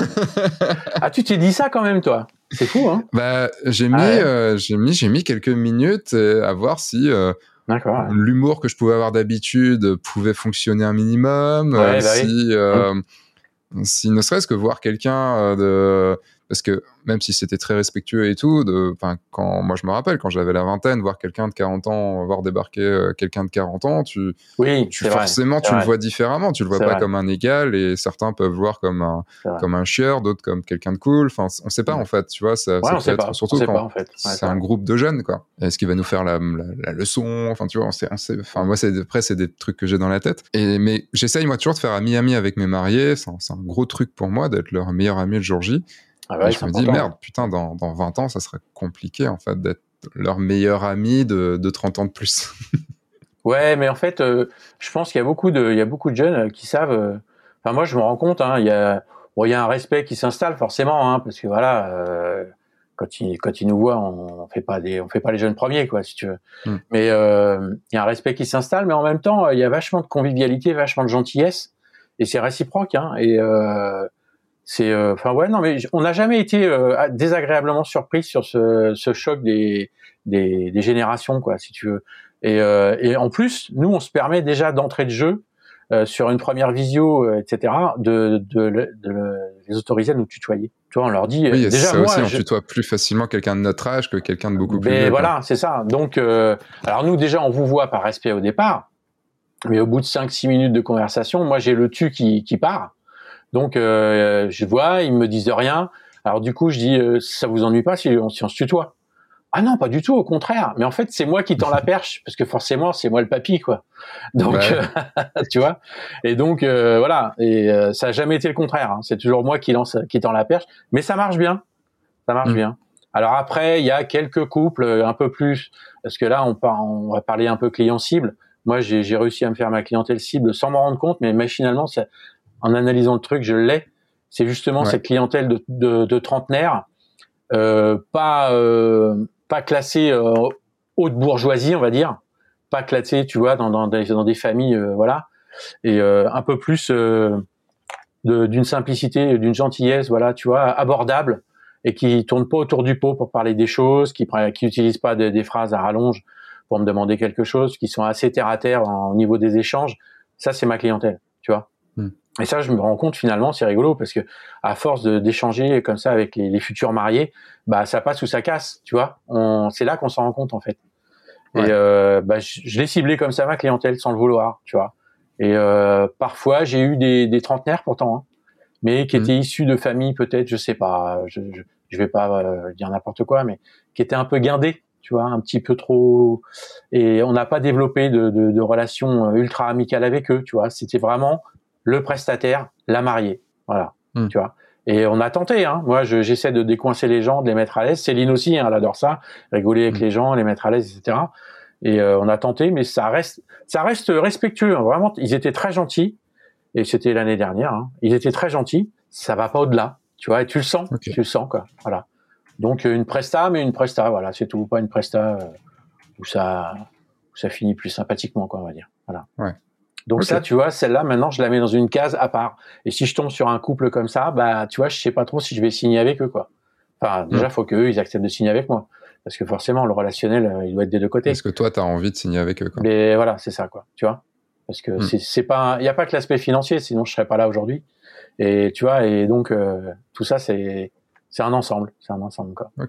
Ah, tu t'es dit ça quand même, toi? C'est fou, hein? Bah, j'ai mis, Ah ouais. euh, j'ai mis, j'ai mis quelques minutes à voir si euh, D'accord. Ouais. l'humour que je pouvais avoir d'habitude pouvait fonctionner un minimum, Ouais, euh, bah si, oui. euh, mmh. si ne serait-ce que voir quelqu'un euh, de, parce que même si c'était très respectueux et tout, de, enfin, quand moi je me rappelle quand j'avais la vingtaine, voir quelqu'un de quarante ans, voir débarquer euh, quelqu'un de quarante ans, tu, Oui, tu c'est forcément vrai. tu C'est le vrai. vois différemment, tu le vois C'est pas vrai. comme un égal, et certains peuvent le voir comme un comme un chieur, d'autres comme quelqu'un de cool. Enfin, on sait pas en fait, tu vois, ça, Ouais, ça on peut sait être pas. On surtout sait quand pas en fait. Ouais, c'est c'est un vrai. groupe de jeunes, quoi. Est-ce qu'il va nous faire la, la, la leçon? Enfin, tu vois, on sait, on sait, enfin, moi, c'est, après, c'est des trucs que j'ai dans la tête. Et, mais j'essaye, moi, toujours de faire ami-ami avec mes mariés. C'est un, c'est un gros truc pour moi d'être leur meilleur ami le jour J. Ah bah Et oui, je c'est me dis, important. merde, putain, dans, dans vingt ans, ça serait compliqué, en fait, d'être leur meilleur ami de, de trente ans de plus. Ouais, mais en fait, euh, je pense qu'il y a beaucoup de, il y a beaucoup de jeunes qui savent. euh, Enfin, moi, je me rends compte. Hein, il y a, bon, il y a un respect qui s'installe forcément, hein, parce que voilà, euh, quand ils, quand ils nous voient, on, on fait pas des, on fait pas les jeunes premiers, quoi, si tu veux. Mm. Mais euh, il y a un respect qui s'installe, mais en même temps, il y a vachement de convivialité, vachement de gentillesse, et c'est réciproque. Hein, et euh, c'est, euh, enfin ouais, non, mais on n'a jamais été euh, désagréablement surpris sur ce, ce choc des, des, des générations, quoi, si tu veux. Et, euh, et en plus, nous, on se permet déjà d'entrée de jeu euh, sur une première visio, euh, et cetera, de, de, de, de les autoriser à nous tutoyer. Tu vois, on leur dit Oui, euh, et déjà ça aussi, moi, on je... tutoie plus facilement quelqu'un de notre âge que quelqu'un de beaucoup plus ben vieux. voilà, c'est ça. Donc, euh, alors nous déjà, on vous voit par respect au départ, mais au bout de cinq six minutes de conversation, moi j'ai le tu qui, qui part. Donc euh, je vois, ils me disent rien. Alors du coup, je dis, euh, ça vous ennuie pas si on, si on se tutoie? Ah non, pas du tout, au contraire. Mais en fait, c'est moi qui tends la perche, parce que forcément, c'est moi le papy, quoi. Donc, Ouais. euh, tu vois. Et donc, euh, voilà. Et euh, ça a jamais été le contraire. Hein. C'est toujours moi qui lance, qui tend la perche. Mais ça marche bien. Ça marche Mm. bien. Alors après, il y a quelques couples un peu plus, parce que là, on, par, on va parler un peu client cible. Moi, j'ai, j'ai réussi à me faire ma clientèle cible sans m'en rendre compte, mais machinalement, ça, en analysant le truc, je l'ai. C'est justement Ouais. cette clientèle de, de, de trentenaires, euh, pas euh, pas classée euh, haute bourgeoisie, on va dire, pas classée, tu vois, dans dans des, dans des familles, euh, voilà, et euh, un peu plus euh, de, d'une simplicité, d'une gentillesse, voilà, tu vois, abordable, et qui tourne pas autour du pot pour parler des choses, qui qui utilisent pas de, des phrases à rallonge pour me demander quelque chose, qui sont assez terre à terre en, au niveau des échanges. Ça, c'est ma clientèle, tu vois. Mm. Et ça, je me rends compte finalement, c'est rigolo parce que à force de, d'échanger comme ça avec les, les futurs mariés, bah ça passe ou ça casse, tu vois. On, c'est là qu'on s'en rend compte en fait. Ouais. Et euh, bah, je, je l'ai ciblé comme ça ma clientèle sans le vouloir, tu vois. Et euh, parfois j'ai eu des, des trentenaires pourtant, hein, mais qui Mm. étaient issus de familles peut-être, je sais pas, je, je, je vais pas euh, dire n'importe quoi, mais qui étaient un peu guindés, tu vois, un petit peu trop. Et on n'a pas développé de, de, de relations ultra amicales avec eux, tu vois. C'était vraiment le prestataire, la mariée, voilà, Mm. tu vois. Et on a tenté, hein. Moi, je, j'essaie de décoincer les gens, de les mettre à l'aise. Céline aussi, hein, elle adore ça, rigoler avec Mm. les gens, les mettre à l'aise, et cetera. Et euh, on a tenté, mais ça reste, ça reste respectueux. Hein. Vraiment, ils étaient très gentils. Et c'était l'année dernière. Hein. Ils étaient très gentils. Ça va pas au-delà, tu vois. Et tu le sens, Okay. tu le sens, quoi. Voilà. Donc une presta, mais une presta, voilà, c'est tout. Pas une presta euh, où ça, où ça finit plus sympathiquement, quoi, on va dire. Voilà. Ouais. Donc Okay. ça, tu vois, celle-là, maintenant, je la mets dans une case à part. Et si je tombe sur un couple comme ça, bah, tu vois, je sais pas trop si je vais signer avec eux, quoi. Enfin, déjà, Mm. faut qu'eux, ils acceptent de signer avec moi. Parce que forcément, le relationnel, euh, il doit être des deux côtés. Est-ce que toi, t'as envie de signer avec eux, quoi. Mais voilà, c'est ça, quoi. Tu vois? Parce que Mm. c'est, c'est pas, il y a pas que l'aspect financier, sinon je serais pas là aujourd'hui. Et tu vois, et donc, euh, tout ça, c'est, c'est un ensemble. C'est un ensemble, quoi. Ok.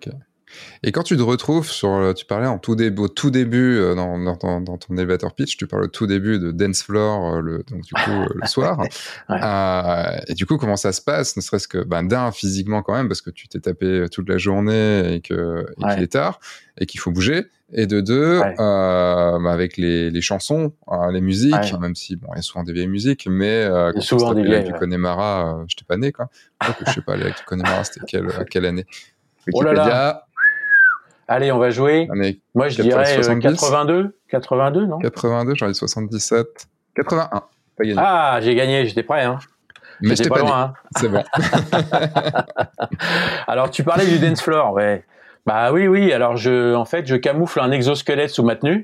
Et quand tu te retrouves sur, tu parlais en tout début, au tout début euh, dans, dans, ton, dans ton elevator pitch, tu parles au tout début de dance floor, euh, le, donc du coup euh, le soir. Ouais. Euh, et du coup, comment ça se passe, ne serait-ce que ben, d'un physiquement quand même, parce que tu t'es tapé toute la journée et que et ouais. qu'il est tard et qu'il faut bouger. Et de deux, ouais. euh, bah, avec les, les chansons, euh, les musiques, ouais. même si bon, il y a souvent des vieilles musiques, mais euh, quand souvent on des vieilles. Du ouais. Connemara, euh, j'étais pas né quoi. Donc, je sais pas, les du Connemara, c'était quelle quelle année? Wikipédia. Oh là là. Allez, on va jouer. Année Moi, je dirais soixante-dix. quatre-vingt-deux. quatre-vingt-deux, non? quatre-vingt-deux, j'en ai soixante-dix-sept. quatre-vingt-un. T'as gagné. Ah, j'ai gagné, j'étais prêt, hein. Mais j'étais pas, pas loin. Hein. C'est bon. Alors, tu parlais du dance floor, ouais. Bah oui, oui. Alors, je, en fait, je camoufle un exosquelette sous ma tenue.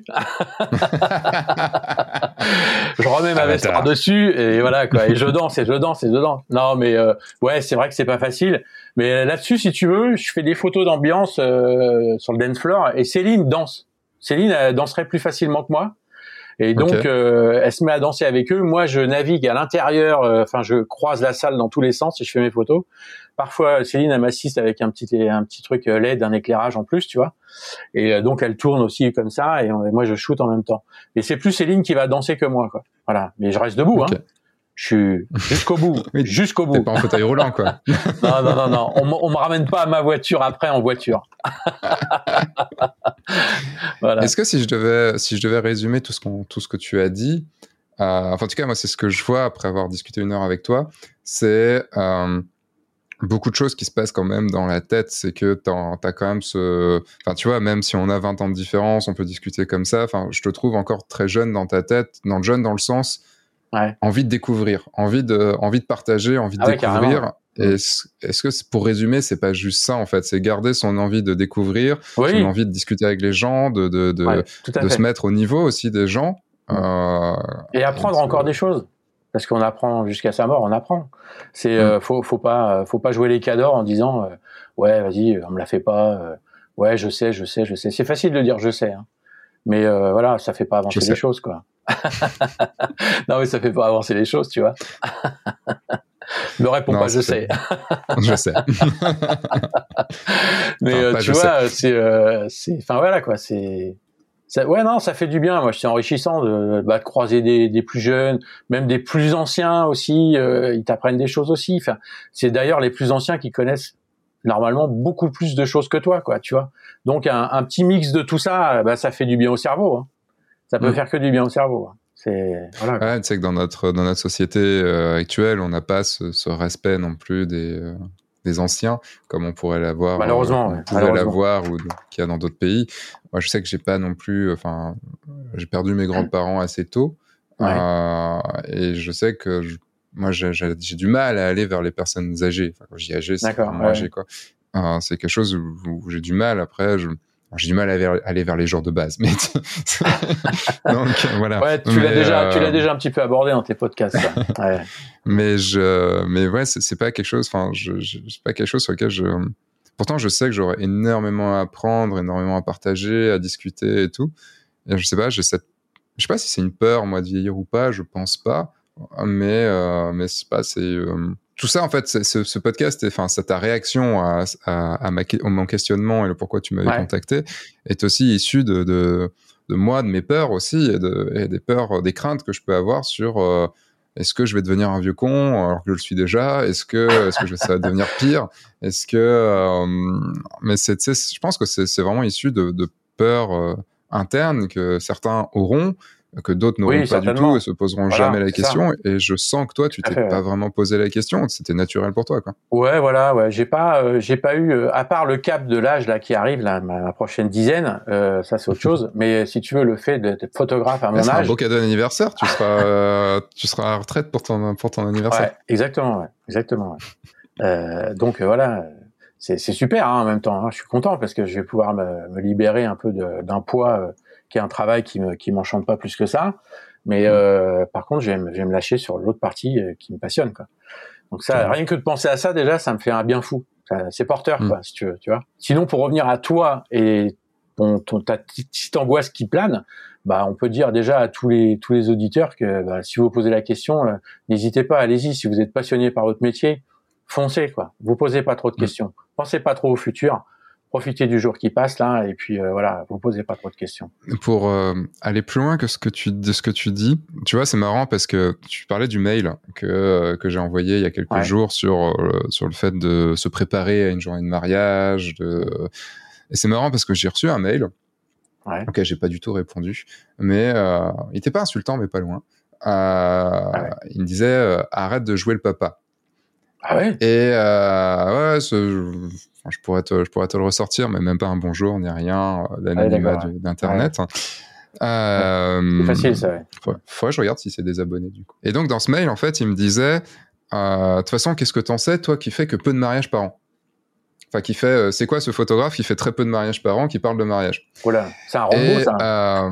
Je remets ma veste par-dessus et voilà quoi. Et je danse et je danse et je danse. Non, mais euh, ouais, c'est vrai que c'est pas facile. Mais là-dessus, si tu veux, je fais des photos d'ambiance euh, sur le dance floor et Céline danse. Céline elle danserait plus facilement que moi. Et donc, okay. euh, elle se met à danser avec eux. Moi, je navigue à l'intérieur. Enfin, euh, je croise la salle dans tous les sens et je fais mes photos. Parfois, Céline, elle m'assiste avec un petit un petit truc L E D, un éclairage en plus, tu vois. Et euh, donc, elle tourne aussi comme ça. Et, et moi, je shoot en même temps. Et c'est plus Céline qui va danser que moi, quoi. Voilà. Mais je reste debout, okay. hein. Je suis jusqu'au bout, oui, jusqu'au bout. T'es pas en fauteuil roulant, quoi. Non, non, non, non. On, on me ramène pas à ma voiture après en voiture. Voilà. Est-ce que si je devais, si je devais résumer tout ce qu'on, tout ce que tu as dit, euh, enfin, en tout cas, moi, c'est ce que je vois après avoir discuté une heure avec toi, c'est euh, beaucoup de choses qui se passent quand même dans la tête. C'est que t'as, t'as quand même ce, enfin, tu vois, même si on a vingt ans de différence, on peut discuter comme ça. Enfin, je te trouve encore très jeune dans ta tête, dans le jeune dans le sens. Ouais. Envie de découvrir, envie de, envie de partager, envie de ah découvrir. Ouais, et est-ce, est-ce que pour résumer, c'est pas juste ça en fait, c'est garder son envie de découvrir, oui. son envie de discuter avec les gens, de de de, ouais, de se mettre au niveau aussi des gens. Ouais. Euh, et apprendre et encore des choses, parce qu'on apprend jusqu'à sa mort, on apprend. C'est mm. euh, faut faut pas faut pas jouer les cadors en disant euh, ouais vas-y on me la fait pas, euh, ouais je sais je sais je sais. C'est facile de dire je sais. Hein. Mais euh, voilà, ça fait pas avancer les choses, quoi. Non, mais ça fait pas avancer les choses, tu vois. Ne réponds non, pas, je sais. Je sais. Mais enfin, euh, pas, tu vois, sais. c'est, euh, c'est, enfin voilà quoi, c'est, ça, ouais non, ça fait du bien. Moi, c'est enrichissant de, bah, de croiser des, des plus jeunes, même des plus anciens aussi. Euh, ils t'apprennent des choses aussi. Enfin, c'est d'ailleurs les plus anciens qui connaissent normalement beaucoup plus de choses que toi, quoi, tu vois. Donc un, un petit mix de tout ça, bah, ça fait du bien au cerveau. Hein. Ça peut mmh. faire que du bien au cerveau. Hein. C'est voilà. Ouais, tu sais que dans notre dans notre société euh, actuelle, on n'a pas ce, ce respect non plus des euh, des anciens comme on pourrait l'avoir. Malheureusement, euh, on ouais. pouvait l'avoir ou qu'il y a dans d'autres pays. Moi, je sais que j'ai pas non plus. Enfin, j'ai perdu mes grands-parents assez tôt, ouais. euh, et je sais que je, moi, j'ai, j'ai, j'ai du mal à aller vers les personnes âgées. Enfin, quand je dis âgées, c'est vraiment ouais. âgé, quoi. Euh, c'est quelque chose où, où j'ai du mal. Après, je, j'ai du mal à vers, aller vers les genres de base. Mais donc voilà. Ouais, tu mais, l'as déjà, euh... tu l'as déjà un petit peu abordé dans tes podcasts. Ouais. mais je, mais ouais, c'est, c'est pas quelque chose. Enfin, je, je, c'est pas quelque chose sur lequel je. Pourtant, je sais que j'aurais énormément à apprendre, énormément à partager, à discuter et tout. Et je sais pas, j'ai cette, je sais pas si c'est une peur moi de vieillir ou pas. Je pense pas. Mais euh, mais c'est pas c'est euh... tout ça en fait c'est, c'est, ce podcast enfin c'est ta réaction à à, à ma, au mon questionnement et le pourquoi tu m'avais ouais. contacté est aussi issu de, de de moi de mes peurs aussi et, de, et des peurs des craintes que je peux avoir sur euh, est-ce que je vais devenir un vieux con alors que je le suis déjà, est-ce que est-ce que je vais ça va devenir pire, est-ce que euh, mais c'est, c'est je pense que c'est c'est vraiment issu de de peurs euh, internes que certains auront, que d'autres n'auront oui, pas du tout et se poseront voilà, jamais la question. Ça. Et je sens que toi, tu t'es fait, pas ouais. vraiment posé la question. C'était naturel pour toi, quoi. Ouais, voilà, ouais. J'ai pas, euh, j'ai pas eu, euh, à part le cap de l'âge là qui arrive, là, ma prochaine dizaine, euh, ça c'est autre chose. Mais si tu veux, le fait d'être photographe à mon c'est âge, c'est un beau cadeau d'anniversaire. Tu seras, euh, tu seras à la retraite pour ton pour ton anniversaire. Ouais, exactement, ouais, exactement. Ouais. euh, donc euh, voilà. C'est, c'est super hein, en même temps. Hein. Je suis content parce que je vais pouvoir me, me libérer un peu de, d'un poids euh, qui est un travail qui me qui m'enchante pas plus que ça. Mais euh, mmh. par contre, je vais, me, je vais me lâcher sur l'autre partie euh, qui me passionne, quoi. Donc ça, mmh. rien que de penser à ça déjà, ça me fait un bien fou. Ça, c'est porteur, mmh. quoi, si tu veux, tu vois. Sinon, pour revenir à toi et ton, ton ta petite angoisse qui plane, bah on peut dire déjà à tous les tous les auditeurs que bah, si vous vous posez la question, euh, n'hésitez pas, allez-y. Si vous êtes passionné par votre métier, foncez, quoi. Vous posez pas trop de questions. Mmh. Pensez pas trop au futur. profitez du jour qui passe là, et puis euh, voilà, vous posez pas trop de questions. Pour euh, aller plus loin que ce que tu de ce que tu dis, tu vois, c'est marrant parce que tu parlais du mail que euh, que j'ai envoyé il y a quelques Ouais. jours sur euh, sur le fait de se préparer à une journée de mariage. De... Et c'est marrant parce que j'ai reçu un mail. Ouais. Ok, j'ai pas du tout répondu, mais euh, il était pas insultant, mais pas loin. Euh, Ah ouais. Il me disait euh, arrête de jouer le papa. Ah ouais. Et euh, ouais, ce, enfin, je pourrais te, je pourrais te le ressortir, mais même pas un bonjour ni rien, euh, l'anonymat ouais, d'internet. Ouais. Euh, C'est facile ça. Ouais. Faudrait, faudrait que je regarde si c'est des abonnés du coup. Et donc dans ce mail, en fait, il me disait, euh, de toute façon, qu'est-ce que t'en sais, toi, qui fais que peu de mariages par an. Enfin, qui fait, euh, c'est quoi ce photographe qui fait très peu de mariages par an, qui parle de mariage. Voilà, c'est un Rambo Et, ça. Euh,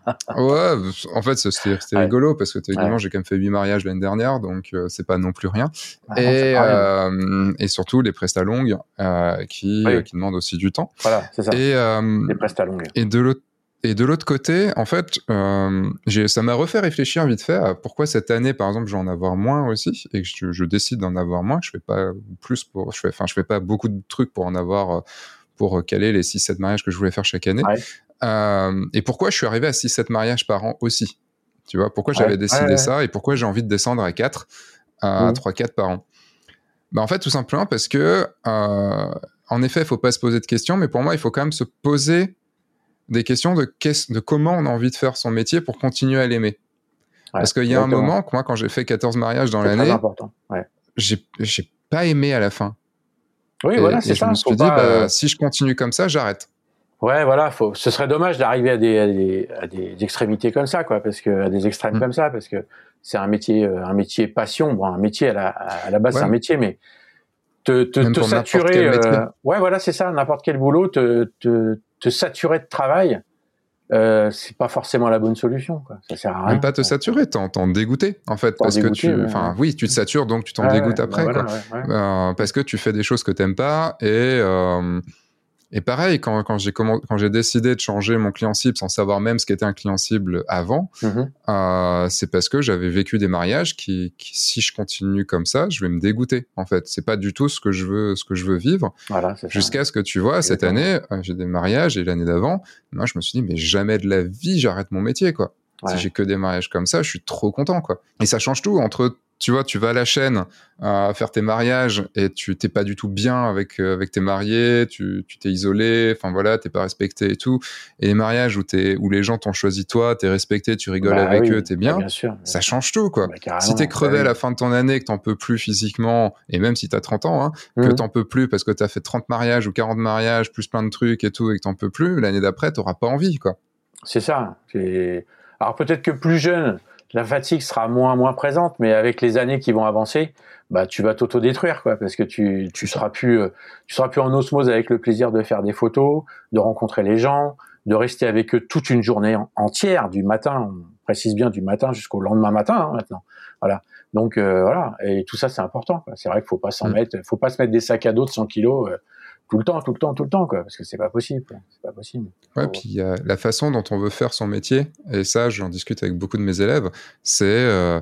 ouais, en fait, c'était, c'était ouais. rigolo parce que techniquement, ouais. j'ai quand même fait huit mariages l'année dernière, donc euh, c'est pas non plus rien. Ah, et, non, euh, et surtout les prestats longues euh, qui, oui. euh, qui demandent aussi du temps. Voilà, c'est ça. Et, euh, les prestats longues. Et de l'autre Et de l'autre côté, en fait, euh, j'ai, ça m'a refait réfléchir vite fait à pourquoi cette année, par exemple, je vais en avoir moins aussi, et que je, je décide d'en avoir moins, que je fais pas plus pour, je fais, enfin, je fais pas beaucoup de trucs pour en avoir, pour caler les six sept mariages que je voulais faire chaque année. Ouais. Euh, et pourquoi je suis arrivé à six sept mariages par an aussi. Tu vois, pourquoi j'avais ouais, décidé ouais, ouais. ça, et pourquoi j'ai envie de descendre à quatre, à mmh. trois quatre par an. Bah, en fait, tout simplement parce que, euh, en effet, il faut pas se poser de questions, mais pour moi, il faut quand même se poser des questions de, de comment on a envie de faire son métier pour continuer à l'aimer. Ouais, parce qu'il y a exactement. un moment, moi, quand j'ai fait quatorze mariages dans c'est l'année, très important. Ouais. j'ai, j'ai pas aimé à la fin. Oui, et, voilà, et c'est je ça. me suis dit, pas, bah, euh... si je continue comme ça, j'arrête. Ouais, voilà, faut... ce serait dommage d'arriver à des, à des, à des extrémités comme ça, quoi, parce que, à des extrêmes mmh. comme ça, parce que c'est un métier, un métier passion. Bon, un métier, à la, à la base, ouais. c'est un métier, mais te, te, Même te pour saturer. Euh... Ouais, voilà, c'est ça, n'importe quel boulot, te, te, te saturer de travail. Euh, c'est pas forcément la bonne solution, quoi. Ça sert à rien. Même pas te saturer, t'en, t'en dégoûter, en fait, parce dégoûter, que tu, ouais, enfin, ouais. oui, tu te satures, donc tu t'en ouais, dégoûtes ouais, après, bah quoi. voilà, ouais, ouais. Euh, parce que tu fais des choses que t'aimes pas, et, euh, et pareil, quand, quand j'ai comm- quand j'ai décidé de changer mon client cible sans savoir même ce qu'était un client cible avant, mm-hmm. euh, c'est parce que j'avais vécu des mariages qui, qui, si je continue comme ça, je vais me dégoûter, en fait. C'est pas du tout ce que je veux, ce que je veux vivre. Voilà, c'est Jusqu'à ça. ce que tu vois, cette année, euh, j'ai des mariages, et l'année d'avant, moi, je me suis dit, mais jamais de la vie, j'arrête mon métier, quoi. Ouais. Si j'ai que des mariages comme ça, je suis trop content, quoi. Et ça change tout entre, tu vois, tu vas à la chaîne à euh, faire tes mariages et tu t'es pas du tout bien avec euh, avec tes mariés, tu tu t'es isolé, enfin voilà, t'es pas respecté et tout. Et les mariages où t'es où les gens t'ont choisi toi, t'es respecté, tu rigoles bah, avec oui. eux, t'es bien. Bah, bien sûr, bien ça sûr. change tout, quoi. Bah, si t'es crevé bah, à oui. la fin de ton année, que t'en peux plus physiquement, et même si t'as trente ans, hein, mmh. que t'en peux plus parce que t'as fait trente mariages ou quarante mariages plus plein de trucs et tout, et que t'en peux plus, l'année d'après, t'auras pas envie, quoi. C'est ça. C'est... Alors peut-être que plus jeune, la fatigue sera moins moins présente, mais avec les années qui vont avancer, bah tu vas t'autodétruire, quoi, parce que tu tu seras plus euh, tu seras plus en osmose avec le plaisir de faire des photos, de rencontrer les gens, de rester avec eux toute une journée entière, du matin, on précise bien du matin jusqu'au lendemain matin, hein, maintenant. Voilà. Donc euh, voilà, et tout ça c'est important, quoi. C'est vrai qu'il faut pas s'en mmh. mettre, faut pas se mettre des sacs à dos de cent kilos. Euh, tout le temps, tout le temps, tout le temps, quoi, parce que c'est pas possible, quoi. C'est pas possible. Ouais, faut... puis il y a la façon dont on veut faire son métier, et ça, j'en discute avec beaucoup de mes élèves, c'est, euh,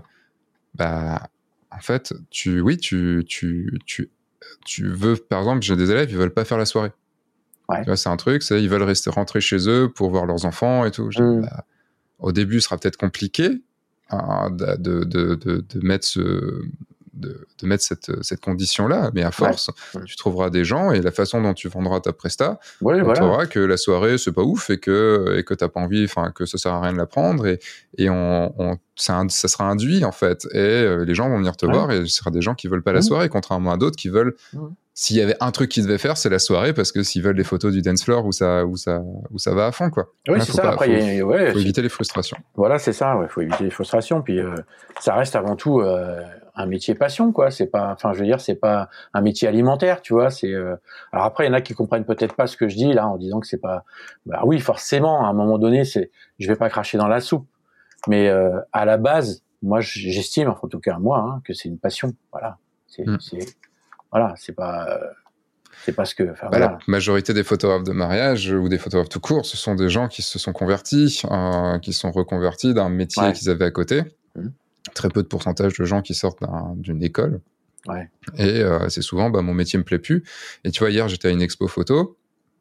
bah, en fait, tu, oui, tu, tu, tu, tu veux, par exemple, j'ai des élèves, ils veulent pas faire la soirée. Ouais. Tu vois, c'est un truc, c'est, ils veulent rester rentrer chez eux pour voir leurs enfants et tout. Je mmh. dis, bah, au début, ce sera peut-être compliqué hein, de, de, de, de, de mettre ce De, de mettre cette, cette condition-là, mais à force, ouais. tu trouveras des gens, et la façon dont tu vendras ta presta, ouais, on voilà. t'aura que la soirée, c'est pas ouf, et que, et que t'as pas envie, enfin, que ça sert à rien de la prendre, et, et on, on, ça, ça sera induit, en fait, et euh, les gens vont venir te ouais. voir, et ce sera des gens qui veulent pas la mmh. soirée, contrairement à d'autres qui veulent, mmh. s'il y avait un truc qu'ils devaient faire, c'est la soirée, parce que s'ils veulent des photos du dance floor où ça, où ça, où ça va à fond, quoi. Oui, Là, c'est faut ça. pas, Après, faut, y a, ouais, faut éviter les frustrations. Voilà, c'est ça. Ouais, faut éviter les frustrations. Puis euh, ça reste avant tout euh, un métier passion, quoi. C'est pas, enfin, je veux dire, c'est pas un métier alimentaire, tu vois. C'est. Euh... Alors après, il y en a qui comprennent peut-être pas ce que je dis là, en disant que c'est pas. Bah oui, forcément, à un moment donné, c'est. Je vais pas cracher dans la soupe, mais euh, à la base, moi, j'estime, en tout cas moi, hein, que c'est une passion. Voilà. C'est. Mm. c'est... Voilà, c'est pas. Euh... C'est parce que, bah, voilà. La majorité des photographes de mariage ou des photographes tout court, ce sont des gens qui se sont convertis, euh, qui sont reconvertis d'un métier ouais. qu'ils avaient à côté. Mmh. Très peu de pourcentage de gens qui sortent d'un, d'une école. Ouais. Et euh, c'est souvent, bah, mon métier me plaît plus. Et tu vois, hier, j'étais à une expo photo.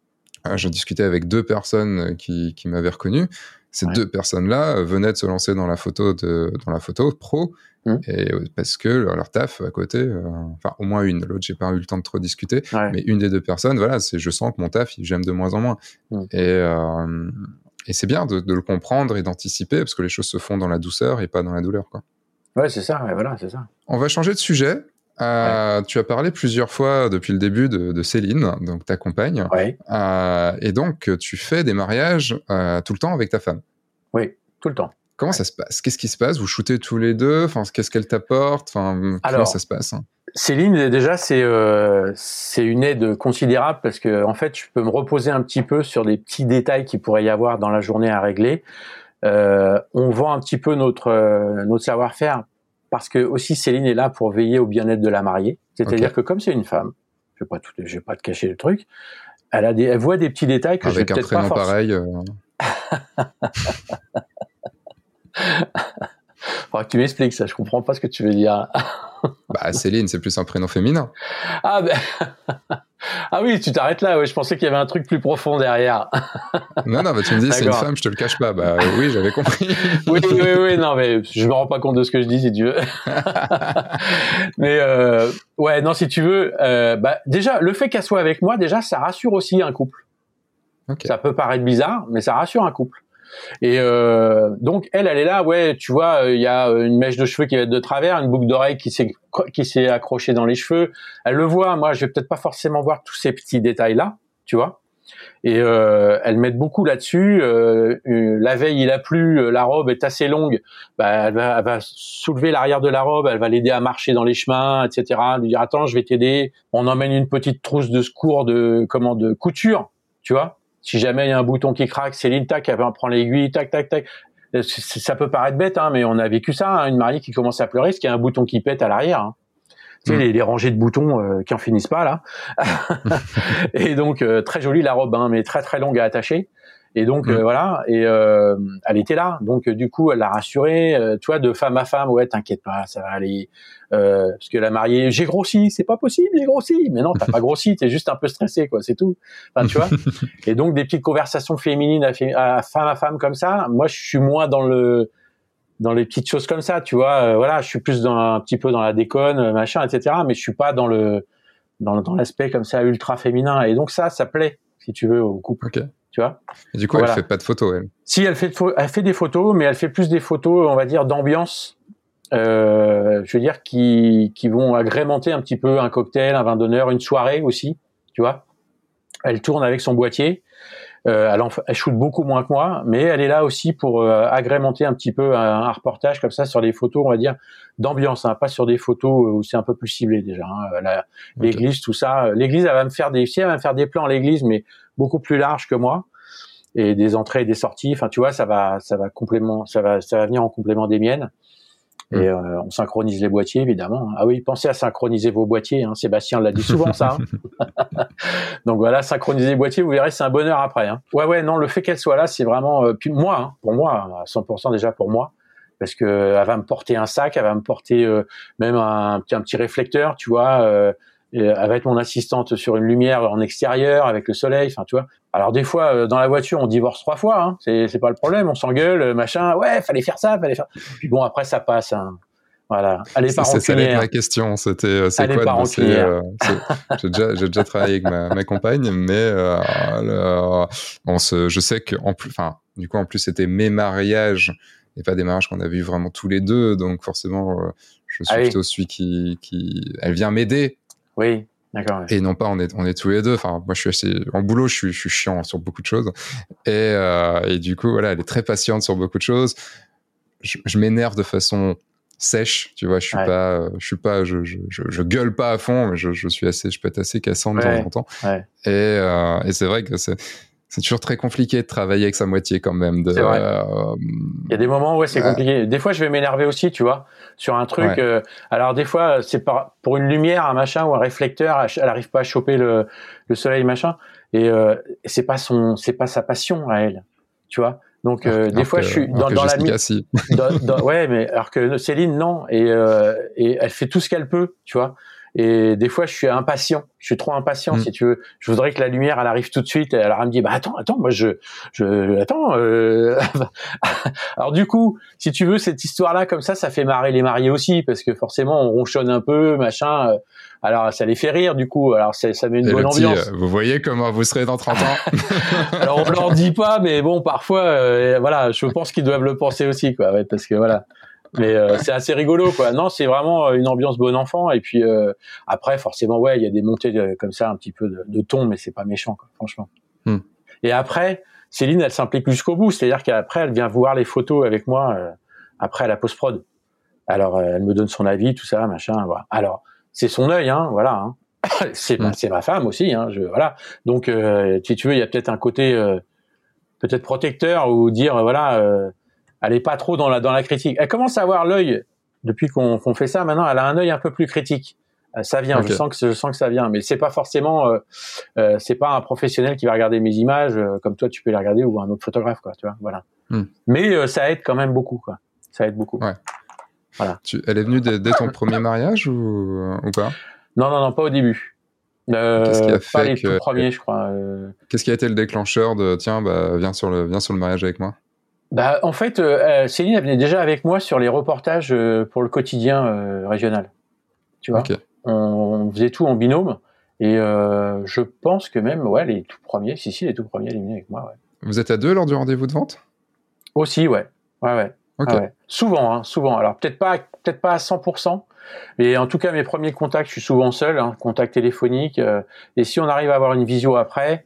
euh, je discutais avec deux personnes qui, qui m'avaient reconnu. Ces ouais. deux personnes-là euh, venaient de se lancer dans la photo, de, dans la photo pro, mmh. et, euh, parce que leur, leur taf à côté, euh, enfin au moins une, l'autre j'ai pas eu le temps de trop discuter, ouais. mais une des deux personnes, voilà, c'est je sens que mon taf, j'aime de moins en moins. Mmh. Et, euh, et c'est bien de, de le comprendre et d'anticiper, parce que les choses se font dans la douceur et pas dans la douleur, quoi. Ouais, c'est ça, ouais, voilà, c'est ça. On va changer de sujet. Euh, ouais. Tu as parlé plusieurs fois depuis le début de, de Céline, donc ta compagne, ouais. euh, et donc tu fais des mariages euh, tout le temps avec ta femme. Oui, tout le temps. Comment ouais. ça se passe ? Qu'est-ce qui se passe ? Vous shootez tous les deux ? Enfin, qu'est-ce qu'elle t'apporte ? Enfin, Alors, comment ça se passe ? Céline, déjà, c'est euh, c'est une aide considérable parce que en fait, je peux me reposer un petit peu sur des petits détails qu'il pourrait y avoir dans la journée à régler. Euh, on vend un petit peu notre euh, notre savoir-faire. Parce que aussi Céline est là pour veiller au bien-être de la mariée. C'est-à-dire okay. que comme c'est une femme, je vais pas tout, je vais pas te cacher le truc, elle a des, elle voit des petits détails que avec je vais peut-être un prénom pas pareil. Euh... Faudra que tu m'expliques ça. Je comprends pas ce que tu veux dire. Bah Céline, c'est plus un prénom féminin. Ah ben. Ah oui, tu t'arrêtes là. Ouais, je pensais qu'il y avait un truc plus profond derrière. Non, non, bah tu me dis c'est une femme, je te le cache pas. Bah oui, j'avais compris. oui, oui, oui, non, mais je me rends pas compte de ce que je dis si tu veux. mais euh, ouais, non, si tu veux, euh, bah déjà le fait qu'elle soit avec moi, déjà, ça rassure aussi un couple. Okay. Ça peut paraître bizarre, mais ça rassure un couple. Et euh, donc elle, elle est là, ouais, tu vois, il y a une mèche de cheveux qui va être de travers, une boucle d'oreille qui s'est qui s'est accrochée dans les cheveux. Elle le voit, moi, je vais peut-être pas forcément voir tous ces petits détails là, tu vois. Et euh, elle m'aide beaucoup là-dessus. Euh, la veille, il a plu, la robe est assez longue. Bah, elle va, elle va soulever l'arrière de la robe, elle va l'aider à marcher dans les chemins, et cetera. Lui dire attends, je vais t'aider. On emmène une petite trousse de secours de comment de couture, tu vois. Si jamais il y a un bouton qui craque, Céline, tac, elle prend l'aiguille, tac, tac, tac. Ça peut paraître bête, hein, mais on a vécu ça, hein, une mariée qui commence à pleurer, parce qu'il y a un bouton qui pète à l'arrière. Hein. Tu sais, mmh. les, les rangées de boutons euh, qui en finissent pas, là. Et donc, euh, très jolie la robe, hein, mais très, très longue à attacher. Et donc, mmh. euh, voilà, et euh, elle était là. Donc, euh, du coup, elle l'a rassurée. Euh, tu vois, de femme à femme, ouais, t'inquiète pas, ça va aller. Euh, parce que la mariée, j'ai grossi, c'est pas possible, j'ai grossi. Mais non, t'as pas grossi, t'es juste un peu stressé, quoi, c'est tout. Enfin, tu vois. Et donc, des petites conversations féminines à, à femme à femme comme ça. Moi, je suis moins dans le dans les petites choses comme ça, tu vois. Euh, voilà, je suis plus dans un petit peu dans la déconne, machin, et cetera. Mais je suis pas dans le dans, dans l'aspect comme ça ultra féminin. Et donc ça, ça plaît, si tu veux, au couple. Okay. Tu vois. Et du coup, voilà. Elle fait pas de photos, elle. Si, elle fait, de, elle fait des photos, mais elle fait plus des photos, on va dire, d'ambiance. Euh, je veux dire, qui, qui vont agrémenter un petit peu un cocktail, un vin d'honneur, une soirée aussi, tu vois. Elle tourne avec son boîtier. Euh, elle, en, elle shoot beaucoup moins que moi, mais elle est là aussi pour euh, agrémenter un petit peu un, un reportage comme ça sur des photos, on va dire, d'ambiance, hein, pas sur des photos où c'est un peu plus ciblé déjà. Hein, la, okay. L'église, tout ça. L'église, elle va me faire des, si elle va me faire des plans à l'église, mais beaucoup plus larges que moi, et des entrées et des sorties. Enfin, tu vois, ça va, ça va complément, ça va, ça va venir en complément des miennes. Et euh, on synchronise les boîtiers, évidemment. Ah oui, pensez à synchroniser vos boîtiers. Hein. Sébastien l'a dit souvent, ça. Hein. Donc voilà, synchroniser les boîtiers, vous verrez, c'est un bonheur après. Hein. Ouais, ouais, non, le fait qu'elle soit là, c'est vraiment... Euh, puis moi, hein, pour moi, à cent pour cent déjà pour moi, parce que elle va me porter un sac, elle va me porter euh, même un, un, petit, un petit réflecteur, tu vois. Euh, et elle va être mon assistante sur une lumière en extérieur, avec le soleil, enfin, tu vois. Alors des fois, euh, dans la voiture, on divorce trois fois, hein. c'est, c'est pas le problème, on s'engueule, machin, ouais, fallait faire ça, fallait faire... Puis bon, après, ça passe, hein. Voilà. Elle est pas rancunière. C'est ça ma question, c'était, c'est Elle quoi est pas de bosser, euh, j'ai déjà, j'ai déjà travaillé avec ma, ma compagne, mais, euh, le, on se, je sais que, en plus, enfin, du coup, en plus, c'était mes mariages, et pas des mariages qu'on a vus vraiment tous les deux, donc forcément, euh, je suis ah plutôt oui. celui qui, qui, elle vient m'aider. Oui. D'accord, ouais. Et non pas on est on est tous les deux. Enfin moi je suis assez en boulot je suis je suis chiant sur beaucoup de choses et euh, et du coup voilà elle est très patiente sur beaucoup de choses. Je, je m'énerve de façon sèche, tu vois. Je suis ouais. pas je suis pas je, je je je gueule pas à fond mais je je suis assez je peux être assez cassant de ouais. temps en temps. Ouais. Et euh, et c'est vrai que c'est c'est toujours très compliqué de travailler avec sa moitié quand même. De, c'est vrai. Euh, Il y a des moments où c'est euh, compliqué. Des fois, je vais m'énerver aussi, tu vois, sur un truc. Ouais. Euh, alors des fois, c'est par, pour une lumière, un machin ou un réflecteur, elle arrive pas à choper le, le soleil, machin. Et euh, c'est pas son, c'est pas sa passion à elle, tu vois. Donc euh, des fois, que, je suis dans, dans la mi- dans, dans, ouais, mais alors que Céline non, et, euh, et elle fait tout ce qu'elle peut, tu vois. Et des fois, je suis impatient. Je suis trop impatient, mmh. si tu veux. Je voudrais que la lumière, elle arrive tout de suite. Et alors, elle me dit, bah attends, attends, moi je, je, attends. Euh... alors du coup, si tu veux, cette histoire-là, comme ça, ça fait marrer les mariés aussi, parce que forcément, on ronchonne un peu, machin. Alors, ça les fait rire, du coup. Alors, ça, ça met une et bonne le petit, ambiance. Euh, vous voyez comment vous serez dans trente ans. Alors, on leur dit pas, mais bon, parfois, euh, voilà, je pense qu'ils doivent le penser aussi, quoi. Ouais, parce que voilà. Mais euh, c'est assez rigolo, quoi. Non, c'est vraiment une ambiance bon enfant. Et puis euh, après, forcément, ouais, il y a des montées de, comme ça, un petit peu de, de ton, mais c'est pas méchant, quoi, franchement. Hmm. Et après, Céline, elle s'implique jusqu'au bout. C'est-à-dire qu'après, elle vient voir les photos avec moi euh, après la post-prod. Alors, euh, elle me donne son avis, tout ça, machin. Voilà. Alors, c'est son œil, hein, voilà. Hein. c'est, hmm. ma, c'est ma femme aussi, hein. Je, voilà. Donc, euh, si tu veux, il y a peut-être un côté euh, peut-être protecteur ou dire, voilà. Euh, elle est pas trop dans la dans la critique. Elle commence à avoir l'œil depuis qu'on, qu'on fait ça. Maintenant, elle a un œil un peu plus critique. Euh, ça vient. Okay. Je sens que je sens que ça vient. Mais c'est pas forcément. Euh, euh, c'est pas un professionnel qui va regarder mes images euh, comme toi tu peux les regarder ou un autre photographe, quoi. Tu vois. Voilà. Hmm. Mais euh, ça aide quand même beaucoup, quoi. Ça aide beaucoup. Ouais. Voilà. Tu, elle est venue dès, dès ton premier mariage ou ou pas? Non, non, non, pas au début. Euh, Qu'est-ce qui a fait pas les que, tout premiers, je crois. Euh... Qu'est-ce qui a été le déclencheur de tiens, bah viens sur le viens sur le mariage avec moi? Bah, en fait, euh, Céline, elle venait déjà avec moi sur les reportages euh, pour le quotidien euh, régional. Tu vois, okay. on, on faisait tout en binôme. Et euh, je pense que même, ouais, les tout premiers, si, si, les tout premiers, elle est venue avec moi, ouais. Vous êtes à deux lors du rendez-vous de vente? Aussi, ouais. Ouais, ouais. Okay. Ah ouais. Souvent, hein, souvent. Alors, peut-être pas, peut-être pas à cent pour cent. Mais en tout cas, mes premiers contacts, je suis souvent seul, hein, contact téléphonique. Euh, et si on arrive à avoir une visio après,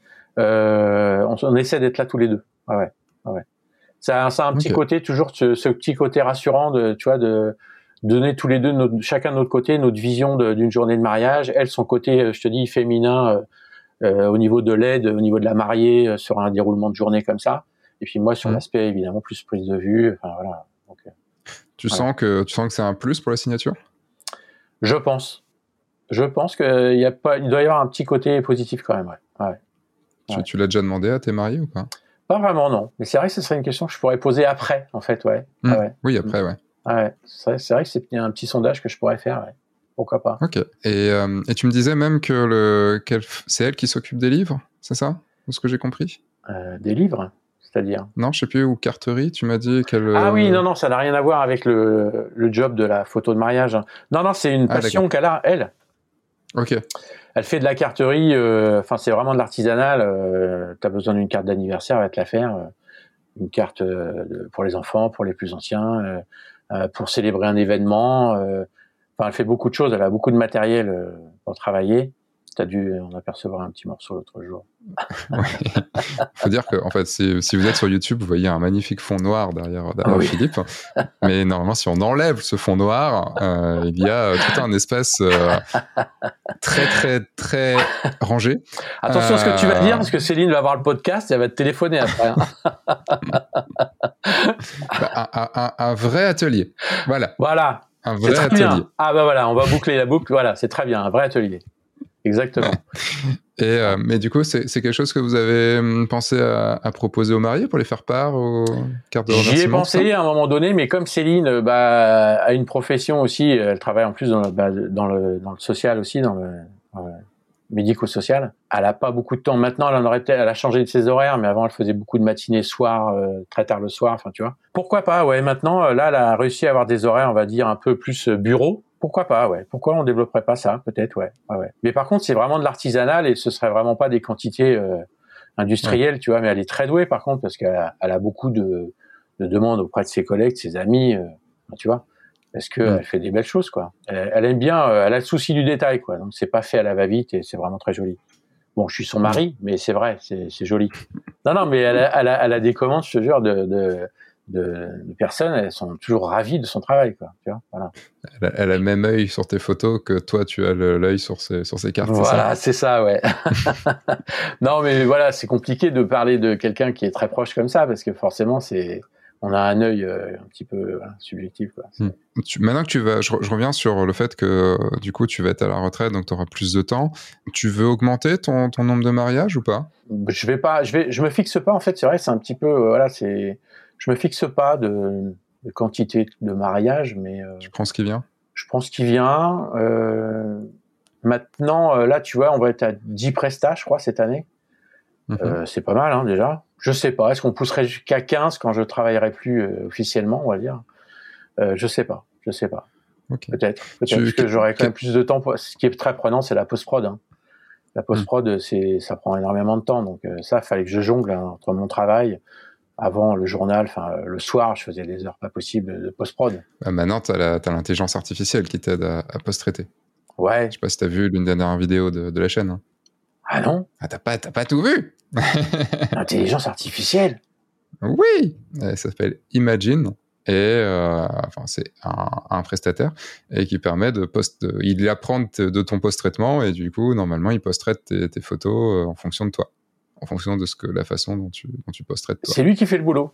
euh, on, on essaie d'être là tous les deux. Ouais, ouais. ouais. Ça, ça a un petit okay. côté, toujours ce, ce petit côté rassurant de, tu vois, de donner tous les deux, notre, chacun de notre côté, notre vision de, d'une journée de mariage. Elle, son côté, je te dis, féminin, euh, euh, au niveau de l'aide, au niveau de la mariée, euh, sur un déroulement de journée comme ça. Et puis moi, sur mmh. l'aspect, évidemment, plus prise de vue. Enfin, voilà. Donc, euh, tu, voilà. sens que, tu sens que c'est un plus pour la signature? Je pense. Je pense qu'il y a pas, il doit y avoir un petit côté positif quand même, ouais. ouais. Tu, ouais. tu l'as déjà demandé à tes mariés ou pas? Pas vraiment, non. Mais c'est vrai que ce serait une question que je pourrais poser après, en fait, ouais. Mmh. Ah ouais. Oui, après, ouais. Ah ouais. C'est vrai, c'est vrai que c'est un petit sondage que je pourrais faire, ouais. Pourquoi pas. Ok. Et, euh, et tu me disais même que le, qu'elle, c'est elle qui s'occupe des livres, c'est ça? De ce que j'ai compris? euh, Des livres? C'est-à-dire? Non, je sais plus, ou carterie, tu m'as dit qu'elle... Ah oui, non, non, ça n'a rien à voir avec le, le job de la photo de mariage. Non, non, c'est une passion ah, qu'elle a, elle. Ok. Elle fait de la carterie, enfin euh, c'est vraiment de l'artisanal. Euh, tu as besoin d'une carte d'anniversaire, elle va te la faire. Euh, une carte euh, pour les enfants, pour les plus anciens, euh, euh, pour célébrer un événement. Enfin, euh, elle fait beaucoup de choses, elle a beaucoup de matériel euh, pour travailler. Tu as dû en apercevoir un petit morceau l'autre jour. Ouais. Faut dire que en fait, si, si vous êtes sur YouTube, vous voyez un magnifique fond noir derrière, derrière ah, oui. Philippe. Mais normalement, si on enlève ce fond noir, euh, il y a tout un espace euh, très, très, très rangé. Attention à ce que tu vas dire, parce que Céline va voir le podcast et elle va te téléphoner après. bah, un, un, un vrai atelier. Voilà. Voilà. Un vrai atelier. Bien. Ah bah voilà, on va boucler la boucle. Voilà, c'est très bien, un vrai atelier. Exactement. Et euh, mais du coup, c'est, c'est quelque chose que vous avez pensé à, à proposer aux mariés pour les faire part aux cartes de remerciement? J'y ai pensé à un moment donné, mais comme Céline bah, a une profession aussi, elle travaille en plus dans le, bah, dans le, dans le social aussi, dans le, dans le médico-social. Elle a pas beaucoup de temps. Maintenant, elle en aurait peut-être, elle a changé de ses horaires, mais avant, elle faisait beaucoup de matinées, soir, euh, très tard le soir. Enfin, tu vois. Pourquoi pas? Ouais. Maintenant, là, elle a réussi à avoir des horaires, on va dire, un peu plus bureau. Pourquoi pas, ouais. Pourquoi on développerait pas ça, peut-être, ouais. ouais, ouais. Mais par contre, c'est vraiment de l'artisanal et ce serait vraiment pas des quantités euh, industrielles, ouais. tu vois. Mais elle est très douée, par contre, parce qu'elle a, elle a beaucoup de, de demandes auprès de ses collègues, de ses amis, euh, tu vois. Parce que mmh. elle fait des belles choses, quoi. Elle, elle aime bien, euh, elle a le souci du détail, quoi. Donc c'est pas fait à la va-vite et c'est vraiment très joli. Bon, je suis son mari, mais c'est vrai, c'est, c'est joli. Non, non, mais elle a, elle a, elle a des commandes, je te jure, de, de De, de personnes, elles sont toujours ravies de son travail, quoi. Tu vois, voilà. Elle a, elle a le même œil sur tes photos que toi, tu as le, l'œil sur ses, sur ses cartes. Voilà, c'est c'est ça, ça, ouais. Non, mais voilà, c'est compliqué de parler de quelqu'un qui est très proche comme ça, parce que forcément, c'est, on a un œil euh, un petit peu voilà, subjectif, quoi. Mmh. Tu, maintenant que tu vas, je, je reviens sur le fait que du coup, tu vas être à la retraite, donc tu auras plus de temps. Tu veux augmenter ton, ton nombre de mariages ou pas? Je vais pas, je vais, je me fixe pas. En fait, c'est vrai, c'est un petit peu, euh, voilà, c'est. Je me fixe pas de, de quantité de mariage, mais euh, tu prends ce qui vient. Je prends ce qui vient. Euh, Maintenant, euh, là, tu vois, on va être à dix prestats, je crois, cette année. Mm-hmm. Euh, c'est pas mal, hein, déjà. Je sais pas. Est-ce qu'on pousserait jusqu'à quinze quand je travaillerai plus euh, officiellement, on va dire. Euh, je sais pas. Je sais pas. Okay. Peut-être. Peut-être tu... parce que j'aurai quand même plus de temps. Pour... Ce qui est très prenant, c'est la post-prod. Hein. La post-prod, mm. c'est, ça prend énormément de temps. Donc euh, ça, fallait que je jongle hein, entre mon travail. Avant le journal, enfin le soir, je faisais des heures pas possibles de post-prod. Bah maintenant, t'as, la, t'as l'intelligence artificielle qui t'aide à, à post-traiter. Ouais. Je sais pas si t'as vu l'une des dernières vidéos de, de la chaîne. Hein. Ah non. Ah t'as pas, t'as pas tout vu. L'intelligence artificielle. Oui. Elle s'appelle Imagine et euh, enfin c'est un, un prestataire et qui permet de post, de, il apprend de, de ton post-traitement et du coup normalement il post-traite tes, tes photos en fonction de toi. En fonction de ce que la façon dont tu, dont tu post-traites toi. C'est lui qui fait le boulot.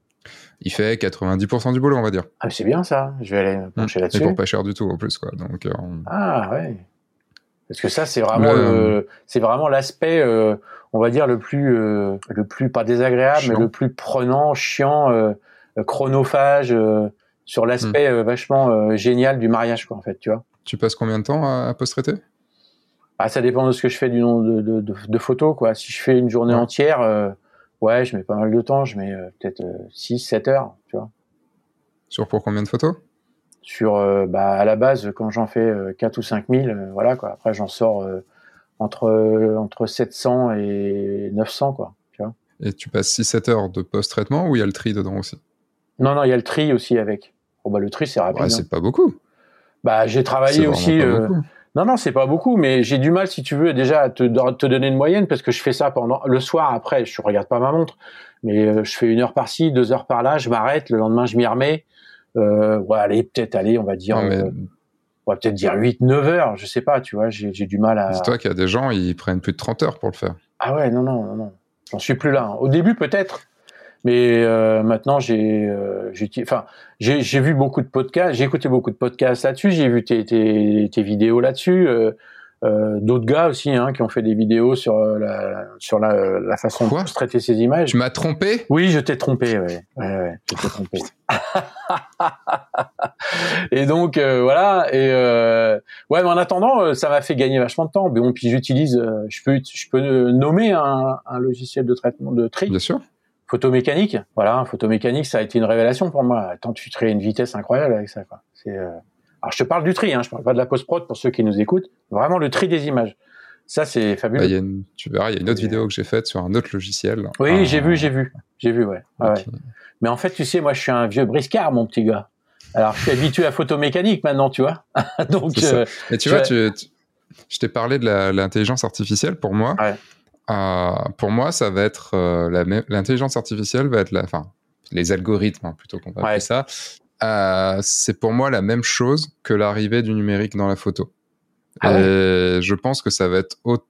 Il fait quatre-vingt-dix pour cent du boulot, on va dire. Ah, c'est bien ça. Je vais aller me pencher mmh. là-dessus. Et pour pas cher du tout, en plus, quoi. Donc, euh, on... Ah, ouais. Parce que ça, c'est vraiment le, le c'est vraiment l'aspect, euh, on va dire, le plus, euh, le plus, pas désagréable, chiant. Mais le plus prenant, chiant, euh, chronophage, euh, sur l'aspect mmh. euh, vachement euh, génial du mariage, quoi, en fait, tu vois. Tu passes combien de temps à, à post-traiter ? Ah, ça dépend de ce que je fais du nombre de, de, de, de photos, quoi. Si je fais une journée ouais. entière, euh, ouais, je mets pas mal de temps. Je mets euh, peut-être euh, six, sept heures, tu vois. Sur pour combien de photos ? Sur, euh, bah, à la base, quand j'en fais euh, quatre ou cinq mille, euh, voilà, quoi. Après, j'en sors euh, entre, euh, entre sept cents et neuf cents, quoi, tu vois. Et tu passes six sept heures de post-traitement ou il y a le tri dedans aussi ? Non, non, il y a le tri aussi avec. Bon, bah, le tri, c'est rapide. Ouais, hein. c'est pas beaucoup. Bah, j'ai travaillé c'est aussi. Euh... Non, non, c'est pas beaucoup, mais j'ai du mal, si tu veux, déjà à te, te donner une moyenne, parce que je fais ça pendant le soir. Après, je regarde pas ma montre, mais euh, je fais une heure par-ci, deux heures par-là, je m'arrête, le lendemain, je m'y remets. Euh, ouais, allez, peut-être, allez, on va dire, non, mais... euh, on va peut-être dire huit, neuf heures, je sais pas, tu vois, j'ai, j'ai du mal à... Dis-toi qu'il y a des gens, ils prennent plus de trente heures pour le faire. Ah ouais, non, non, non, non. J'en suis plus là. Hein. Au début, peut-être. Mais euh, maintenant, j'ai, euh, j'ai, enfin, j'ai, j'ai vu beaucoup de podcasts, j'ai écouté beaucoup de podcasts là-dessus, j'ai vu tes, tes, tes vidéos là-dessus, euh, euh, d'autres gars aussi, hein, qui ont fait des vidéos sur la, sur la, la façon Quoi de traiter ces images. Tu m'as trompé ? Oui, je t'ai trompé, ouais, ouais, ouais, je t'ai trompé. Et donc euh, voilà, et euh, ouais, mais en attendant, ça m'a fait gagner vachement de temps. Mais bon, puis j'utilise, euh, je peux, je peux nommer un, un logiciel de traitement de tri. Bien sûr. Photomécanique, voilà, photomécanique, ça a été une révélation pour moi. Tant tu crées une vitesse incroyable avec ça, quoi. C'est, euh... alors je te parle du tri, hein, je parle pas de la post-prod pour ceux qui nous écoutent. Vraiment le tri des images. Ça, c'est fabuleux. Bah, y a une... Tu verras, il y a une autre Et... vidéo que j'ai faite sur un autre logiciel. Oui, ah... j'ai vu, j'ai vu, j'ai vu, ouais. Okay. ouais. Mais en fait, tu sais, moi, je suis un vieux briscard, mon petit gars. Alors, je suis habitué à photomécanique maintenant, tu vois. Donc, euh, mais tu vois, tu, tu... je t'ai parlé de la, l'intelligence artificielle. Pour moi, ouais. euh, pour moi, ça va être euh, la même. L'intelligence artificielle va être la, enfin, les algorithmes hein, plutôt qu'on va appeler ouais. ça. Euh, c'est pour moi la même chose que l'arrivée du numérique dans la photo. Ah Et ouais. je pense que ça va être au...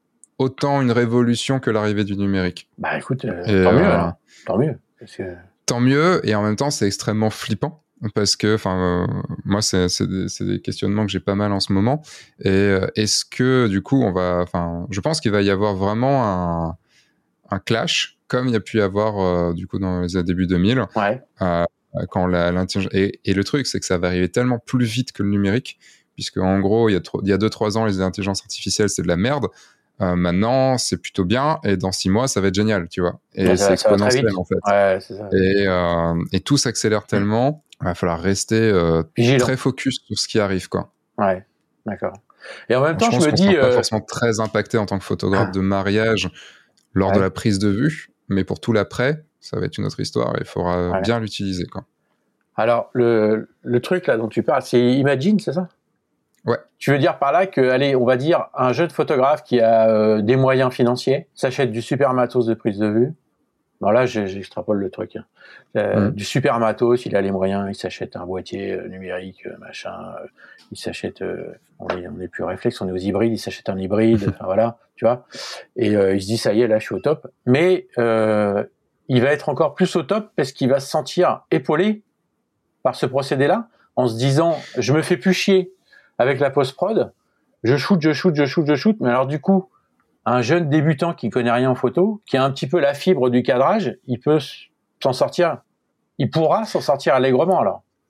autant une révolution que l'arrivée du numérique. Bah écoute, euh, Et, tant mieux, euh, alors. tant mieux. Parce que... Tant mieux, et en même temps, c'est extrêmement flippant. Parce que, enfin, euh, moi, c'est, c'est, des, c'est des questionnements que j'ai pas mal en ce moment. Et euh, est-ce que, du coup, on va, enfin, je pense qu'il va y avoir vraiment un, un clash, comme il y a pu y avoir, euh, du coup, dans les débuts deux mille. Ouais. Euh, quand la, l'intelligence... et, et le truc, c'est que ça va arriver tellement plus vite que le numérique, puisque, en gros, il y a, trop, il y a deux, trois ans, les intelligences artificielles, c'est de la merde. Euh, maintenant, c'est plutôt bien, et dans six mois, ça va être génial, tu vois. Et ouais, c'est exponentiel, en fait. Ouais, c'est ça. Et, euh, et tout s'accélère tellement. Il va falloir rester euh, très focus sur ce qui arrive, quoi. Ouais, d'accord. Et en même temps, je, je me qu'on dis, sera euh... pas forcément très impacté en tant que photographe ah. de mariage lors ouais. de la prise de vue, mais pour tout l'après, ça va être une autre histoire. Il faudra ouais. bien l'utiliser, quoi. Alors, le le truc là dont tu parles, c'est Imagine, c'est ça ? Ouais. Tu veux dire par là que, allez, on va dire un jeune photographe qui a euh, des moyens financiers s'achète du super matos de prise de vue. Bon là, j'extrapole le truc. Hein. Euh, mmh. Du super matos, il a les moyens, il s'achète un boîtier euh, numérique, euh, machin. Euh, il s'achète, euh, on est, on est plus réflexe, on est aux hybrides, il s'achète un hybride, enfin voilà, tu vois. Et euh, il se dit ça y est, là je suis au top. Mais euh, il va être encore plus au top parce qu'il va se sentir épaulé par ce procédé-là, en se disant, je me fais plus chier avec la post-prod, je shoot, je shoot, je shoot, je shoot. Mais alors du coup, un jeune débutant qui connaît rien en photo, qui a un petit peu la fibre du cadrage, il peut s'en sortir, il pourra s'en sortir allègrement alors.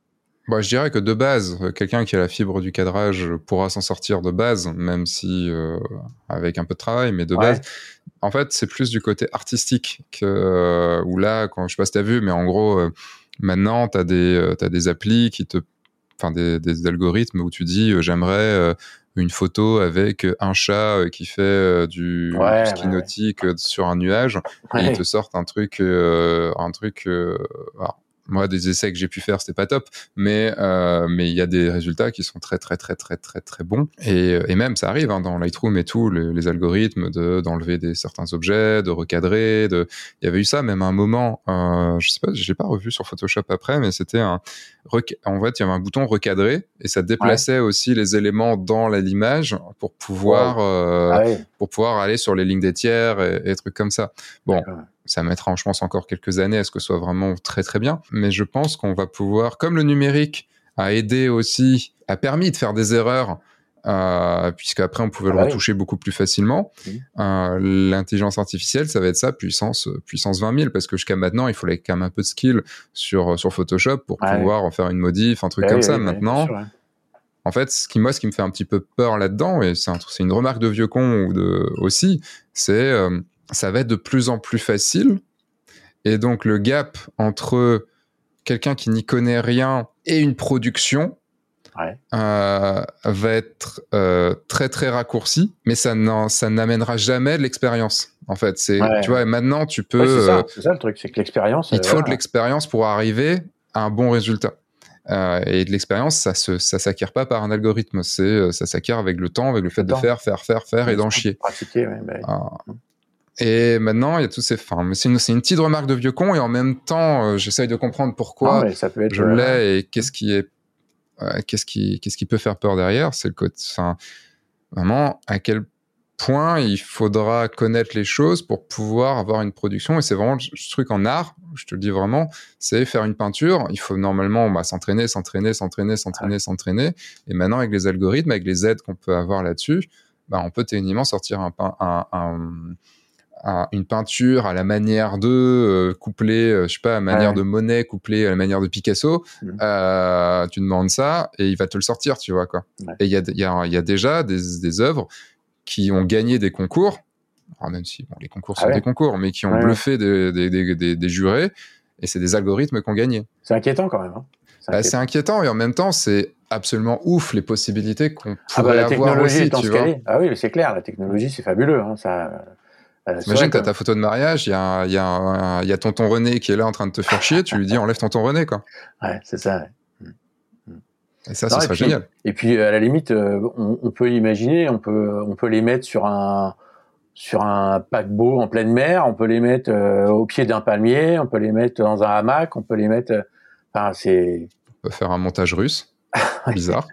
Bah, je dirais que de base, quelqu'un qui a la fibre du cadrage pourra s'en sortir de base, même si euh, avec un peu de travail, mais de Ouais. base, en fait, c'est plus du côté artistique que euh, où là, quand je sais pas si t'as vu, mais en gros, euh, maintenant, t'as des euh, t'as des applis qui te, enfin des, des algorithmes où tu dis, euh, j'aimerais euh, une photo avec un chat euh, qui fait euh, du, Ouais, du ski ouais, nautique euh, sur un nuage, ouais. et ils te sortent un truc, euh, un truc. Euh, alors, moi, des essais que j'ai pu faire, c'était pas top, mais euh, mais il y a des résultats qui sont très très très très très très bons. Et, et même ça arrive hein, dans Lightroom et tout, les, les algorithmes de d'enlever des certains objets, de recadrer. De, il y avait eu ça même à un moment. Euh, je sais pas, je l'ai pas revu sur Photoshop après, mais c'était un rec... en fait il y avait un bouton recadrer et ça déplaçait ouais. aussi les éléments dans l'image pour pouvoir wow. euh, ah oui. pour pouvoir aller sur les lignes des tiers et, et trucs comme ça. Bon. D'accord. Ça mettra, je pense, encore quelques années à ce que ce soit vraiment très très bien. Mais je pense qu'on va pouvoir, comme le numérique a aidé aussi, a permis de faire des erreurs, euh, puisqu'après on pouvait ah le retoucher oui. beaucoup plus facilement. Mmh. Euh, l'intelligence artificielle, ça va être ça, puissance puissance vingt mille, parce que jusqu'à maintenant, il fallait quand même un peu de skill sur sur Photoshop pour ah pouvoir oui. en faire une modif, un truc bah comme oui, ça. Oui, maintenant. Oui, sûr, hein. En fait, ce qui, moi, ce qui me fait un petit peu peur là-dedans, et c'est, un, c'est une remarque de vieux con ou de, aussi, c'est euh, ça va être de plus en plus facile. Et donc, le gap entre quelqu'un qui n'y connaît rien et une production ouais. euh, va être euh, très, très raccourci, mais ça, ça n'amènera jamais de l'expérience. En fait, c'est, ouais. tu vois, et maintenant, tu peux... Ouais, c'est, ça, c'est ça le truc, c'est que l'expérience... Il te euh, faut voilà. de l'expérience pour arriver à un bon résultat. Euh, et de l'expérience, ça se, ça s'acquiert pas par un algorithme, c'est, ça s'acquiert avec le temps, avec le fait de faire, faire, faire, faire ouais, et d'en chier. Pratiquer, ouais, bah, euh, et maintenant, il y a tous ces, enfin, c'est une, c'est une petite remarque de vieux con, et en même temps, euh, j'essaye de comprendre pourquoi non, ça peut être, je l'ai euh, et qu'est-ce qui est, euh, qu'est-ce qui, qu'est-ce qui peut faire peur derrière. C'est le côté, enfin, vraiment, à quel point il faudra connaître les choses pour pouvoir avoir une production. Et c'est vraiment ce truc en art, je te le dis vraiment, c'est faire une peinture. Il faut normalement bah, s'entraîner, s'entraîner, s'entraîner, s'entraîner, ouais. s'entraîner. Et maintenant, avec les algorithmes, avec les aides qu'on peut avoir là-dessus, bah, on peut techniquement sortir un, un, un, un, une peinture à la manière de euh, couplée, euh, je sais pas, à la manière ouais. de Monet, couplée à la manière de Picasso. Mmh. Euh, tu demandes ça et il va te le sortir, tu vois, quoi. Ouais. Et il y a, y, a, y a déjà des, des œuvres qui ont gagné des concours, alors même si bon, les concours ah sont ouais. des concours, mais qui ont ouais, bluffé ouais. Des, des, des, des, des jurés, et c'est des algorithmes qui ont gagné. C'est inquiétant quand même. Hein. C'est, bah, inquiétant. c'est inquiétant, et en même temps, c'est absolument ouf les possibilités qu'on pourrait ah bah, la avoir aussi. Étant tu vois. Ah oui, mais c'est clair, la technologie, c'est fabuleux. Hein, ça, euh, Imagine, t'as que... ta photo de mariage, il y a, y, a y a tonton René qui est là en train de te faire chier, tu lui dis enlève tonton René, quoi. Ouais, c'est ça. Ouais. Et ça, non, ce serait puis, génial. Et puis, à la limite, on, on peut imaginer, on peut, on peut les mettre sur un, sur un paquebot en pleine mer, on peut les mettre euh, au pied d'un palmier, on peut les mettre dans un hamac, on peut les mettre. Euh, enfin, c'est. On peut faire un montage russe. Bizarre.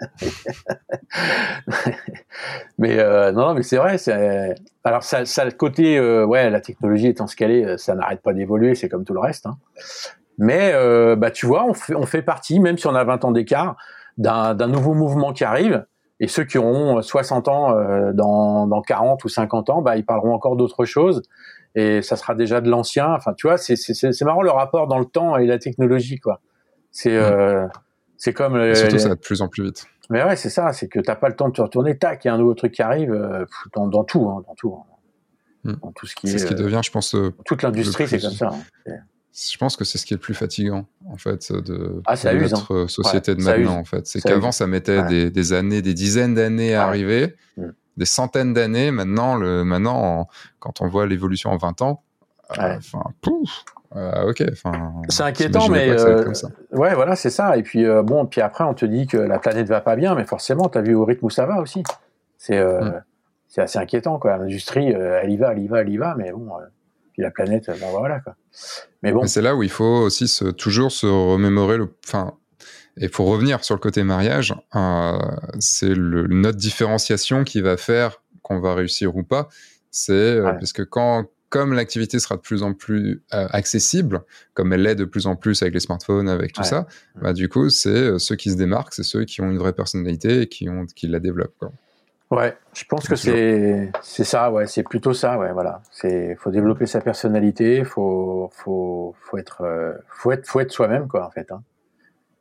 mais euh, non, mais c'est vrai. C'est... Alors, ça, ça le côté, euh, ouais, la technologie étant scalée, ça n'arrête pas d'évoluer, c'est comme tout le reste. Hein. Mais euh, bah, tu vois, on fait, on fait partie, même si on a vingt ans d'écart. D'un, d'un nouveau mouvement qui arrive, et ceux qui auront soixante ans euh, dans, dans quarante ou cinquante ans, bah, ils parleront encore d'autre chose, et ça sera déjà de l'ancien. Enfin, tu vois, c'est, c'est, c'est marrant le rapport dans le temps et la technologie, quoi. C'est, mmh. euh, c'est comme... Et surtout, les... ça va de plus en plus vite. Mais ouais, c'est ça, c'est que t'as pas le temps de te retourner, tac, il y a un nouveau truc qui arrive, euh, dans, dans tout, hein, dans tout. Hein. Mmh. Dans tout ce qui c'est est... ce qui devient, je pense... Euh, toute l'industrie, plus... c'est comme ça. Hein. C'est... Je pense que c'est ce qui est le plus fatigant, en fait, de, ah, de notre hein. société ouais, de maintenant, en fait. C'est ça qu'avant, use. ça mettait ouais. des, des années, des dizaines d'années à ouais. arriver, mmh. des centaines d'années. Maintenant, le, maintenant en, quand on voit l'évolution en vingt ans, enfin, ouais. euh, pouf, euh, ok. C'est inquiétant, mais euh, ouais, voilà, c'est ça. Et puis euh, bon, puis après, on te dit que la planète va pas bien, mais forcément, t'as vu au rythme où ça va aussi. C'est, euh, mmh. c'est assez inquiétant, quoi. L'industrie, euh, elle y va, elle y va, elle y va, mais bon. Euh, Puis la planète, ben voilà quoi. Mais bon. Mais c'est là où il faut aussi se, toujours se remémorer le. Enfin, et pour revenir sur le côté mariage, euh, c'est le, notre différenciation qui va faire qu'on va réussir ou pas. C'est euh, ouais. parce que quand, comme l'activité sera de plus en plus euh, accessible, comme elle l'est de plus en plus avec les smartphones, avec tout ouais. ça, mmh. bah du coup, c'est euh, ceux qui se démarquent, c'est ceux qui ont une vraie personnalité et qui ont, qui la développent, quoi. Ouais, je pense que c'est c'est ça, ouais, c'est plutôt ça, ouais, voilà. C'est faut développer sa personnalité, faut faut faut être euh, faut être faut être soi-même, quoi, en fait. Hein.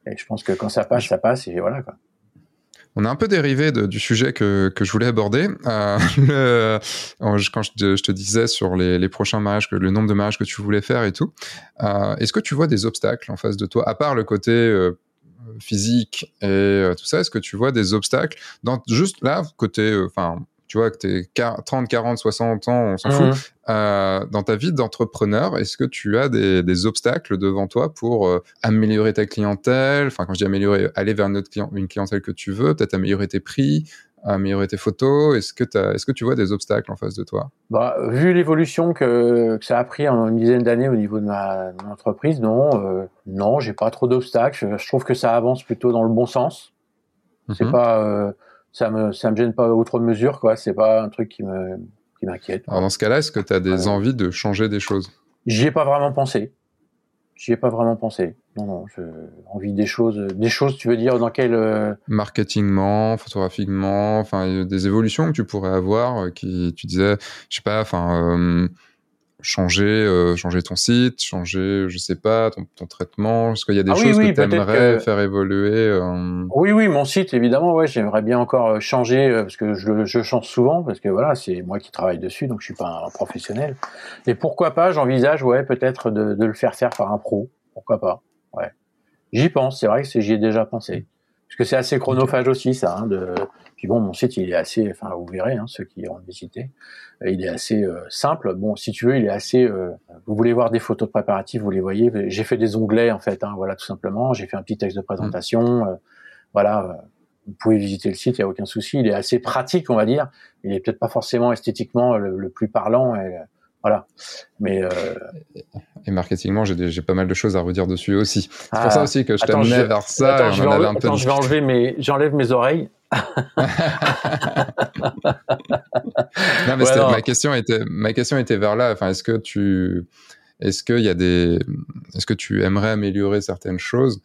Et je pense que quand ça passe, ça passe et voilà, quoi. On a un peu dérivé de, du sujet que, que je voulais aborder. Euh, le, quand je te, je te disais sur les, les prochains mariages, que le nombre de mariages que tu voulais faire et tout, euh, est-ce que tu vois des obstacles en face de toi, à part le côté euh, physique et euh, tout ça, est-ce que tu vois des obstacles dans juste là, côté, enfin, euh, tu vois que t'es trente, quarante, soixante ans, on s'en mmh. fout, euh, dans ta vie d'entrepreneur, est-ce que tu as des, des obstacles devant toi pour euh, améliorer ta clientèle, enfin quand je dis améliorer, aller vers une, autre client, une clientèle que tu veux, peut-être améliorer tes prix, améliorer tes photos, est-ce que, t'as, est-ce que tu vois des obstacles en face de toi? Bah, vu l'évolution que, que ça a pris en une dizaine d'années au niveau de ma, de mon entreprise, non, euh, non, j'ai pas trop d'obstacles, je, je trouve que ça avance plutôt dans le bon sens, mmh. c'est pas... Euh, ça me ça me gêne pas outre mesure, quoi, c'est pas un truc qui me qui m'inquiète, quoi. Alors dans ce cas-là, est-ce que tu as des euh, envies de changer des choses? J'y ai pas vraiment pensé. J'y ai pas vraiment pensé. Non non, je envie des choses des choses tu veux dire dans quel euh... marketingement, photographiquement, enfin des évolutions que tu pourrais avoir euh, qui tu disais, je sais pas, enfin euh, changer euh, changer ton site, changer je sais pas ton, ton traitement, est-ce qu'il y a des ah, choses oui, oui, que tu aimerais que... faire évoluer euh... Oui oui, mon site évidemment, ouais, j'aimerais bien encore changer euh, parce que je je change souvent parce que voilà, c'est moi qui travaille dessus donc je suis pas un professionnel. Et pourquoi pas, j'envisage ouais, peut-être de de le faire faire par un pro, pourquoi pas. Ouais. J'y pense, c'est vrai que j'y ai déjà pensé. Parce que c'est assez chronophage okay. aussi, ça. Hein, de... Puis bon, mon site, il est assez, enfin, vous verrez, hein, ceux qui iront le visiter, il est assez euh, simple. Bon, si tu veux, il est assez. Euh... Vous voulez voir des photos de préparatifs, vous les voyez. J'ai fait des onglets, en fait, hein, voilà, tout simplement. J'ai fait un petit texte de présentation. Mm. Euh, voilà, vous pouvez visiter le site, il n'y a aucun souci. Il est assez pratique, on va dire. Il est peut-être pas forcément esthétiquement le, le plus parlant. Et, voilà. Mais euh... et marketingement, j'ai, des, j'ai pas mal de choses à redire dessus aussi. C'est ah, pour ça aussi que je t'amenais je... vers ça. Attends, et on je, en vais avait enlever, un peu attends je vais enlever mes, j'enlève mes oreilles. non, mais ouais, non. ma question était, ma question était vers là. Enfin, est-ce que tu, est-ce qu'il y a des, est-ce que tu aimerais améliorer certaines choses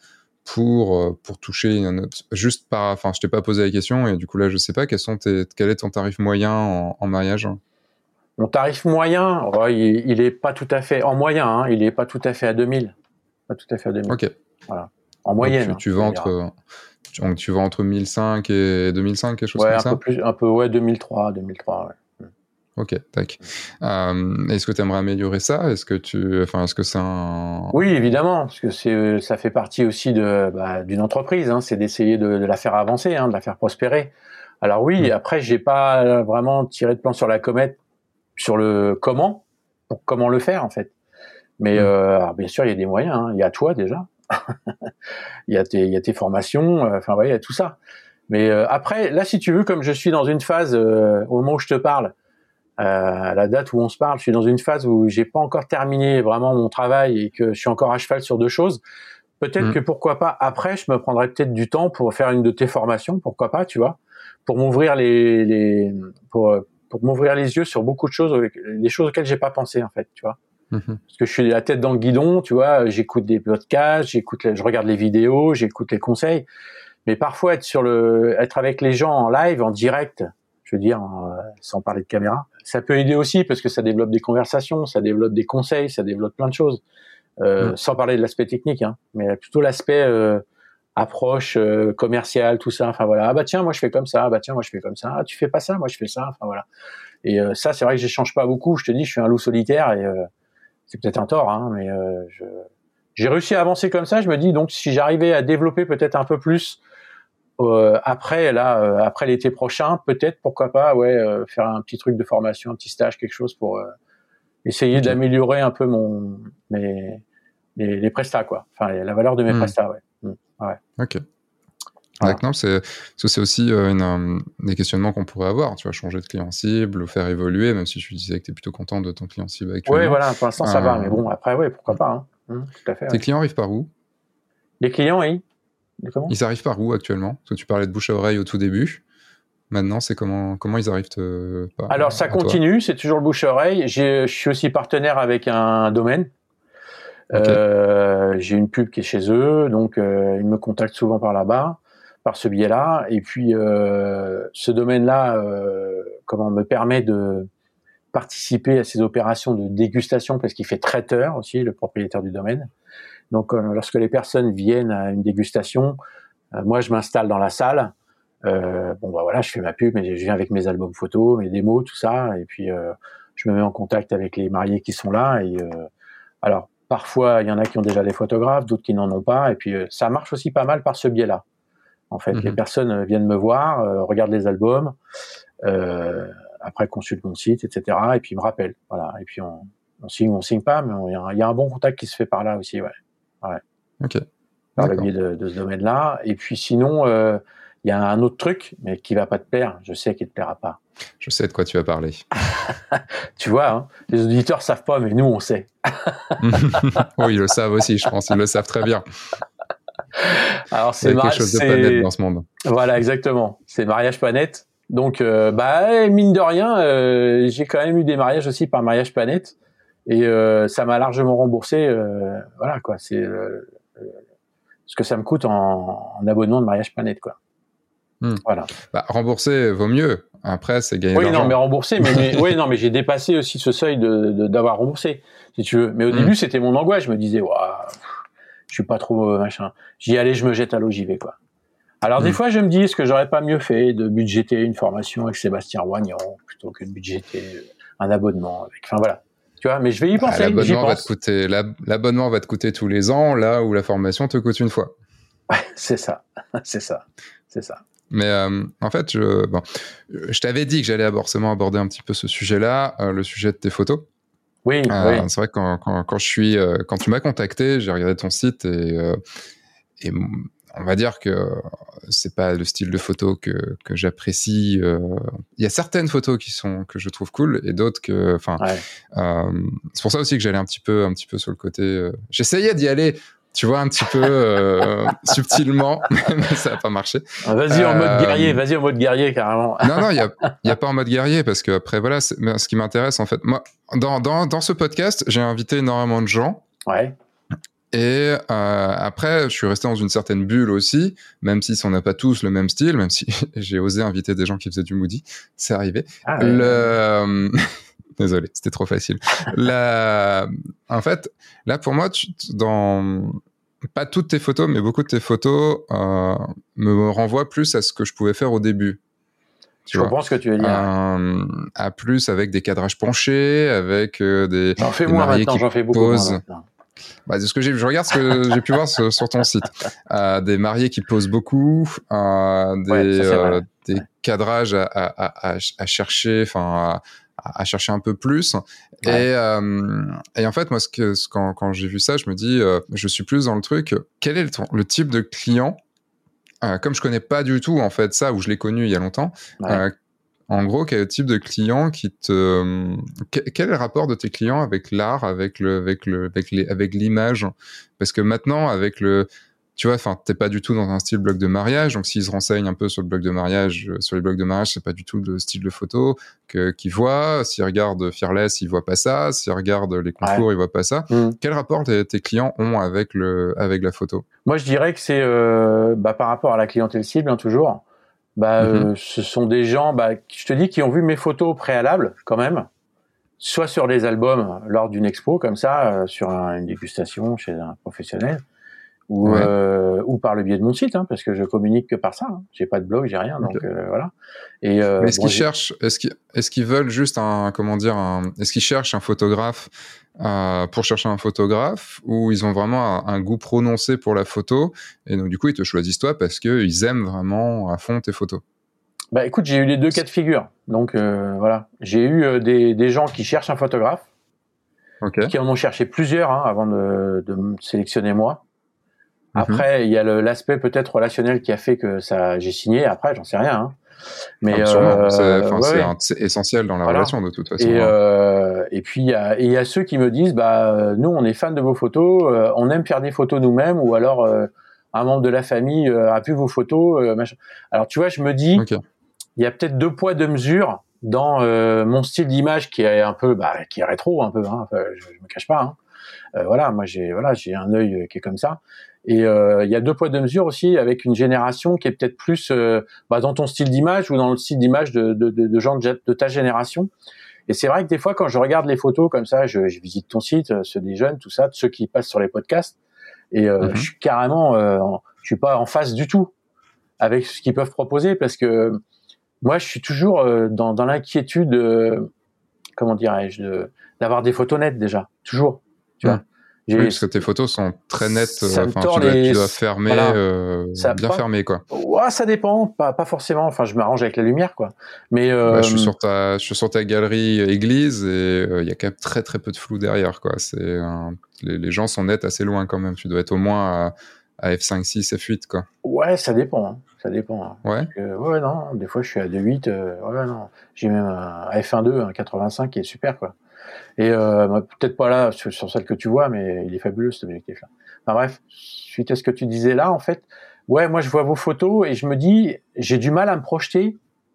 pour pour toucher une autre, juste par, enfin, je t'ai pas posé la question et du coup là, je sais pas quels sont tes, quel est ton tarif moyen en, en mariage? Mon tarif moyen, oh, il, il est pas tout à fait en moyen, hein, il est pas tout à fait à deux mille, pas tout à fait à deux mille. Ok. Voilà. En moyenne. Donc, tu, tu hein, vas entre, tu, tu vas entre mille cinq et deux mille cinq, quelque chose ouais, comme un ça. Ouais, un peu plus, un peu, ouais, deux mille trois, deux mille trois, ouais. Ok, tac. Euh, est-ce que tu aimerais améliorer ça? Est-ce que tu, enfin, est-ce que c'est un... Oui, évidemment, parce que c'est, ça fait partie aussi de, bah, d'une entreprise. Hein, c'est d'essayer de, de la faire avancer, hein, de la faire prospérer. Alors oui, mmh. après, j'ai pas vraiment tiré de plan sur la comète sur le comment, pour comment le faire en fait. Mais mmh. euh, alors, bien sûr, il y a des moyens. Hein. Il y a toi déjà, il y a tes, il y a tes formations. Enfin, euh, ouais, il y a tout ça. Mais euh, après, là, si tu veux, comme je suis dans une phase euh, au moment où je te parle. Euh, à la date où on se parle, je suis dans une phase où j'ai pas encore terminé vraiment mon travail et que je suis encore à cheval sur deux choses. Peut-être mmh. que pourquoi pas après, je me prendrais peut-être du temps pour faire une de tes formations, pourquoi pas, tu vois, pour m'ouvrir les, les pour pour m'ouvrir les yeux sur beaucoup de choses, les choses auxquelles j'ai pas pensé en fait, tu vois. Mmh. Parce que je suis la tête dans le guidon, tu vois, j'écoute des podcasts, j'écoute, je regarde les vidéos, j'écoute les conseils, mais parfois être sur le, être avec les gens en live, en direct. Je veux dire, euh, sans parler de caméra. Ça peut aider aussi parce que ça développe des conversations, ça développe des conseils, ça développe plein de choses. Euh, mmh. Sans parler de l'aspect technique, hein, mais plutôt l'aspect euh, approche euh, commerciale, tout ça. Enfin voilà. Ah bah tiens, moi je fais comme ça. Ah bah tiens, moi je fais comme ça. Ah tu fais pas ça, moi je fais ça. Enfin voilà. Et euh, ça, c'est vrai que j'échange pas beaucoup. Je te dis, je suis un loup solitaire et euh, c'est peut-être un tort, hein, mais euh, je... j'ai réussi à avancer comme ça. Je me dis donc si j'arrivais à développer peut-être un peu plus. Euh, après là, euh, après l'été prochain, peut-être pourquoi pas, ouais, euh, faire un petit truc de formation, un petit stage, quelque chose pour euh, essayer okay. d'améliorer un peu mon mes les, les prestats quoi, enfin la valeur de mes mmh. prestats, ouais. Mmh. ouais. Ok. Voilà. Non, c'est c'est aussi euh, une, um, des questionnements qu'on pourrait avoir. Tu vas changer de client cible, le faire évoluer, même si je disais que tu es plutôt content de ton client cible actuellement. Oui, voilà, pour l'instant euh... ça va, mais bon après, ouais, pourquoi pas. Hein. Mmh, tout à fait. Tes ouais. clients arrivent par où? Les clients, oui. Comment ils arrivent par où actuellement? Parce que tu parlais de bouche à oreille au tout début. Maintenant, c'est comment comment ils arrivent te, par, Alors ça continue, c'est toujours le bouche à oreille. J'ai, je suis aussi partenaire avec un domaine. Okay. Euh, j'ai une pub qui est chez eux, donc euh, ils me contactent souvent par là-bas, par ce biais-là. Et puis euh, ce domaine-là, euh, comment me permet de participer à ces opérations de dégustation parce qu'il fait traiteur aussi, le propriétaire du domaine. Donc, euh, lorsque les personnes viennent à une dégustation, euh, moi, je m'installe dans la salle. Euh, bon, bah voilà, je fais ma pub, mais je viens avec mes albums photos, mes démos, tout ça, et puis euh, je me mets en contact avec les mariés qui sont là. Et euh, alors, parfois, il y en a qui ont déjà des photographes, d'autres qui n'en ont pas, et puis euh, ça marche aussi pas mal par ce biais-là. En fait, mmh. les personnes viennent me voir, euh, regardent les albums. Euh, après consulte mon site, et cetera. Et puis il me rappelle, voilà. Et puis on, on signe, on signe pas, mais il y, y a un bon contact qui se fait par là aussi, ouais. Ouais. Ok. Par le biais de, de ce domaine-là. Et puis sinon, il euh, y a un autre truc, mais qui va pas te plaire. Je sais qu'il te plaira pas. Je sais de quoi tu vas parler. Tu vois, hein, les auditeurs savent pas, mais nous on sait. Oui, ils le savent aussi. Je pense qu'ils le savent très bien. Alors c'est Il y a quelque chose de pas net dans ce monde. Voilà, exactement. C'est mariage pas net. Donc, euh, bah, mine de rien, euh, j'ai quand même eu des mariages aussi par Mariage Planète, et euh, ça m'a largement remboursé. Euh, voilà, quoi. C'est euh, ce que ça me coûte en, en abonnement de Mariage Planète, quoi. Hmm. Voilà. Bah, rembourser vaut mieux. Après, c'est gagner oui, de l'argent. Oui, non, mais rembourser, mais, mais oui, non, mais j'ai dépassé aussi ce seuil de, de d'avoir remboursé, si tu veux. Mais au hmm. début, c'était mon angoisse. Je me disais, waouh, je suis pas trop machin. J'y allais, je me jette à l'eau, j'y vais, quoi. Alors, mmh. des fois, je me dis, est-ce que j'aurais pas mieux fait de budgéter une formation avec Sébastien Roignan plutôt que de budgéter un abonnement avec, enfin, voilà. Tu vois, mais je vais y penser. Bah, l'abonnement va te coûter, l'abonnement va te coûter tous les ans, là où la formation te coûte une fois. Ouais, c'est ça. C'est ça. C'est ça. Mais, euh, en fait, je, bon, je t'avais dit que j'allais forcément aborder un petit peu ce sujet-là, euh, le sujet de tes photos. Oui, euh, oui. C'est vrai que quand, quand, quand je suis, euh, quand tu m'as contacté, j'ai regardé ton site et, euh, et on va dire que c'est pas le style de photo que que j'apprécie. Il euh, y a certaines photos qui sont que je trouve cool et d'autres que, enfin, ouais. euh, c'est pour ça aussi que j'allais un petit peu un petit peu sur le côté. Euh, j'essayais d'y aller, tu vois, un petit peu euh, subtilement, mais ça a pas marché. Vas-y en euh, mode guerrier, vas-y en mode guerrier carrément. Non non, il y a il y a pas en mode guerrier parce que après voilà, ce qui m'intéresse en fait, moi dans dans dans ce podcast, j'ai invité énormément de gens. Ouais. Et euh, après, je suis resté dans une certaine bulle aussi, même si on n'a pas tous le même style, même si j'ai osé inviter des gens qui faisaient du moody, c'est arrivé. Ah ouais. Le... Désolé, c'était trop facile. La... En fait, là pour moi, tu... dans pas toutes tes photos, mais beaucoup de tes photos euh, me renvoient plus à ce que je pouvais faire au début. Tu je vois. comprends ce que tu veux dire. Euh, à plus avec des cadrages penchés, avec euh, des. J'en fais des moins maintenant, j'en fais beaucoup posent... moins maintenant. Bah, ce que j'ai, je regarde ce que j'ai pu voir sur, sur ton site. Euh, des mariés qui posent beaucoup, euh, des, ouais, ça, euh, des ouais. cadrages à, à, à, à chercher, enfin, à, à chercher un peu plus. Ouais. Et, euh, et en fait, moi, ce que, ce, quand, quand j'ai vu ça, je me dis, euh, je suis plus dans le truc. Quel est le, le type de client, euh, comme je connais pas du tout, en fait, ça, où je l'ai connu il y a longtemps, ouais. euh, en gros, quel est le type de client qui te, quel est le rapport de tes clients avec l'art, avec le, avec le, avec les, avec l'image? Parce que maintenant, avec le, tu vois, enfin, t'es pas du tout dans un style blog de mariage, donc s'ils se renseignent un peu sur le blog de mariage, sur les blogs de mariage, c'est pas du tout le style de photo que, qu'ils voient. S'ils regardent Fearless, ils voient pas ça. S'ils regardent les concours, ouais. ils voient pas ça. Mmh. Quel rapport tes, tes clients ont avec le, avec la photo? Moi, je dirais que c'est, euh, bah, par rapport à la clientèle cible, hein, toujours. Bah, mm-hmm. euh, ce sont des gens, bah, je te dis, qui ont vu mes photos au préalable, quand même, soit sur des albums lors d'une expo, comme ça, euh, sur un, une dégustation chez un professionnel, ou, ouais. euh, ou par le biais de mon site, hein, parce que je communique que par ça. Hein. J'ai pas de blog, j'ai rien, donc okay. euh, voilà. Et euh, est-ce bon, qu'ils j'ai... cherchent, est-ce qu'ils, est-ce qu'ils veulent juste un, comment dire, un, est-ce qu'ils cherchent un photographe euh, pour chercher un photographe, ou ils ont vraiment un, un goût prononcé pour la photo, et donc du coup ils te choisissent toi parce que ils aiment vraiment à fond tes photos? Bah écoute, j'ai eu les deux cas de figure, donc euh, voilà. J'ai eu euh, des, des gens qui cherchent un photographe, okay. qui en ont cherché plusieurs hein, avant de, de me sélectionner moi. Après, mm-hmm. il y a le, l'aspect peut-être relationnel qui a fait que ça, j'ai signé. Après, j'en sais rien. Hein. Mais ah, euh, c'est, ouais, c'est, ouais. un, c'est essentiel dans la voilà. relation de toute façon. Et, euh, et puis il y a, et il y a ceux qui me disent, bah nous, on est fans de vos photos, euh, on aime faire des photos nous-mêmes, ou alors euh, un membre de la famille euh, a vu vos photos. Euh, machin. Alors tu vois, je me dis, okay. il y a peut-être deux poids deux mesures dans euh, mon style d'image qui est un peu, bah, qui est rétro un peu. Hein, enfin, je, je me cache pas. Hein. Euh, voilà, moi j'ai, voilà, j'ai un œil qui est comme ça. Et euh, il y a deux poids deux mesures aussi avec une génération qui est peut-être plus euh, bah, dans ton style d'image ou dans le style d'image de, de, de, de gens de, de ta génération. Et c'est vrai que des fois, quand je regarde les photos comme ça, je, je visite ton site, ceux des jeunes, tout ça, ceux qui passent sur les podcasts, et euh, mm-hmm. je suis carrément, euh, en, je suis pas en phase du tout avec ce qu'ils peuvent proposer, parce que moi, je suis toujours euh, dans, dans l'inquiétude, euh, comment dirais-je, de, d'avoir des photos nettes déjà, toujours, tu mm. vois. J'ai, oui, parce que tes photos sont très nettes. Enfin, tu, dois, les... tu dois fermer, voilà. euh, ça, bien pas... fermé, quoi. Ouais, ça dépend, pas, pas forcément. Enfin, je m'arrange avec la lumière, quoi. Mais euh... bah, je suis sur ta, je suis sur ta galerie église et il euh, y a quand même très très peu de flou derrière, quoi. C'est un... les, les gens sont nets assez loin quand même. Tu dois être au moins à, à F cinq, six, F huit, quoi. Ouais, ça dépend. Hein. Ça dépend. Hein. Ouais. Parce que, ouais, non. Des fois, je suis à deux huit. Euh, ouais, non. J'ai même un F un deux, un quatre-vingt-cinq qui est super, quoi. Et euh, peut-être pas là sur, sur celle que tu vois, mais il est fabuleux cet objectif-là. Enfin bref, suite à ce que tu disais là, en fait, ouais, moi je vois vos photos et je me dis, j'ai du mal à me projeter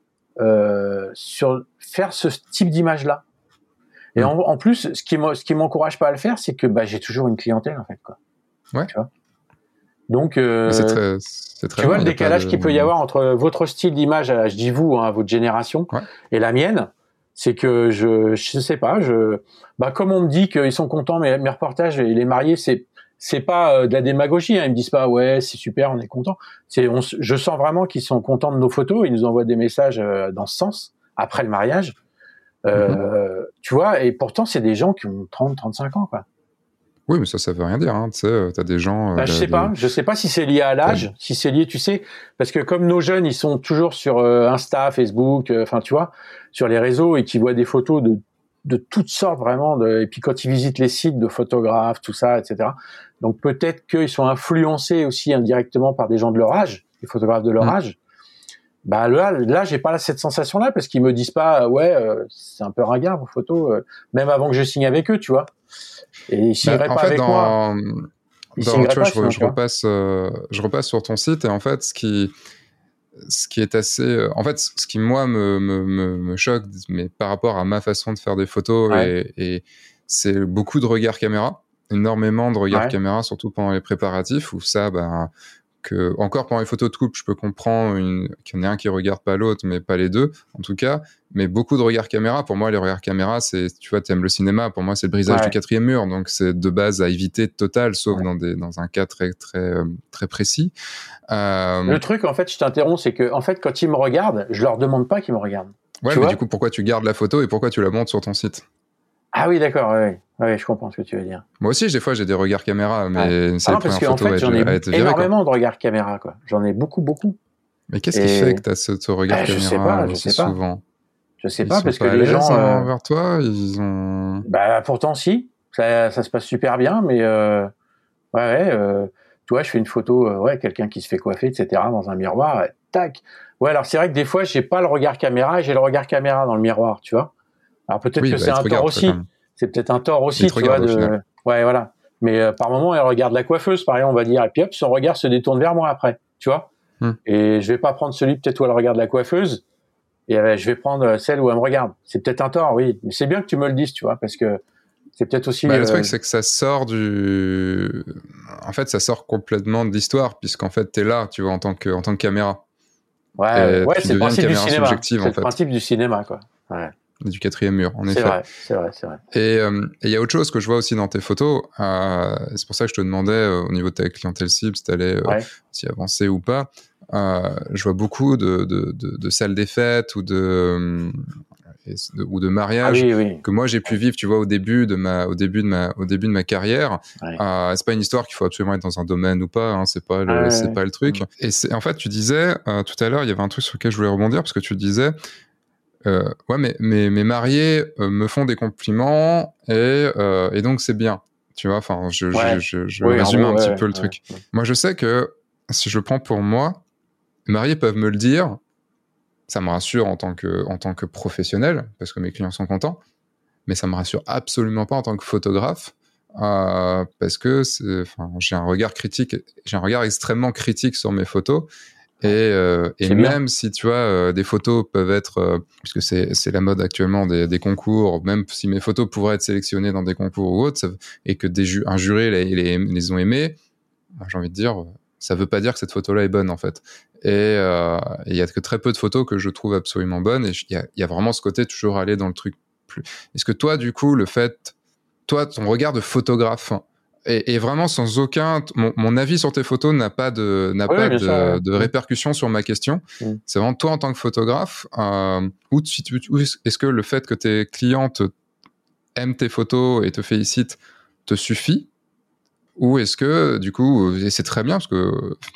euh, sur faire ce type d'image-là. Et mmh. en, en plus, ce qui ce qui m'encourage pas à le faire, c'est que bah j'ai toujours une clientèle en fait, quoi. Ouais. Tu vois. Donc, euh, c'est très, c'est très tu bien, vois le décalage de... qu'il peut y avoir entre votre style d'image, je dis vous, hein, votre génération, ouais. et la mienne. C'est que je, je sais pas, je, bah comme on me dit qu'ils sont contents, mes, mes reportages et les mariés, c'est, c'est pas euh, de la démagogie. Hein. Ils me disent pas ouais, c'est super, on est content. C'est, on, je sens vraiment qu'ils sont contents de nos photos. Ils nous envoient des messages euh, dans ce sens après le mariage. Euh, mm-hmm. Tu vois, et pourtant c'est des gens qui ont trente, trente-cinq ans, quoi. Oui, mais ça, ça veut rien dire. Hein. Tu sais, t'as des gens. Bah, je sais de... pas. Je sais pas si c'est lié à l'âge, ouais. si c'est lié, tu sais, parce que comme nos jeunes, ils sont toujours sur euh, Insta, Facebook, enfin, euh, tu vois, sur les réseaux et qui voient des photos de de toutes sortes vraiment. De... Et puis quand ils visitent les sites de photographes, tout ça, et cetera. Donc peut-être qu'ils sont influencés aussi indirectement par des gens de leur âge, des photographes de leur mmh. âge. Bah là, là, j'ai pas cette sensation-là parce qu'ils me disent pas, ouais, euh, c'est un peu ringard vos photos, euh, même avant que je signe avec eux, tu vois. Et ils signeraient bah, pas fait, avec dans, moi. Ils dans, tu vois, pas, je, sinon, je, repasse, euh, je repasse sur ton site et en fait, ce qui, ce qui est assez, euh, en fait, ce qui moi me, me, me, me choque, mais par rapport à ma façon de faire des photos, ouais. et, et c'est beaucoup de regards caméra, énormément de regards ouais. caméra, surtout pendant les préparatifs où ça, ben. Que, encore pendant les photos de couple, je peux comprendre une, qu'il y en ait un qui regarde pas l'autre, mais pas les deux, en tout cas. Mais beaucoup de regards caméra. Pour moi, les regards caméra, c'est, tu vois, t'aimes le cinéma. Pour moi, c'est le brisage ouais. du quatrième mur. Donc, c'est de base à éviter total, sauf ouais. dans des, dans un cas très, très, très précis. Euh... Le truc, en fait, je t'interromps, c'est que, en fait, quand ils me regardent, je leur demande pas qu'ils me regardent. Ouais, tu mais vois du coup, pourquoi tu gardes la photo et pourquoi tu la montes sur ton site? Ah oui, d'accord, oui, oui, je comprends ce que tu veux dire. Moi aussi, des fois, j'ai des regards caméra, mais ouais. c'est ah la non, parce première photo en fait, à j'en être, ai à être virée, énormément quoi. de regards caméra, quoi. J'en ai beaucoup, beaucoup. Mais qu'est-ce Et... qui fait que tu as ce, ce regard bah, caméra je sais pas, je aussi sais pas. souvent? Je sais ils pas, sont parce pas que les gens... Euh... Euh... vers toi, ils ont... Bah, pourtant, si. Ça, ça se passe super bien, mais... Euh... Ouais, ouais, euh... tu vois, je fais une photo, euh, ouais, quelqu'un qui se fait coiffer, et cetera, dans un miroir, euh, tac. Ouais, alors c'est vrai que des fois, j'ai pas le regard caméra et j'ai le regard caméra dans le miroir, tu vois. Alors peut-être oui, que bah, c'est un tort aussi. C'est peut-être un tort aussi, tu vois. De... Ouais, voilà. Mais euh, par moment, elle regarde la coiffeuse, par exemple, on va dire, et puis hop, son regard se détourne vers moi après, tu vois. Hmm. Et je vais pas prendre celui peut-être où elle regarde la coiffeuse, et euh, je vais prendre celle où elle me regarde. C'est peut-être un tort, oui. Mais c'est bien que tu me le dises, tu vois, parce que c'est peut-être aussi... Bah, le euh... truc, c'est que ça sort du... En fait, ça sort complètement de l'histoire, puisqu'en fait, t'es là, tu vois, en tant que, en tant que caméra. Ouais, et ouais c'est le principe du cinéma. C'est en le fait. principe du cinéma, quoi. Ouais. Du quatrième mur, en c'est effet. Vrai, c'est vrai, c'est vrai. Et il euh, y a autre chose que je vois aussi dans tes photos, euh, c'est pour ça que je te demandais euh, au niveau de ta clientèle cible, si t'allais euh, ouais. s'y avancer ou pas. Euh, je vois beaucoup de, de, de, de salles des fêtes ou de, de, ou de mariages ah, oui, oui. que moi j'ai pu vivre, tu vois, au début de ma, au début de ma, au début de ma carrière. Ouais. Euh, c'est pas une histoire qu'il faut absolument être dans un domaine ou pas, hein, c'est pas le, ah, c'est ouais. pas le truc. Mmh. Et c'est, en fait, tu disais euh, tout à l'heure, il y avait un truc sur lequel je voulais rebondir parce que tu disais. Euh, ouais, mais mes, mes mariés euh, me font des compliments et, euh, et donc c'est bien. Tu vois, enfin, je, ouais. je, je, je oui, résume gros, un petit ouais, peu le ouais, truc. Ouais. Moi, je sais que si je le prends pour moi, mes mariés peuvent me le dire. Ça me rassure en tant que, en tant que professionnel parce que mes clients sont contents, mais ça me rassure absolument pas en tant que photographe. Euh, parce que c'est, enfin, j'ai un regard critique, j'ai un regard extrêmement critique sur mes photos. Et, euh, et même bien. Si tu vois euh, des photos peuvent être euh, puisque c'est c'est la mode actuellement des, des concours, même si mes photos pourraient être sélectionnées dans des concours ou autres, ça, et que des ju- un jury les, les, les ont aimées, j'ai envie de dire ça veut pas dire que cette photo là est bonne en fait. Et il euh, y a que très peu de photos que je trouve absolument bonnes et il y a, y a vraiment ce côté toujours aller dans le truc plus. Est-ce que toi, du coup, le fait, toi, ton regard de photographe, et, et vraiment sans aucun, mon, mon avis sur tes photos n'a pas de, n'a oui, pas bien de, sûr, ouais. de répercussions sur ma question. Mmh. C'est vraiment toi en tant que photographe, euh, ou, tu, ou est-ce que le fait que tes clientes aiment tes photos et te félicitent te suffit? Ou est-ce que, du coup, et c'est très bien parce que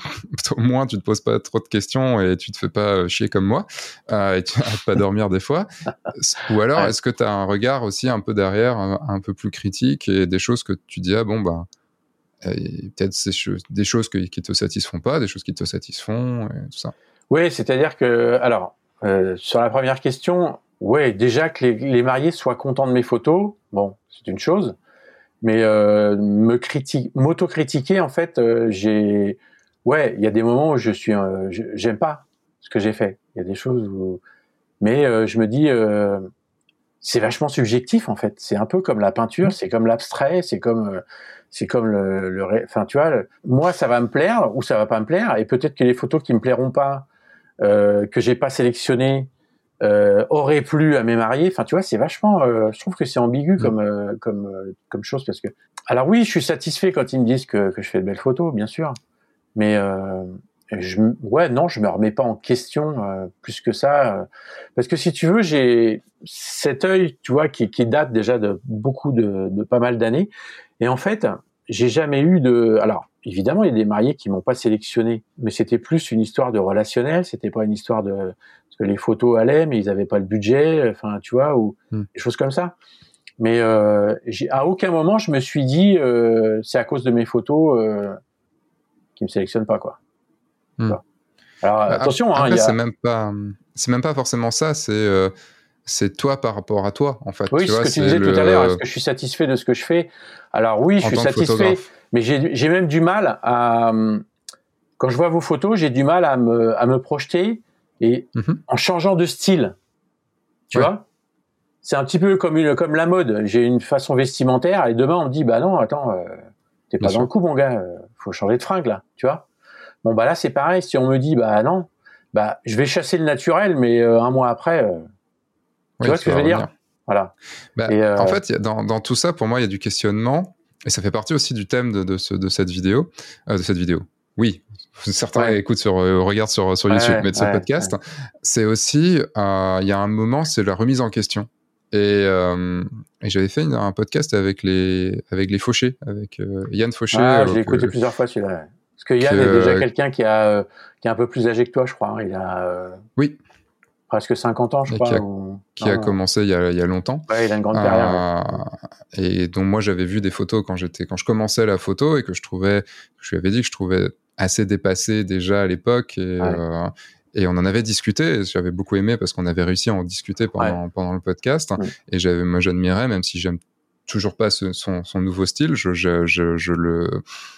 au moins tu te poses pas trop de questions et tu te fais pas chier comme moi, euh, et tu n'arrêtes pas dormir des fois. Ou alors, ouais. Est-ce que tu as un regard aussi un peu derrière, un, un peu plus critique et des choses que tu dis, ah bon, bah, euh, peut-être ces choses, des choses que, qui te satisfont pas, des choses qui te satisfont et tout ça. Oui, c'est-à-dire que, alors, euh, sur la première question, ouais, déjà que les, les mariés soient contents de mes photos, bon, c'est une chose. Mais euh, me critique, m'auto-critiquer, en fait, euh, j'ai, ouais, il y a des moments où je suis, euh, je, j'aime pas ce que j'ai fait. Il y a des choses où, mais euh, je me dis, euh, c'est vachement subjectif en fait. C'est un peu comme la peinture, c'est comme l'abstrait, c'est comme, euh, c'est comme le, le, enfin tu vois, le, moi ça va me plaire ou ça va pas me plaire, et peut-être que les photos qui me plairont pas, euh, que j'ai pas sélectionnées, Euh, aurait plu à mes mariés. Enfin, tu vois, c'est vachement. Euh, je trouve que c'est ambigu mmh. comme euh, comme euh, comme chose parce que. Alors oui, je suis satisfait quand ils me disent que que je fais de belles photos, bien sûr. Mais euh, je, ouais, non, je me remets pas en question euh, plus que ça, euh, parce que si tu veux, j'ai cet œil, tu vois, qui qui date déjà de beaucoup de de pas mal d'années. Et en fait, j'ai jamais eu de. Alors. Évidemment, il y a des mariés qui m'ont pas sélectionné, mais c'était plus une histoire de relationnel, c'était pas une histoire de parce que les photos allaient, mais ils avaient pas le budget, enfin tu vois, ou mm. des choses comme ça. Mais euh, j'ai, à aucun moment je me suis dit euh, c'est à cause de mes photos euh, qu'ils me sélectionnent pas quoi. Mm. Alors bah, attention, après, hein, il y a... c'est même pas, c'est même pas forcément ça, c'est euh, c'est toi par rapport à toi en fait. Oui, tu ce vois, que tu disais le... tout à l'heure. Est-ce que je suis satisfait de ce que je fais? Alors oui, je en suis tant que satisfait, photographe. Mais j'ai j'ai même du mal à quand je vois vos photos, j'ai du mal à me, à me projeter et mm-hmm. en changeant de style, tu ouais. vois, c'est un petit peu comme une, comme la mode. J'ai une façon vestimentaire et demain on me dit bah non, attends, euh, t'es pas Bien dans sûr. Le coup, mon gars, euh, faut changer de fringue là, tu vois. Bon bah là c'est pareil. Si on me dit bah non, bah je vais chasser le naturel, mais euh, un mois après, euh, tu oui, vois ce que je veux revenir. Dire. Voilà. Bah, et euh... En fait, dans, dans tout ça, pour moi, il y a du questionnement. Et ça fait partie aussi du thème de, de, ce, de cette vidéo. Euh, de cette vidéo. Oui, certains ouais. écoutent sur, euh, regardent sur, sur YouTube, ouais, mais de ce ouais, podcast, ouais. c'est aussi, il euh, y a un moment, c'est la remise en question. Et, euh, et j'avais fait une, un podcast avec les, avec les Fauchés, avec euh, Yann Fauché. Ah, euh, j'ai écouté que, plusieurs fois celui-là. Parce que Yann que, est déjà quelqu'un qui, a, euh, qui est un peu plus âgé que toi, je crois. Hein. Il a euh, oui. presque cinquante ans, je et crois. Qui a, ou... qui non, a commencé il y a, il y a longtemps. Ouais, il a une grande carrière. Euh, ouais. Et donc moi, j'avais vu des photos quand, j'étais, quand je commençais la photo et que je trouvais, je lui avais dit que je trouvais assez dépassé déjà à l'époque. Et, ouais. euh, et on en avait discuté. Et j'avais beaucoup aimé parce qu'on avait réussi à en discuter pendant, ouais. pendant le podcast. Ouais. Et j'avais, moi, j'admirais, même si j'aime toujours pas ce, son, son nouveau style, je, je, je, je le...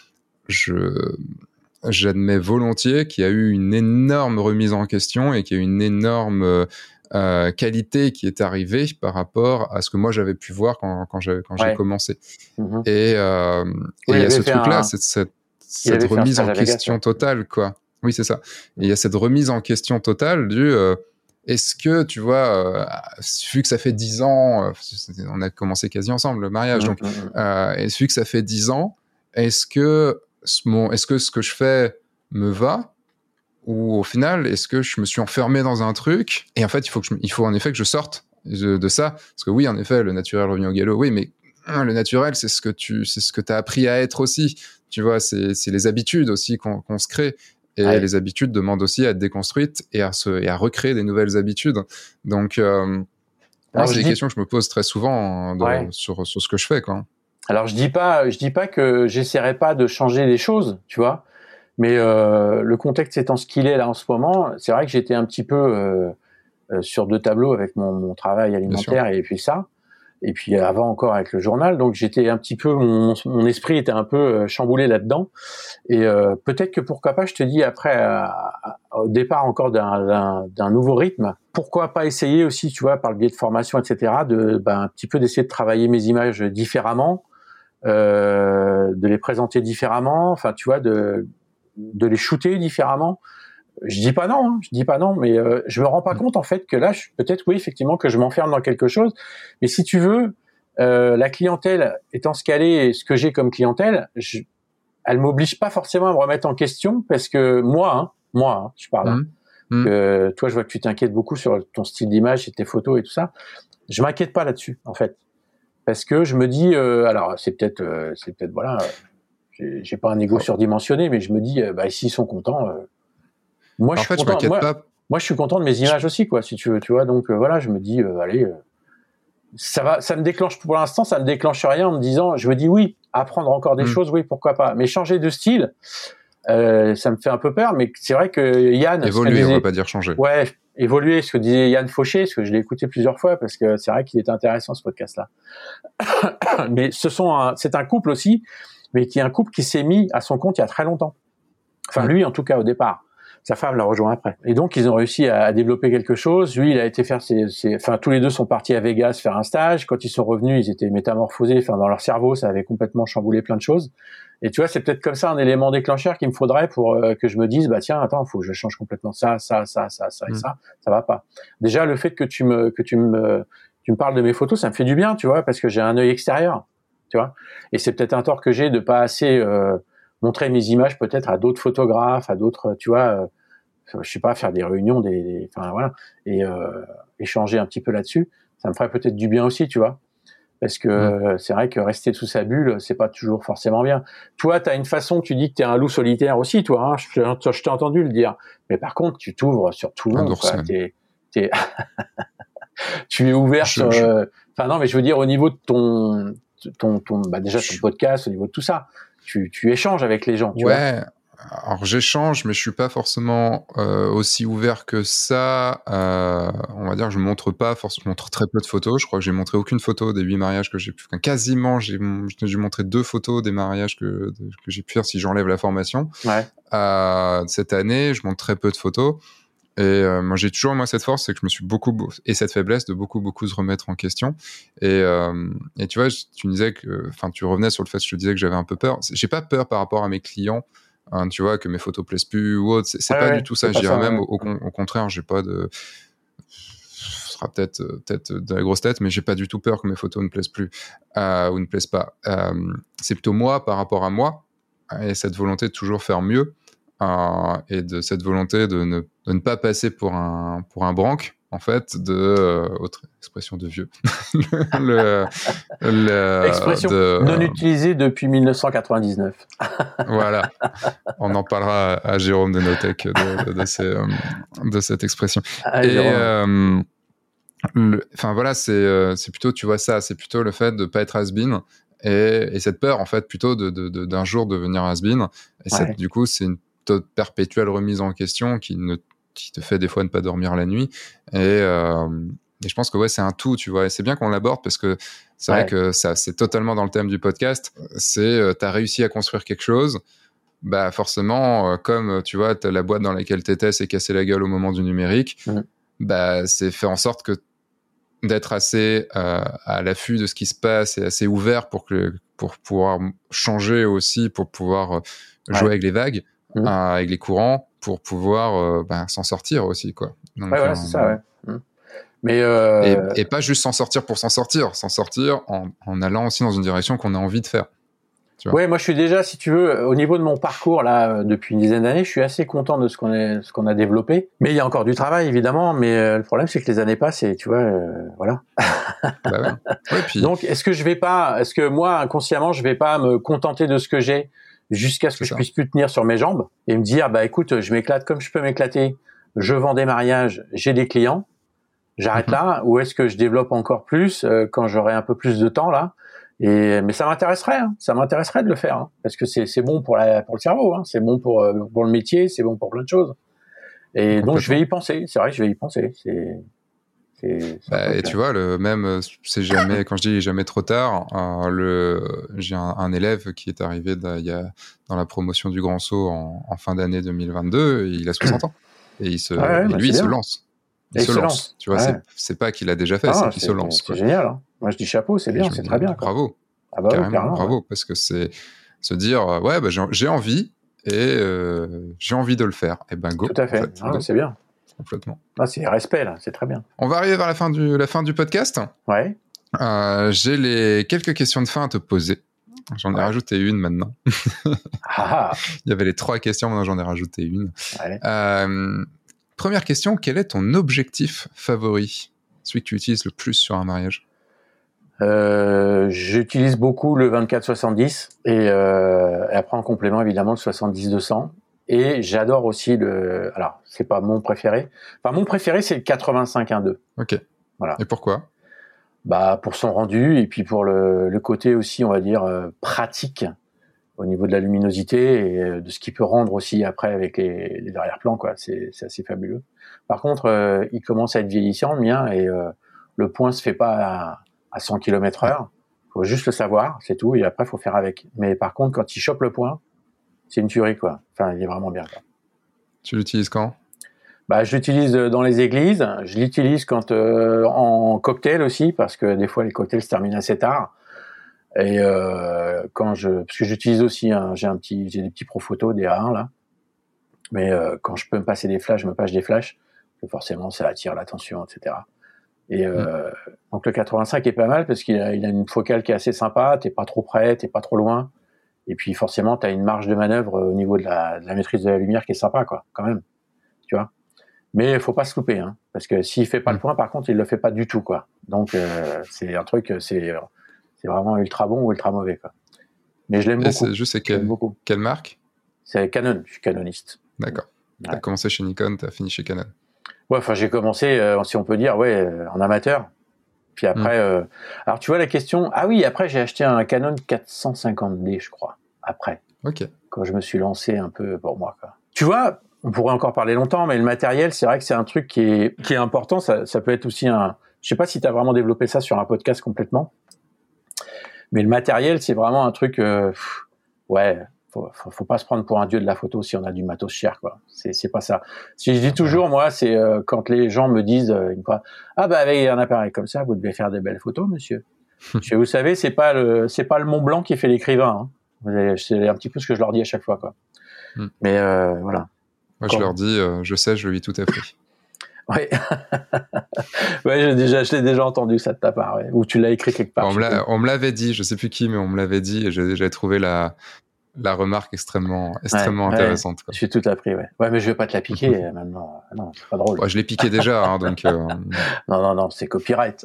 Je, j'admets volontiers qu'il y a eu une énorme remise en question et qu'il y a eu une énorme euh, qualité qui est arrivée par rapport à ce que moi j'avais pu voir quand, quand, j'ai, quand ouais. j'ai commencé. Mm-hmm. Et euh, il y a ce truc-là, un... cette, cette, cette remise en question Vegas, totale, quoi. Oui, c'est ça. Et il y a cette remise en question totale du... Euh, est-ce que, tu vois, euh, vu que ça fait dix ans, euh, on a commencé quasi ensemble, le mariage, mmh, donc, mmh. euh, et vu que ça fait dix ans, est-ce que, mon, est-ce que ce que je fais me va? Ou au final, est-ce que je me suis enfermé dans un truc? Et en fait, il faut, que je, il faut en effet que je sorte de, de ça. Parce que oui, en effet, le naturel revient au galop. Oui, mais hein, le naturel, c'est ce que tu c'est ce que tu as appris à être aussi. Tu vois, c'est, c'est les habitudes aussi qu'on, qu'on se crée. Et ouais. les habitudes demandent aussi à être déconstruites et à, se, et à recréer des nouvelles habitudes. Donc, euh, moi, c'est des dis... questions que je me pose très souvent de, ouais. sur, sur ce que je fais, quoi. Alors, je dis pas, je dis pas que j'essaierai pas de changer les choses, tu vois. Mais euh, le contexte étant ce qu'il est là en ce moment, c'est vrai que j'étais un petit peu euh, euh, sur deux tableaux avec mon, mon travail alimentaire et puis ça. Et puis avant encore avec le journal, donc j'étais un petit peu, mon, mon esprit était un peu chamboulé là-dedans. Et euh, peut-être que pourquoi pas, je te dis après, à, à, au départ encore d'un, d'un, d'un nouveau rythme, pourquoi pas essayer aussi, tu vois, par le biais de formation, et cetera, de ben, un petit peu d'essayer de travailler mes images différemment, euh, de les présenter différemment, enfin tu vois, de de les shooter différemment. je dis pas non, hein, je dis pas non, mais euh, je me rends pas compte en fait que là, je, peut-être oui, effectivement, que je m'enferme dans quelque chose. Mais si tu veux, euh, la clientèle étant ce qu'elle est, et ce que j'ai comme clientèle, je, elle m'oblige pas forcément à me remettre en question parce que moi, hein, moi, hein, je parle. Hein, mmh. que, toi, je vois que tu t'inquiètes beaucoup sur ton style d'image et tes photos et tout ça. Je m'inquiète pas là-dessus, en fait, parce que je me dis, euh, alors c'est peut-être, euh, c'est peut-être voilà, j'ai, j'ai pas un ego oh. surdimensionné, mais je me dis, euh, bah s'ils sont contents, euh, moi je en suis fait, content. Je moi, pas. moi, je suis content de mes images aussi, quoi, si tu veux, tu vois. Donc euh, voilà, je me dis, euh, allez, euh, ça va, ça me déclenche pour l'instant, ça me déclenche rien en me disant, je me dis oui, apprendre encore des mmh. choses, oui, pourquoi pas, mais changer de style. Euh, ça me fait un peu peur, mais c'est vrai que Yann... Évoluer, disait, on va pas dire changer. Ouais, évoluer, ce que disait Yann Fauché, ce que je l'ai écouté plusieurs fois, parce que c'est vrai qu'il est intéressant, ce podcast-là. Mais ce sont un, c'est un couple aussi, mais qui est un couple qui s'est mis à son compte il y a très longtemps. Enfin, lui, en tout cas, au départ. Sa femme l'a rejoint après. Et donc, ils ont réussi à, à développer quelque chose. Lui, il a été faire ses, ses... Enfin, tous les deux sont partis à Vegas faire un stage. Quand ils sont revenus, ils étaient métamorphosés. Enfin, dans leur cerveau, ça avait complètement chamboulé plein de choses. Et tu vois, c'est peut-être comme ça un élément déclencheur qu'il me faudrait pour euh, que je me dise, bah tiens, attends, faut que je change complètement ça, ça, ça, ça, ça et mmh. ça. Ça va pas. Déjà, le fait que tu me, que tu me, tu me parles de mes photos, ça me fait du bien, tu vois, parce que j'ai un œil extérieur, tu vois. Et c'est peut-être un tort que j'ai de pas assez euh, montrer mes images peut-être à d'autres photographes, à d'autres, tu vois. Euh, je sais pas, faire des réunions, des, des enfin voilà, et euh, échanger un petit peu là-dessus, ça me ferait peut-être du bien aussi, tu vois, parce que mmh. c'est vrai que rester sous sa bulle, c'est pas toujours forcément bien. Toi, t'as une façon, tu dis que t'es un loup solitaire aussi, toi, hein, je, je t'ai entendu le dire, mais par contre, tu t'ouvres sur tout le monde, quoi. T'es, t'es tu es ouvert je, sur, je... Euh... enfin non, mais je veux dire au niveau de ton, ton, ton, bah déjà ton podcast, au niveau de tout ça, tu, tu échanges avec les gens, tu ouais. vois. Alors j'échange, mais je suis pas forcément euh, aussi ouvert que ça. Euh, on va dire que je montre pas forcément, je montre très peu de photos. Je crois que j'ai montré aucune photo des huit mariages que j'ai pu. Enfin, quasiment, j'ai, j'ai montré deux photos des mariages que que j'ai pu faire si j'enlève la formation. Ouais. Euh, cette année, je montre très peu de photos. Et euh, moi, j'ai toujours moi cette force, c'est que je me suis beaucoup et cette faiblesse de beaucoup beaucoup se remettre en question. Et euh, et tu vois, tu me disais que, enfin, tu revenais sur le fait que je te disais que j'avais un peu peur. J'ai pas peur par rapport à mes clients. Hein, tu vois, que mes photos plaisent plus ou autre, c'est, c'est ouais, pas ouais, du tout ça. Je dirais même ouais. au, au contraire, j'ai pas de. Ce sera peut-être, peut-être de la grosse tête, mais j'ai pas du tout peur que mes photos ne plaisent plus euh, ou ne plaisent pas. Euh, c'est plutôt moi par rapport à moi et cette volonté de toujours faire mieux euh, et de cette volonté de ne, de ne pas passer pour un, pour un branque. En fait, de euh, autre expression de vieux. le, le, expression de, non utilisée depuis dix-neuf cent quatre-vingt-dix-neuf. Voilà, on en parlera à, à Jérôme de Notech de, de, de, ces, euh, de cette expression. Ah, et euh, enfin voilà, c'est euh, c'est plutôt, tu vois ça, c'est plutôt le fait de pas être has-been et, et cette peur en fait plutôt de, de, de d'un jour devenir has-been. Et ouais. Du coup, c'est une perpétuelle remise en question qui ne qui te fait des fois ne pas dormir la nuit. Et, euh, et je pense que ouais, c'est un tout, tu vois. Et c'est bien qu'on l'aborde parce que c'est ouais. vrai que ça, c'est totalement dans le thème du podcast. C'est, euh, t'as réussi à construire quelque chose. Bah forcément, euh, comme tu vois, t'as la boîte dans laquelle t'étais s'est cassée la gueule au moment du numérique. Mmh. Bah c'est fait en sorte que d'être assez euh, à l'affût de ce qui se passe et assez ouvert pour que pour pouvoir changer aussi, pour pouvoir euh, jouer ouais. avec les vagues, mmh. euh, avec les courants, pour pouvoir euh, bah, s'en sortir aussi, quoi. Donc, ouais, ouais euh, c'est ça, ouais. Mmh. Mais euh... et, et pas juste s'en sortir pour s'en sortir, s'en sortir en, en allant aussi dans une direction qu'on a envie de faire. Ouais, moi je suis déjà, si tu veux, au niveau de mon parcours là, depuis une dizaine d'années, je suis assez content de ce qu'on a, ce qu'on a développé. Mais il y a encore du travail évidemment. Mais euh, le problème c'est que les années passent et tu vois, euh, voilà. Bah ouais. Ouais, puis... Donc est-ce que je vais pas, est-ce que moi inconsciemment je vais pas me contenter de ce que j'ai jusqu'à ce que c'est je ça. puisse plus tenir sur mes jambes et me dire bah écoute, je m'éclate comme je peux m'éclater. Je vends des mariages, j'ai des clients. J'arrête mm-hmm. là, ou est-ce que je développe encore plus euh, quand j'aurai un peu plus de temps là? Et mais ça m'intéresserait, hein, ça m'intéresserait de le faire, hein, parce que c'est c'est bon pour la pour le cerveau, hein, c'est bon pour euh, pour le métier, c'est bon pour plein de choses. Et donc je vais y penser. C'est vrai que je vais y penser. C'est c'est. c'est bah, et tu vois le même c'est jamais quand je dis jamais trop tard. Euh, le j'ai un, un élève qui est arrivé de, il y a dans la promotion du Grand Saut en, en fin d'année deux mille vingt-deux. Et il a soixante ans et il se ouais, et bah, lui il bien. se lance. Il et se lance. lance. Tu vois, ouais. c'est, c'est pas qu'il a déjà fait, ah, c'est qu'il c'est, se lance. C'est quoi. génial. Hein. Moi, je dis chapeau, c'est et bien, c'est dis, très bien. Quoi. Bravo. Ah bah carrément, oui, carrément, bravo. Ouais. Parce que c'est se dire, ouais, bah, j'ai, j'ai envie et euh, j'ai envie de le faire. Et ben go. Tout à fait. En fait. Ah, Go. c'est bien. Complètement. Ah, c'est respect là, c'est très bien. On va arriver vers la fin du, la fin du podcast. Ouais. Euh, j'ai les quelques questions de fin à te poser. J'en ai ouais. rajouté une maintenant. ah. Il y avait les trois questions, maintenant j'en ai rajouté une. Ouais. Euh, première question, quel est ton objectif favori? Celui que tu utilises le plus sur un mariage? Euh, j'utilise beaucoup le vingt-quatre soixante-dix et, euh, et après en complément évidemment le soixante-dix deux cents. Et j'adore aussi le. Alors, c'est pas mon préféré. Enfin, mon préféré, c'est le quatre-vingt-cinq un deux. Ok. Voilà. Et pourquoi? Bah, pour son rendu et puis pour le, le côté aussi, on va dire, euh, pratique au niveau de la luminosité et euh, de ce qu'il peut rendre aussi après avec les, les arrière-plans, quoi. C'est, c'est assez fabuleux. Par contre, euh, il commence à être vieillissant, le mien, et euh, le point se fait pas à, à cent kilomètres heure. Faut juste le savoir, c'est tout. Et après, faut faire avec. Mais par contre, quand il chope le point, c'est une tuerie, quoi. Enfin, il est vraiment bien, quoi. Tu l'utilises quand? Bah, je l'utilise dans les églises. Je l'utilise quand euh, en cocktail aussi, parce que des fois les cocktails se terminent assez tard. Et euh, quand je, parce que j'utilise aussi, un, j'ai un petit, j'ai des petits pro photos, des A un là. Mais euh, quand je peux me passer des flashs, je me passe des flashs. Parce que forcément, ça attire l'attention, et cetera. Et euh, mmh. donc le quatre-vingt-cinq est pas mal parce qu'il a, il a une focale qui est assez sympa. T'es pas trop près, t'es pas trop loin. Et puis forcément, t'as une marge de manœuvre au niveau de la, de la maîtrise de la lumière qui est sympa, quoi, quand même. Tu vois. Mais il faut pas se louper, hein, parce que s'il fait pas mmh. le point, par contre, il le fait pas du tout, quoi. Donc euh, c'est un truc, c'est c'est vraiment ultra bon ou ultra mauvais, quoi. Mais je l'aime Et beaucoup. C'est juste c'est quel, beaucoup. Quelle marque? C'est Canon. Je suis canoniste. D'accord. Ouais. T'as commencé chez Nikon, t'as fini chez Canon. Ouais, enfin j'ai commencé, euh, si on peut dire, ouais, euh, en amateur. Puis après, mmh. euh, alors tu vois la question. Ah oui, après j'ai acheté un Canon quatre cent cinquante D, je crois. Après. Ok. Quand je me suis lancé un peu pour moi, quoi. Tu vois. On pourrait encore parler longtemps, mais le matériel, c'est vrai que c'est un truc qui est, qui est important. Ça, ça peut être aussi un... Je sais pas si tu as vraiment développé ça sur un podcast complètement, mais le matériel, c'est vraiment un truc... Euh, pff, ouais, faut, faut, faut pas se prendre pour un dieu de la photo si on a du matos cher, quoi. C'est, c'est pas ça. Si je dis toujours, moi, c'est euh, quand les gens me disent euh, une fois, ah bah avec un appareil comme ça, vous devez faire des belles photos, monsieur. Je, vous savez, c'est pas le, c'est pas le Mont Blanc qui fait l'écrivain. Hein. C'est un petit peu ce que je leur dis à chaque fois, quoi. Mm. Mais euh, voilà. Moi, je leur dis, euh, je sais, je lui ai tout appris. Oui, ouais, j'ai déjà, je l'ai déjà entendu ça de ta part, ouais. Ou tu l'as écrit quelque part. On me, l'a, on me l'avait dit, je sais plus qui, mais on me l'avait dit et j'ai, j'ai trouvé la, la remarque extrêmement, extrêmement ouais, intéressante. Ouais, quoi. Je suis tout appris, ouais. Ouais, mais je vais pas te la piquer maintenant. Non, c'est pas drôle. Ouais, je l'ai piqué déjà, hein, donc. Euh... non, non, non, c'est copyright.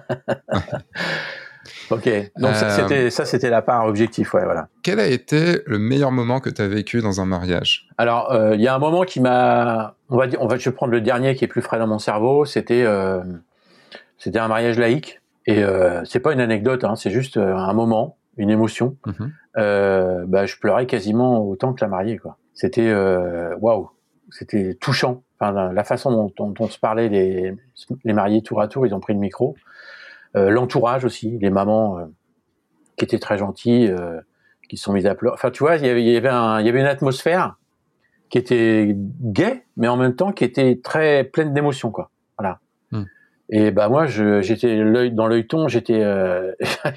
Ok, donc euh, ça, c'était, ça c'était la part objectif, ouais, voilà. Quel a été le meilleur moment que tu as vécu dans un mariage? Alors, il euh, y a un moment qui m'a, on va dire, on va, je vais prendre le dernier qui est plus frais dans mon cerveau. C'était, euh, c'était un mariage laïque et euh, c'est pas une anecdote, hein, c'est juste un moment, une émotion. Mm-hmm. Euh, bah, je pleurais quasiment autant que la mariée, quoi. C'était, waouh, wow, c'était touchant. Enfin, la façon dont, dont, dont on se parlait les, les mariés tour à tour, ils ont pris le micro. Euh, l'entourage aussi, les mamans euh, qui étaient très gentilles, euh, qui se sont mises à pleurer. Enfin, tu vois, il y avait, il y avait un, il y avait une atmosphère qui était gaie, mais en même temps qui était très pleine d'émotions, quoi. Voilà. Mm. Et bah moi, je, j'étais l'œil dans l'œilleton, j'étais, euh...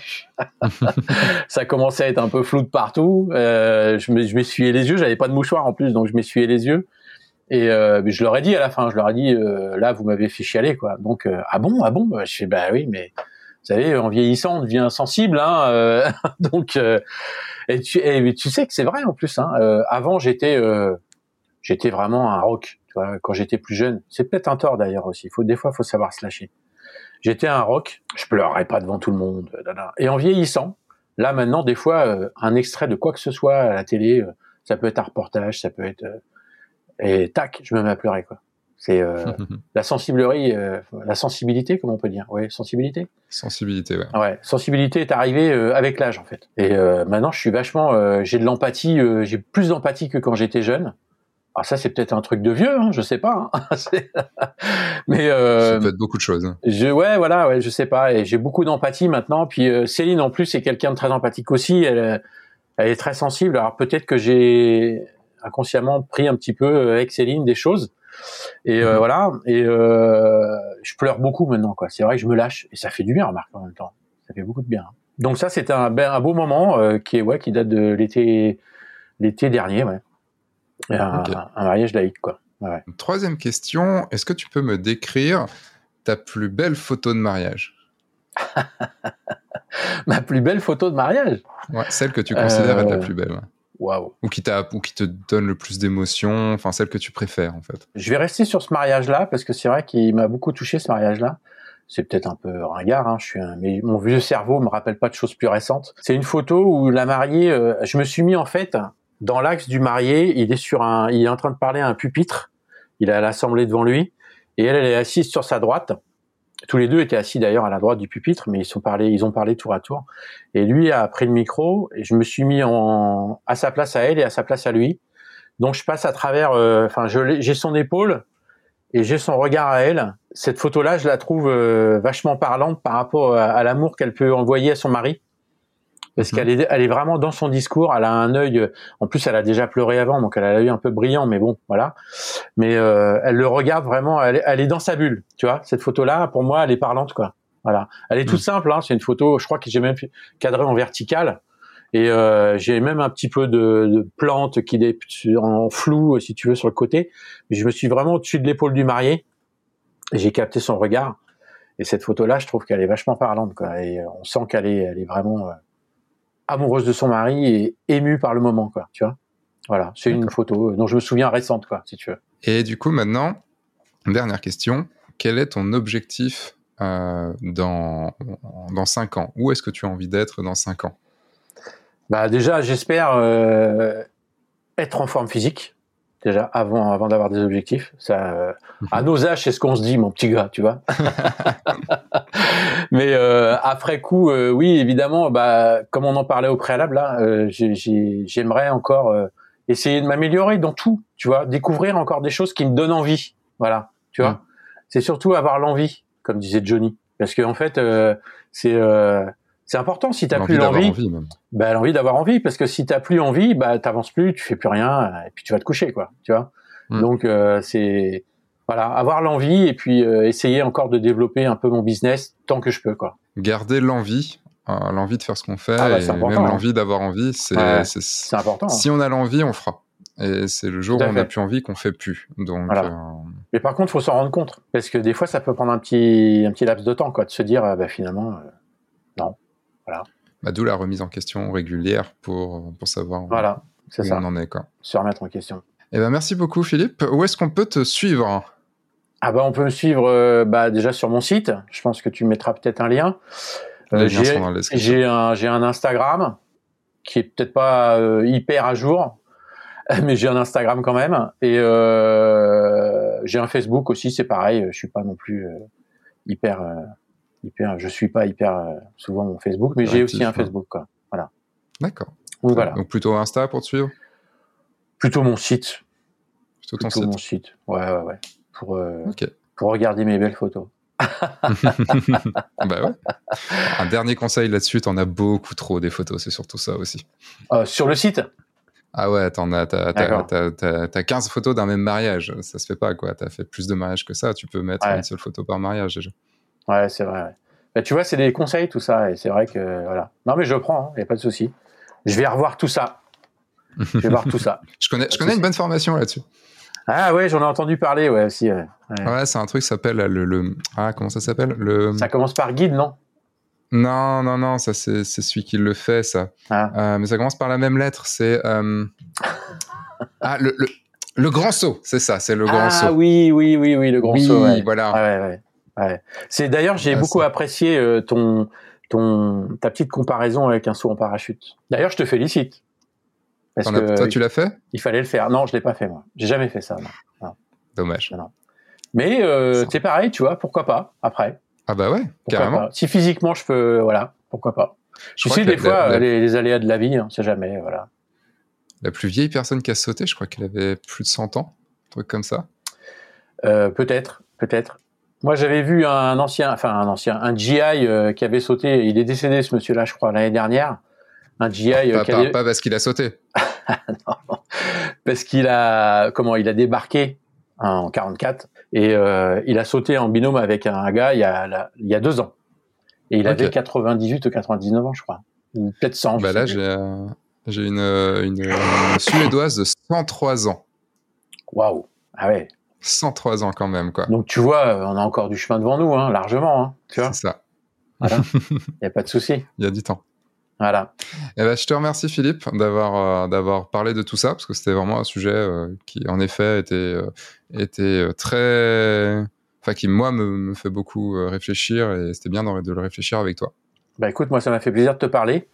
ça commençait à être un peu flou de partout. Euh, je me, je m'essuyais les yeux, j'avais pas de mouchoir en plus, donc je m'essuyais les yeux. Et euh, je leur ai dit à la fin, je leur ai dit, euh, là, vous m'avez fait chialer, quoi. Donc, euh, ah bon, ah bon. Je fais, bah oui, mais vous savez, en vieillissant, on devient sensible, hein. Euh, donc, euh, et, tu, et tu sais que c'est vrai en plus. Hein. Euh, avant, j'étais, euh, j'étais vraiment un rock. Tu vois, quand j'étais plus jeune, c'est peut-être un tort d'ailleurs aussi. Faut des fois, faut savoir se lâcher. J'étais un rock. Je pleurais pas devant tout le monde. Et en vieillissant, là maintenant, des fois, euh, un extrait de quoi que ce soit à la télé, euh, ça peut être un reportage, ça peut être euh, et tac, je me mets à pleurer, quoi. C'est euh, la sensiblerie, euh, la sensibilité, comment on peut dire? Ouais, sensibilité. Sensibilité, ouais. Ouais, sensibilité est arrivée euh, avec l'âge, en fait. Et euh, maintenant, je suis vachement, euh, j'ai de l'empathie, euh, j'ai plus d'empathie que quand j'étais jeune. Alors ça, c'est peut-être un truc de vieux, hein, je sais pas. Hein. Mais euh, ça peut être beaucoup de choses. Je, ouais, voilà, ouais, je sais pas. Et j'ai beaucoup d'empathie maintenant. Puis euh, Céline, en plus, c'est quelqu'un de très empathique aussi. Elle, elle est très sensible. Alors peut-être que j'ai inconsciemment pris un petit peu avec Céline des choses et euh, mmh. voilà et euh, je pleure beaucoup maintenant, quoi. C'est vrai que je me lâche et ça fait du bien, remarque, en même temps ça fait beaucoup de bien. Donc ça c'était un, un beau moment euh, qui est ouais qui date de l'été l'été dernier, ouais. Un, okay. un mariage laïque, quoi. Ouais. Troisième question, est-ce que tu peux me décrire ta plus belle photo de mariage? Ma plus belle photo de mariage? Ouais, celle que tu considères euh... être la plus belle. Waouh. Ou qui t'a, ou qui te donne le plus d'émotion, enfin celle que tu préfères en fait. Je vais rester sur ce mariage-là parce que c'est vrai qu'il m'a beaucoup touché ce mariage-là. C'est peut-être un peu ringard, hein, je suis un... mais mon vieux cerveau me rappelle pas de choses plus récentes. C'est une photo où la mariée, euh, je me suis mis en fait dans l'axe du marié. Il est sur un, il est en train de parler à un pupitre. Il a l'assemblée devant lui et elle, elle est assise sur sa droite. Tous les deux étaient assis d'ailleurs à la droite du pupitre, mais ils sont parlé, ils ont parlé tour à tour. Et lui a pris le micro et je me suis mis en, à sa place à elle et à sa place à lui. Donc je passe à travers, enfin, euh, je, j'ai son épaule et j'ai son regard à elle. Cette photo-là, je la trouve euh, vachement parlante par rapport à, à l'amour qu'elle peut envoyer à son mari. Parce mmh. qu'elle est, elle est vraiment dans son discours. Elle a un œil. En plus, elle a déjà pleuré avant, donc elle a l'œil un peu brillant, mais bon, voilà. Mais euh, elle le regarde vraiment. Elle est, elle est dans sa bulle, tu vois. Cette photo-là, pour moi, elle est parlante, quoi. Voilà. Elle est toute mmh. simple. Hein, c'est une photo. Je crois que j'ai même cadré en vertical. Et euh, j'ai même un petit peu de, de plantes qui est en flou, si tu veux, sur le côté. Mais je me suis vraiment au-dessus de l'épaule du marié. Et j'ai capté son regard. Et cette photo-là, je trouve qu'elle est vachement parlante, quoi. Et on sent qu'elle est, elle est vraiment euh, amoureuse de son mari et émue par le moment, quoi. Tu vois. Voilà. C'est D'accord. une photo dont je me souviens récente, quoi, si tu veux. Et du coup, maintenant, dernière question. Quel est ton objectif euh, dans, dans cinq ans? Où est-ce que tu as envie d'être dans cinq ans? Bah déjà, j'espère euh, être en forme physique. Déjà, avant, avant d'avoir des objectifs. Ça, euh, mmh. À nos âges, c'est ce qu'on se dit, mon petit gars, tu vois. Mais euh, après coup, euh, oui, évidemment, bah, comme on en parlait au préalable, là, euh, j'ai, j'ai, j'aimerais encore euh, essayer de m'améliorer dans tout, tu vois, découvrir encore des choses qui me donnent envie. Voilà, tu vois. Mmh. C'est surtout avoir l'envie, comme disait Johnny. Parce qu'en en fait, euh, c'est... Euh, C'est important. Si t'as plus l'envie, envie, bah l'envie d'avoir envie, parce que si t'as plus envie, bah t'avances plus, tu fais plus rien, et puis tu vas te coucher, quoi. Tu vois. Mm. Donc euh, c'est voilà, avoir l'envie et puis euh, essayer encore de développer un peu mon business tant que je peux, quoi. Garder l'envie, euh, l'envie de faire ce qu'on fait, ah bah, et important, même hein. l'envie d'avoir envie, c'est ouais, c'est, c'est important. Si hein. on a l'envie, on fera. Et c'est le jour où on fait. n'a plus envie qu'on fait plus. Donc. Voilà. Euh... Mais par contre, faut s'en rendre compte, parce que des fois, ça peut prendre un petit un petit laps de temps, quoi, de se dire, euh, bah finalement, euh, non, voilà. Bah, d'où la remise en question régulière pour, pour savoir voilà, c'est où ça. on en est, quoi. Se remettre en question. Eh ben, merci beaucoup, Philippe. Où est-ce qu'on peut te suivre? Ah bah, on peut me suivre euh, bah, déjà sur mon site. Je pense que tu mettras peut-être un lien. Euh, j'ai, j'ai, un, j'ai un Instagram qui est peut-être pas euh, hyper à jour, mais j'ai un Instagram quand même. Et euh, j'ai un Facebook aussi, c'est pareil. Je suis pas non plus euh, hyper... Euh, hyper, je suis pas hyper euh, souvent mon Facebook, mais j'ai actif, aussi un Facebook, quoi. Voilà. D'accord. Donc, voilà. Donc plutôt Insta pour te suivre. Plutôt mon site. Plutôt ton plutôt site. mon site. Ouais, ouais, ouais. Pour euh, okay. pour regarder mes belles photos. Bah ouais. Un dernier conseil là-dessus, t'en as beaucoup trop des photos, c'est surtout ça aussi. Euh, sur le site. Ah ouais, t'en as, t'as, t'as, t'as, t'as, t'as quinze photos d'un même mariage, ça se fait pas, quoi. T'as fait plus de mariages que ça, tu peux mettre ouais. une seule photo par mariage déjà. Ouais, c'est vrai. Ouais. Bah, tu vois, c'est des conseils, tout ça, et c'est vrai que, voilà. Non, mais je prends, il hein, n'y a pas de souci. Je vais revoir tout ça. Je vais voir tout ça. je connais, je connais une bonne formation là-dessus. Ah ouais, j'en ai entendu parler, ouais, aussi. Ouais, ouais. ouais c'est un truc qui s'appelle le, le... Ah, comment ça s'appelle le... Ça commence par guide, non? Non, non, non, ça, c'est, c'est celui qui le fait, ça. Ah. Euh, mais ça commence par la même lettre, c'est... Euh... ah, le... le... Le grand saut, c'est ça, c'est le grand ah, saut. Ah oui, oui, oui, oui, le grand oui, saut. Oui, voilà. Ah, ouais, ouais. Ouais. C'est d'ailleurs j'ai ouais, beaucoup c'est... apprécié euh, ton ton ta petite comparaison avec un saut en parachute. D'ailleurs, je te félicite. Parce que a, toi, tu l'as fait? Il fallait le faire. Non, je l'ai pas fait moi. J'ai jamais fait ça. Non. Non. Dommage. Non, non. Mais euh, c'est pareil, tu vois. Pourquoi pas après? Ah bah ouais, pourquoi carrément. Pas. Si physiquement je peux, voilà. Pourquoi pas? Je tu sais des la, fois la, les, les aléas de la vie, on sait jamais, voilà. La plus vieille personne qui a sauté, je crois qu'elle avait plus de cent ans, un truc comme ça. Euh, peut-être, peut-être. Moi, j'avais vu un ancien, enfin un ancien, un G I euh, qui avait sauté. Il est décédé, ce monsieur-là, je crois, l'année dernière. Un G I. Euh, pas, qui pas, avait... pas parce qu'il a sauté. non, parce qu'il a, comment, il a débarqué en quarante-quatre et euh, il a sauté en binôme avec un gars il y a, là, il y a deux ans. Et il okay. avait quatre-vingt-dix-huit ou quatre-vingt-dix-neuf ans, je crois, ou peut-être cent. Bah là, j'ai, euh, j'ai une, une, une Suédoise de cent trois ans. Waouh. Ah ouais. cent trois ans quand même, quoi. Donc tu vois, on a encore du chemin devant nous, hein, largement. Hein, tu vois. C'est ça. Voilà. Il n'y a pas de souci. Il y a du temps. Voilà. Eh ben, je te remercie Philippe d'avoir euh, d'avoir parlé de tout ça parce que c'était vraiment un sujet euh, qui en effet était euh, était très, enfin qui moi me, me fait beaucoup euh, réfléchir et c'était bien de, de le réfléchir avec toi. Bah écoute, moi ça m'a fait plaisir de te parler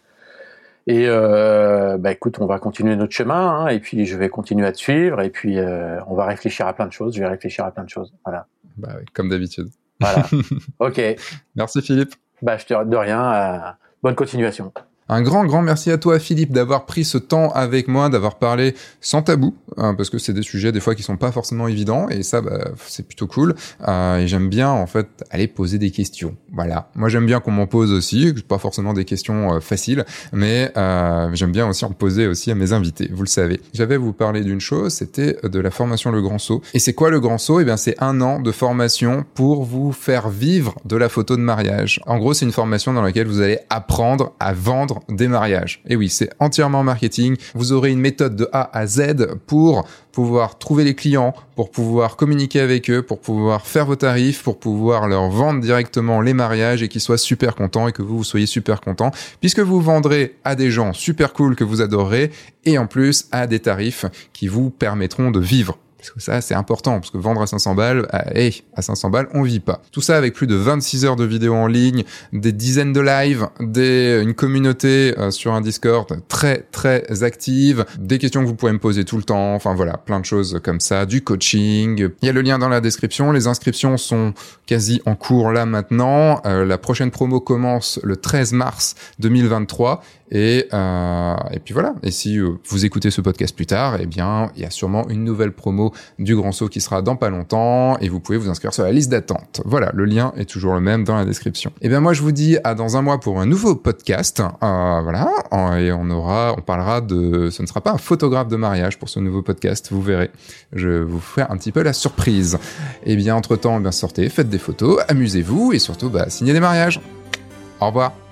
et euh, bah écoute, on va continuer notre chemin hein, et puis je vais continuer à te suivre et puis euh, on va réfléchir à plein de choses. Je vais réfléchir à plein de choses. Voilà. Bah oui, comme d'habitude. Voilà. Ok. Merci Philippe. Bah je te de rien. Euh, bonne continuation. Un grand, grand merci à toi, Philippe, d'avoir pris ce temps avec moi, d'avoir parlé sans tabou, hein, parce que c'est des sujets des fois qui sont pas forcément évidents, et ça, bah, c'est plutôt cool. Euh, et j'aime bien, en fait, aller poser des questions. Voilà. Moi, j'aime bien qu'on m'en pose aussi, pas forcément des questions euh, faciles, mais euh, j'aime bien aussi en poser aussi à mes invités. Vous le savez. J'avais vous parler d'une chose, c'était de la formation Le Grand Saut. Et c'est quoi Le Grand Saut ? Eh bien, c'est un an de formation pour vous faire vivre de la photo de mariage. En gros, c'est une formation dans laquelle vous allez apprendre à vendre des mariages. Et oui, c'est entièrement marketing. Vous aurez une méthode de A à Z pour pouvoir trouver les clients, pour pouvoir communiquer avec eux, pour pouvoir faire vos tarifs, pour pouvoir leur vendre directement les mariages et qu'ils soient super contents et que vous, vous soyez super contents, puisque vous vendrez à des gens super cool que vous adorerez et en plus à des tarifs qui vous permettront de vivre. Parce que ça, c'est important, parce que vendre à cinq cents balles, à, hey, à cinq cents balles, on vit pas. Tout ça avec plus de vingt-six heures de vidéos en ligne, des dizaines de lives, des, une communauté euh, sur un Discord très, très active, des questions que vous pouvez me poser tout le temps, enfin voilà, plein de choses comme ça, du coaching. Il y a le lien dans la description, les inscriptions sont quasi en cours là maintenant. Euh, la prochaine promo commence le treize mars deux mille vingt-trois. Et, euh, et puis voilà. Et si euh, vous écoutez ce podcast plus tard, eh bien, il y a sûrement une nouvelle promo du Grand Saut qui sera dans pas longtemps et vous pouvez vous inscrire sur la liste d'attente. Voilà, le lien est toujours le même dans la description. Et bien moi, je vous dis à dans un mois pour un nouveau podcast. Euh, voilà, et on aura, on parlera de, ce ne sera pas un photographe de mariage pour ce nouveau podcast, vous verrez. Je vous ferai un petit peu la surprise. Et bien entre temps, eh bien sortez, faites des photos, amusez-vous et surtout, bah, signez des mariages. Au revoir.